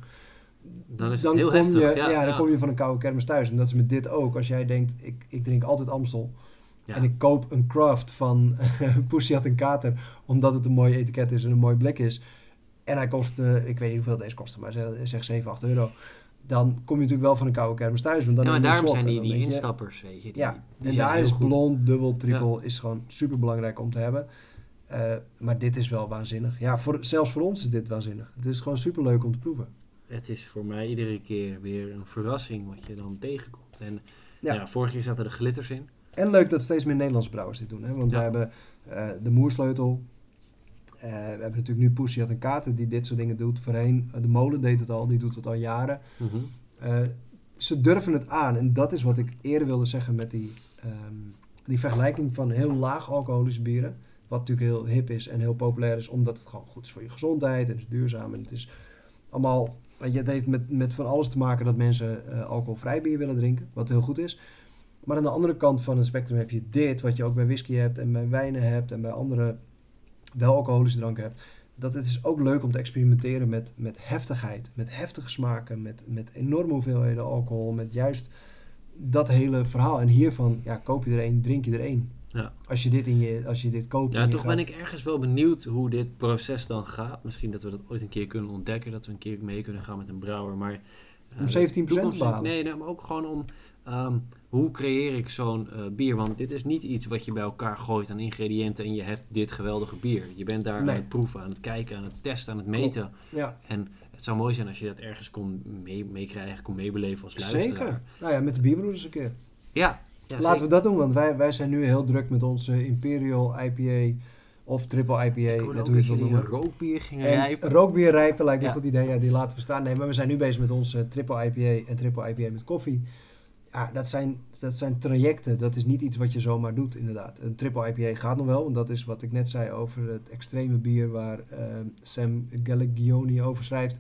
Dan is het heel kom heftig. Je, Ja, ja, dan ja. kom je van een koude kermis thuis. En dat is met dit ook. Als jij denkt, ik, ik drink altijd Amstel... Ja. En ik koop een craft van Pussy had een kater, omdat het een mooi etiket is en een mooi blik is. En hij kost, uh, ik weet niet hoeveel deze kostte, maar zeg, zeg zeven, acht euro. Dan kom je natuurlijk wel van een koude kermis thuis. Want dan Ja, maar neem je een daarom slok zijn en die, dan die denk je- instappers, weet je. Die, Ja, die en zijn daar heel is goed. blond, dubbel, triple is gewoon super belangrijk om te hebben. Uh, maar dit is wel waanzinnig. Ja, voor, zelfs voor ons is dit waanzinnig. Het is gewoon super leuk om te proeven. Het is voor mij iedere keer weer een verrassing wat je dan tegenkomt. En Ja. ja. vorige keer zaten er glitters in. En leuk dat steeds meer Nederlandse brouwers dit doen. Hè? Want Ja. we hebben uh, de Moersleutel. Uh, we hebben natuurlijk nu Pussy had een kater die dit soort dingen doet. Voorheen, uh, de Molen deed het al, die doet het al jaren. Mm-hmm. Uh, ze durven het aan. En dat is wat ik eerder wilde zeggen met die, um, die vergelijking van heel laag alcoholische bieren. Wat natuurlijk heel hip is en heel populair is, omdat het gewoon goed is voor je gezondheid en het is duurzaam. En het is allemaal, weet je, het heeft met, met van alles te maken dat mensen uh, alcoholvrij bier willen drinken, wat heel goed is. Maar aan de andere kant van het spectrum heb je dit, wat je ook bij whisky hebt en bij wijnen hebt en bij andere wel alcoholische dranken hebt. Dat het is ook leuk om te experimenteren met, met heftigheid, met heftige smaken, met, met enorme hoeveelheden alcohol, met juist dat hele verhaal. En hiervan, ja, koop je er één, drink je er één. Ja. Als je dit in je, als je dit koopt. Ja, in je toch gaat- ben ik ergens wel benieuwd hoe dit proces dan gaat. Misschien dat we dat ooit een keer kunnen ontdekken, dat we een keer mee kunnen gaan met een brouwer. Maar, uh, Om zeventien procent te toekomst- behalen. Nee, nee, maar ook gewoon om, um, hoe creëer ik zo'n uh, bier? Want dit is niet iets wat je bij elkaar gooit aan ingrediënten en je hebt dit geweldige bier. Je bent daar Nee. aan het proeven, aan het kijken, aan het testen, aan het meten. Ja, En het zou mooi zijn als je dat ergens kon mee- meekrijgen, kon meebeleven als luisteraar. zeker. Nou ja, met de bierbroeders een keer. Ja, ja Laten we dat doen, want wij, wij zijn nu heel druk met onze Imperial I P A of Triple I P A. Ik hoorde net ook hoe je dat het wil jullie een noemen. rookbier gingen En rijpen. rookbier rijpen lijkt me Ja. een goed idee. Ja, die laten we staan. Nee, maar we zijn nu bezig met onze Triple I P A en Triple I P A met koffie. Ja, dat zijn, dat zijn trajecten. Dat is niet iets wat je zomaar doet, inderdaad. Een Triple I P A gaat nog wel, want dat is wat ik net zei over het extreme bier waar uh, Sam Galligioni over schrijft.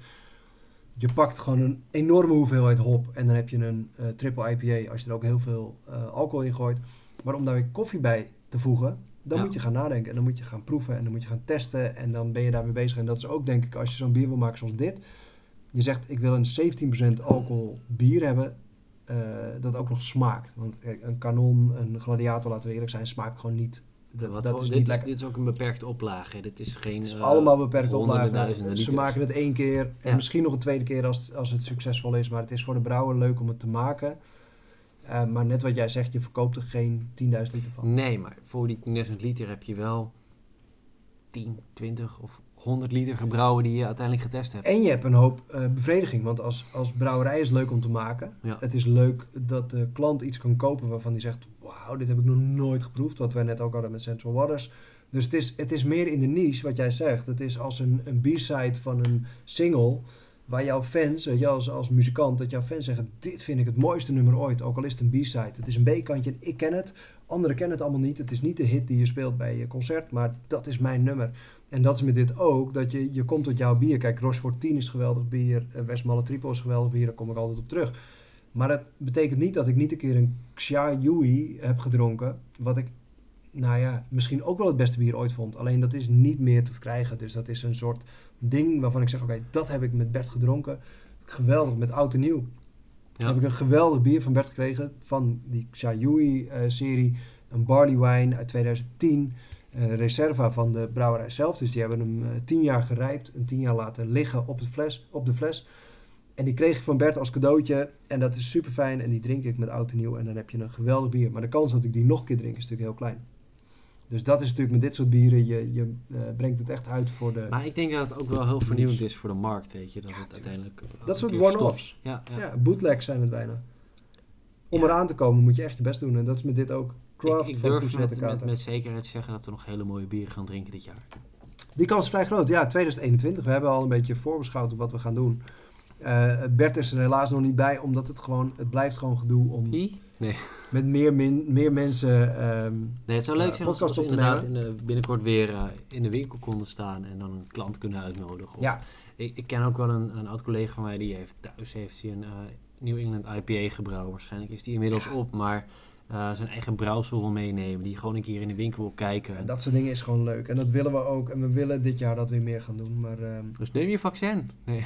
Je pakt gewoon een enorme hoeveelheid hop en dan heb je een uh, Triple I P A als je er ook heel veel uh, alcohol in gooit. Maar om daar weer koffie bij te voegen, dan Ja. moet je gaan nadenken en dan moet je gaan proeven en dan moet je gaan testen en dan ben je daar weer bezig. En dat is ook, denk ik, als je zo'n bier wil maken zoals dit. Je zegt, ik wil een zeventien procent alcohol bier hebben uh, dat ook nog smaakt. Want kijk, een kanon, een gladiator, laten we eerlijk zijn, smaakt gewoon niet. Dat, Wat dat voor- is dit, niet is, lekker. dit is ook een beperkte oplage. hè. Dit is geen Het is uh, allemaal beperkt honderden oplagen. duizenden Ze liters. maken het één keer en Ja. misschien nog een tweede keer als, als het succesvol is. Maar het is voor de brouwer leuk om het te maken. Uh, maar net wat jij zegt, je verkoopt er geen tienduizend liter van. Nee, maar voor die tienduizend liter heb je wel tien, twintig of honderd liter gebrouwen die je uiteindelijk getest hebt. En je hebt een hoop uh, bevrediging. Want als, als brouwerij is leuk om te maken. Ja. Het is leuk dat de klant iets kan kopen waarvan die zegt... Wauw, dit heb ik nog nooit geproefd. Wat wij net ook hadden met Central Waters. Dus het is, het is meer in de niche wat jij zegt. Het is als een, een B-side van een single... waar jouw fans, weet je, als, als muzikant, dat jouw fans zeggen, dit vind ik het mooiste nummer ooit, ook al is het een B-side. Het is een B-kantje en ik ken het, anderen kennen het allemaal niet. Het is niet de hit die je speelt bij je concert, maar dat is mijn nummer. En dat is met dit ook, dat je, je komt tot jouw bier. Kijk, Rochefort tien is geweldig bier, Westmalle Triple is geweldig bier, daar kom ik altijd op terug. Maar dat betekent niet dat ik niet een keer een Xia Yui heb gedronken, wat ik, nou ja, misschien ook wel het beste bier ooit vond. Alleen dat is niet meer te verkrijgen, dus dat is een soort ding waarvan ik zeg, oké, okay, dat heb ik met Bert gedronken. Geweldig, met oud en nieuw. Ja. Heb ik een geweldig bier van Bert gekregen, van die Xia Yui uh, serie, een barley wine uit tweeduizend tien, uh, Reserva van de brouwerij zelf. Dus die hebben hem uh, tien jaar gerijpt en tien jaar laten liggen op, het fles, op de fles. En die kreeg ik van Bert als cadeautje en dat is super fijn en die drink ik met oud en nieuw en dan heb je een geweldig bier. Maar de kans dat ik die nog een keer drink is natuurlijk heel klein. Dus dat is natuurlijk met dit soort bieren, je, je uh, brengt het echt uit voor de... Maar ik denk dat het ook wel heel vernieuwend is voor de markt, weet je. Dat ja, het uiteindelijk... Dat soort one-offs. Ja, ja. ja, bootlegs zijn het bijna. Om ja. eraan te komen moet je echt je best doen en dat is met dit ook. Craft ik ik van durf met, met, met zekerheid te zeggen dat we nog hele mooie bieren gaan drinken dit jaar. Die kans is vrij groot, ja, tweeduizend eenentwintig. We hebben al een beetje voorbeschouwd op wat we gaan doen. Uh, Bert is er helaas nog niet bij, omdat het gewoon, het blijft gewoon gedoe om Wie? Nee. met meer, min, meer mensen um, nee, het zou leuk zijn uh, als we inderdaad in de, binnenkort weer uh, in de winkel konden staan en dan een klant kunnen uitnodigen. Of, ja. ik, ik ken ook wel een, een oud collega van mij, die heeft thuis heeft hij een uh, New England I P A gebrouwen. Waarschijnlijk is die inmiddels ja. op, maar uh, zijn eigen brouwsel wil meenemen, die gewoon een keer in de winkel wil kijken. Ja, dat soort dingen is gewoon leuk en dat willen we ook en we willen dit jaar dat weer meer gaan doen. Maar, um... Dus neem je vaccin. Nee.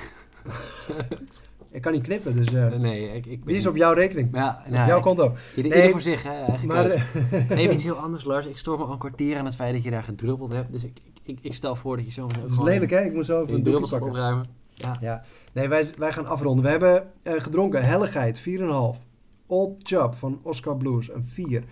Ik kan niet knippen, dus... Uh, nee, ik, ik die is op jouw rekening. Ja, nou, op jouw konto. Ieder, nee, ieder voor zich, hè, eigenlijk. Maar, even iets heel anders, Lars. Ik stoor me al een kwartier aan het feit dat je daar gedruppeld hebt. Dus ik, ik, ik stel voor dat je zo... Het is lelijk, hè? Ik moet zo even een druppels pakken. opruimen. Ja. ja. Nee, wij, wij gaan afronden. We hebben uh, gedronken Helligheid, vier komma vijf. Old Chub van Oscar Blues, een vier.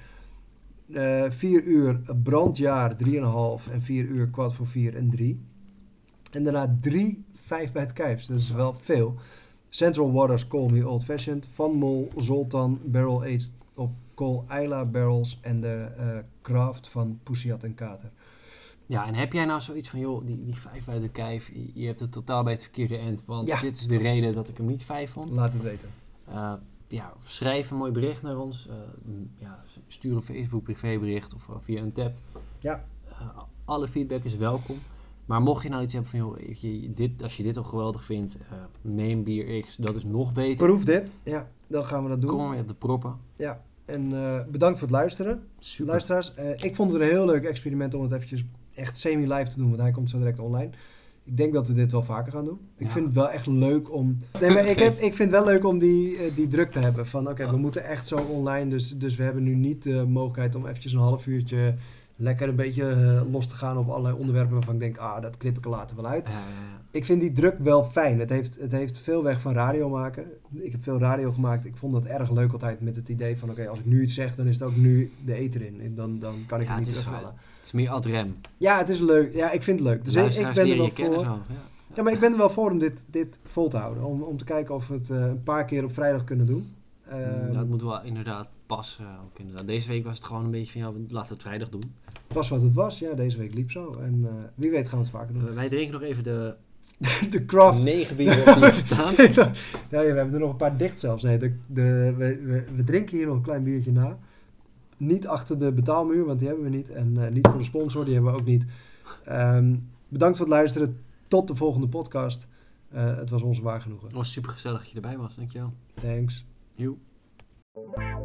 Uh, vier uur Brandjaar, drie komma vijf. En vier uur Kwart voor vier en drie. En daarna drie, vijf bij het Kijfs. Dat is wel veel. Central Waters Call Me Old Fashioned. Van Mol, Zoltan, Barrel Aged op Col Isla Barrels. En de uh, Craft van Poesiat en Kater. Ja, en heb jij nou zoiets van, joh, die, die vijf bij de Kijf, je, je hebt het totaal bij het verkeerde eind. Want ja. dit is de reden dat ik hem niet vijf vond. Laat het weten. Uh, ja, schrijf een mooi bericht naar ons. Uh, ja, stuur een Facebook privébericht of uh, via een tab. Ja. Uh, alle feedback is welkom. Maar mocht je nou iets hebben van, joh, je, dit, als je dit al geweldig vindt, uh, neem Bier X, dat is nog beter. Proef dit, ja, dan gaan we dat doen. Kom maar, je hebt de proppen. Ja, en uh, bedankt voor het luisteren. Super. Luisteraars, uh, ik vond het een heel leuk experiment om het eventjes echt semi-live te doen, want hij komt zo direct online. Ik denk dat we dit wel vaker gaan doen. Ik ja. vind het wel echt leuk om... Nee, maar ik, heb, ik vind het wel leuk om die, uh, die druk te hebben. Van oké, okay, oh. we moeten echt zo online, dus, dus we hebben nu niet de mogelijkheid om eventjes een half uurtje... lekker een beetje uh, los te gaan op allerlei onderwerpen waarvan ik denk, ah, dat knip ik er later wel uit. Ja, ja, ja. Ik vind die druk wel fijn. Het heeft, het heeft veel weg van radio maken. Ik heb veel radio gemaakt. Ik vond dat erg leuk altijd met het idee van, oké, okay, als ik nu iets zeg, dan is het ook nu de ether in. Dan, dan kan ik ja, het niet het terughalen. Is, het is meer ad rem. Ja, het is leuk. Ja, ik vind het leuk. Dus ik, ik ben er wel voor. Zo, ja. ja, maar ik ben er wel voor om dit, dit vol te houden. Om, om te kijken of we het uh, een paar keer op vrijdag kunnen doen. Um, ja, dat moet wel inderdaad passen. Ook inderdaad. Deze week was het gewoon een beetje van, ja, laten we het vrijdag doen. Was wat het was, ja, deze week liep zo. En uh, wie weet gaan we het vaker doen. Uh, wij drinken nog even de, de craft. negen bieren die hier staan. ja, ja, we hebben er nog een paar dicht zelfs. Nee, de, de, we, we, we drinken hier nog een klein biertje na. Niet achter de betaalmuur, want die hebben we niet. En uh, niet voor de sponsor, die hebben we ook niet. Um, bedankt voor het luisteren. Tot de volgende podcast. Uh, het was ons waar genoegen. Het was super gezellig dat je erbij was, dankjewel. Thanks. Joe.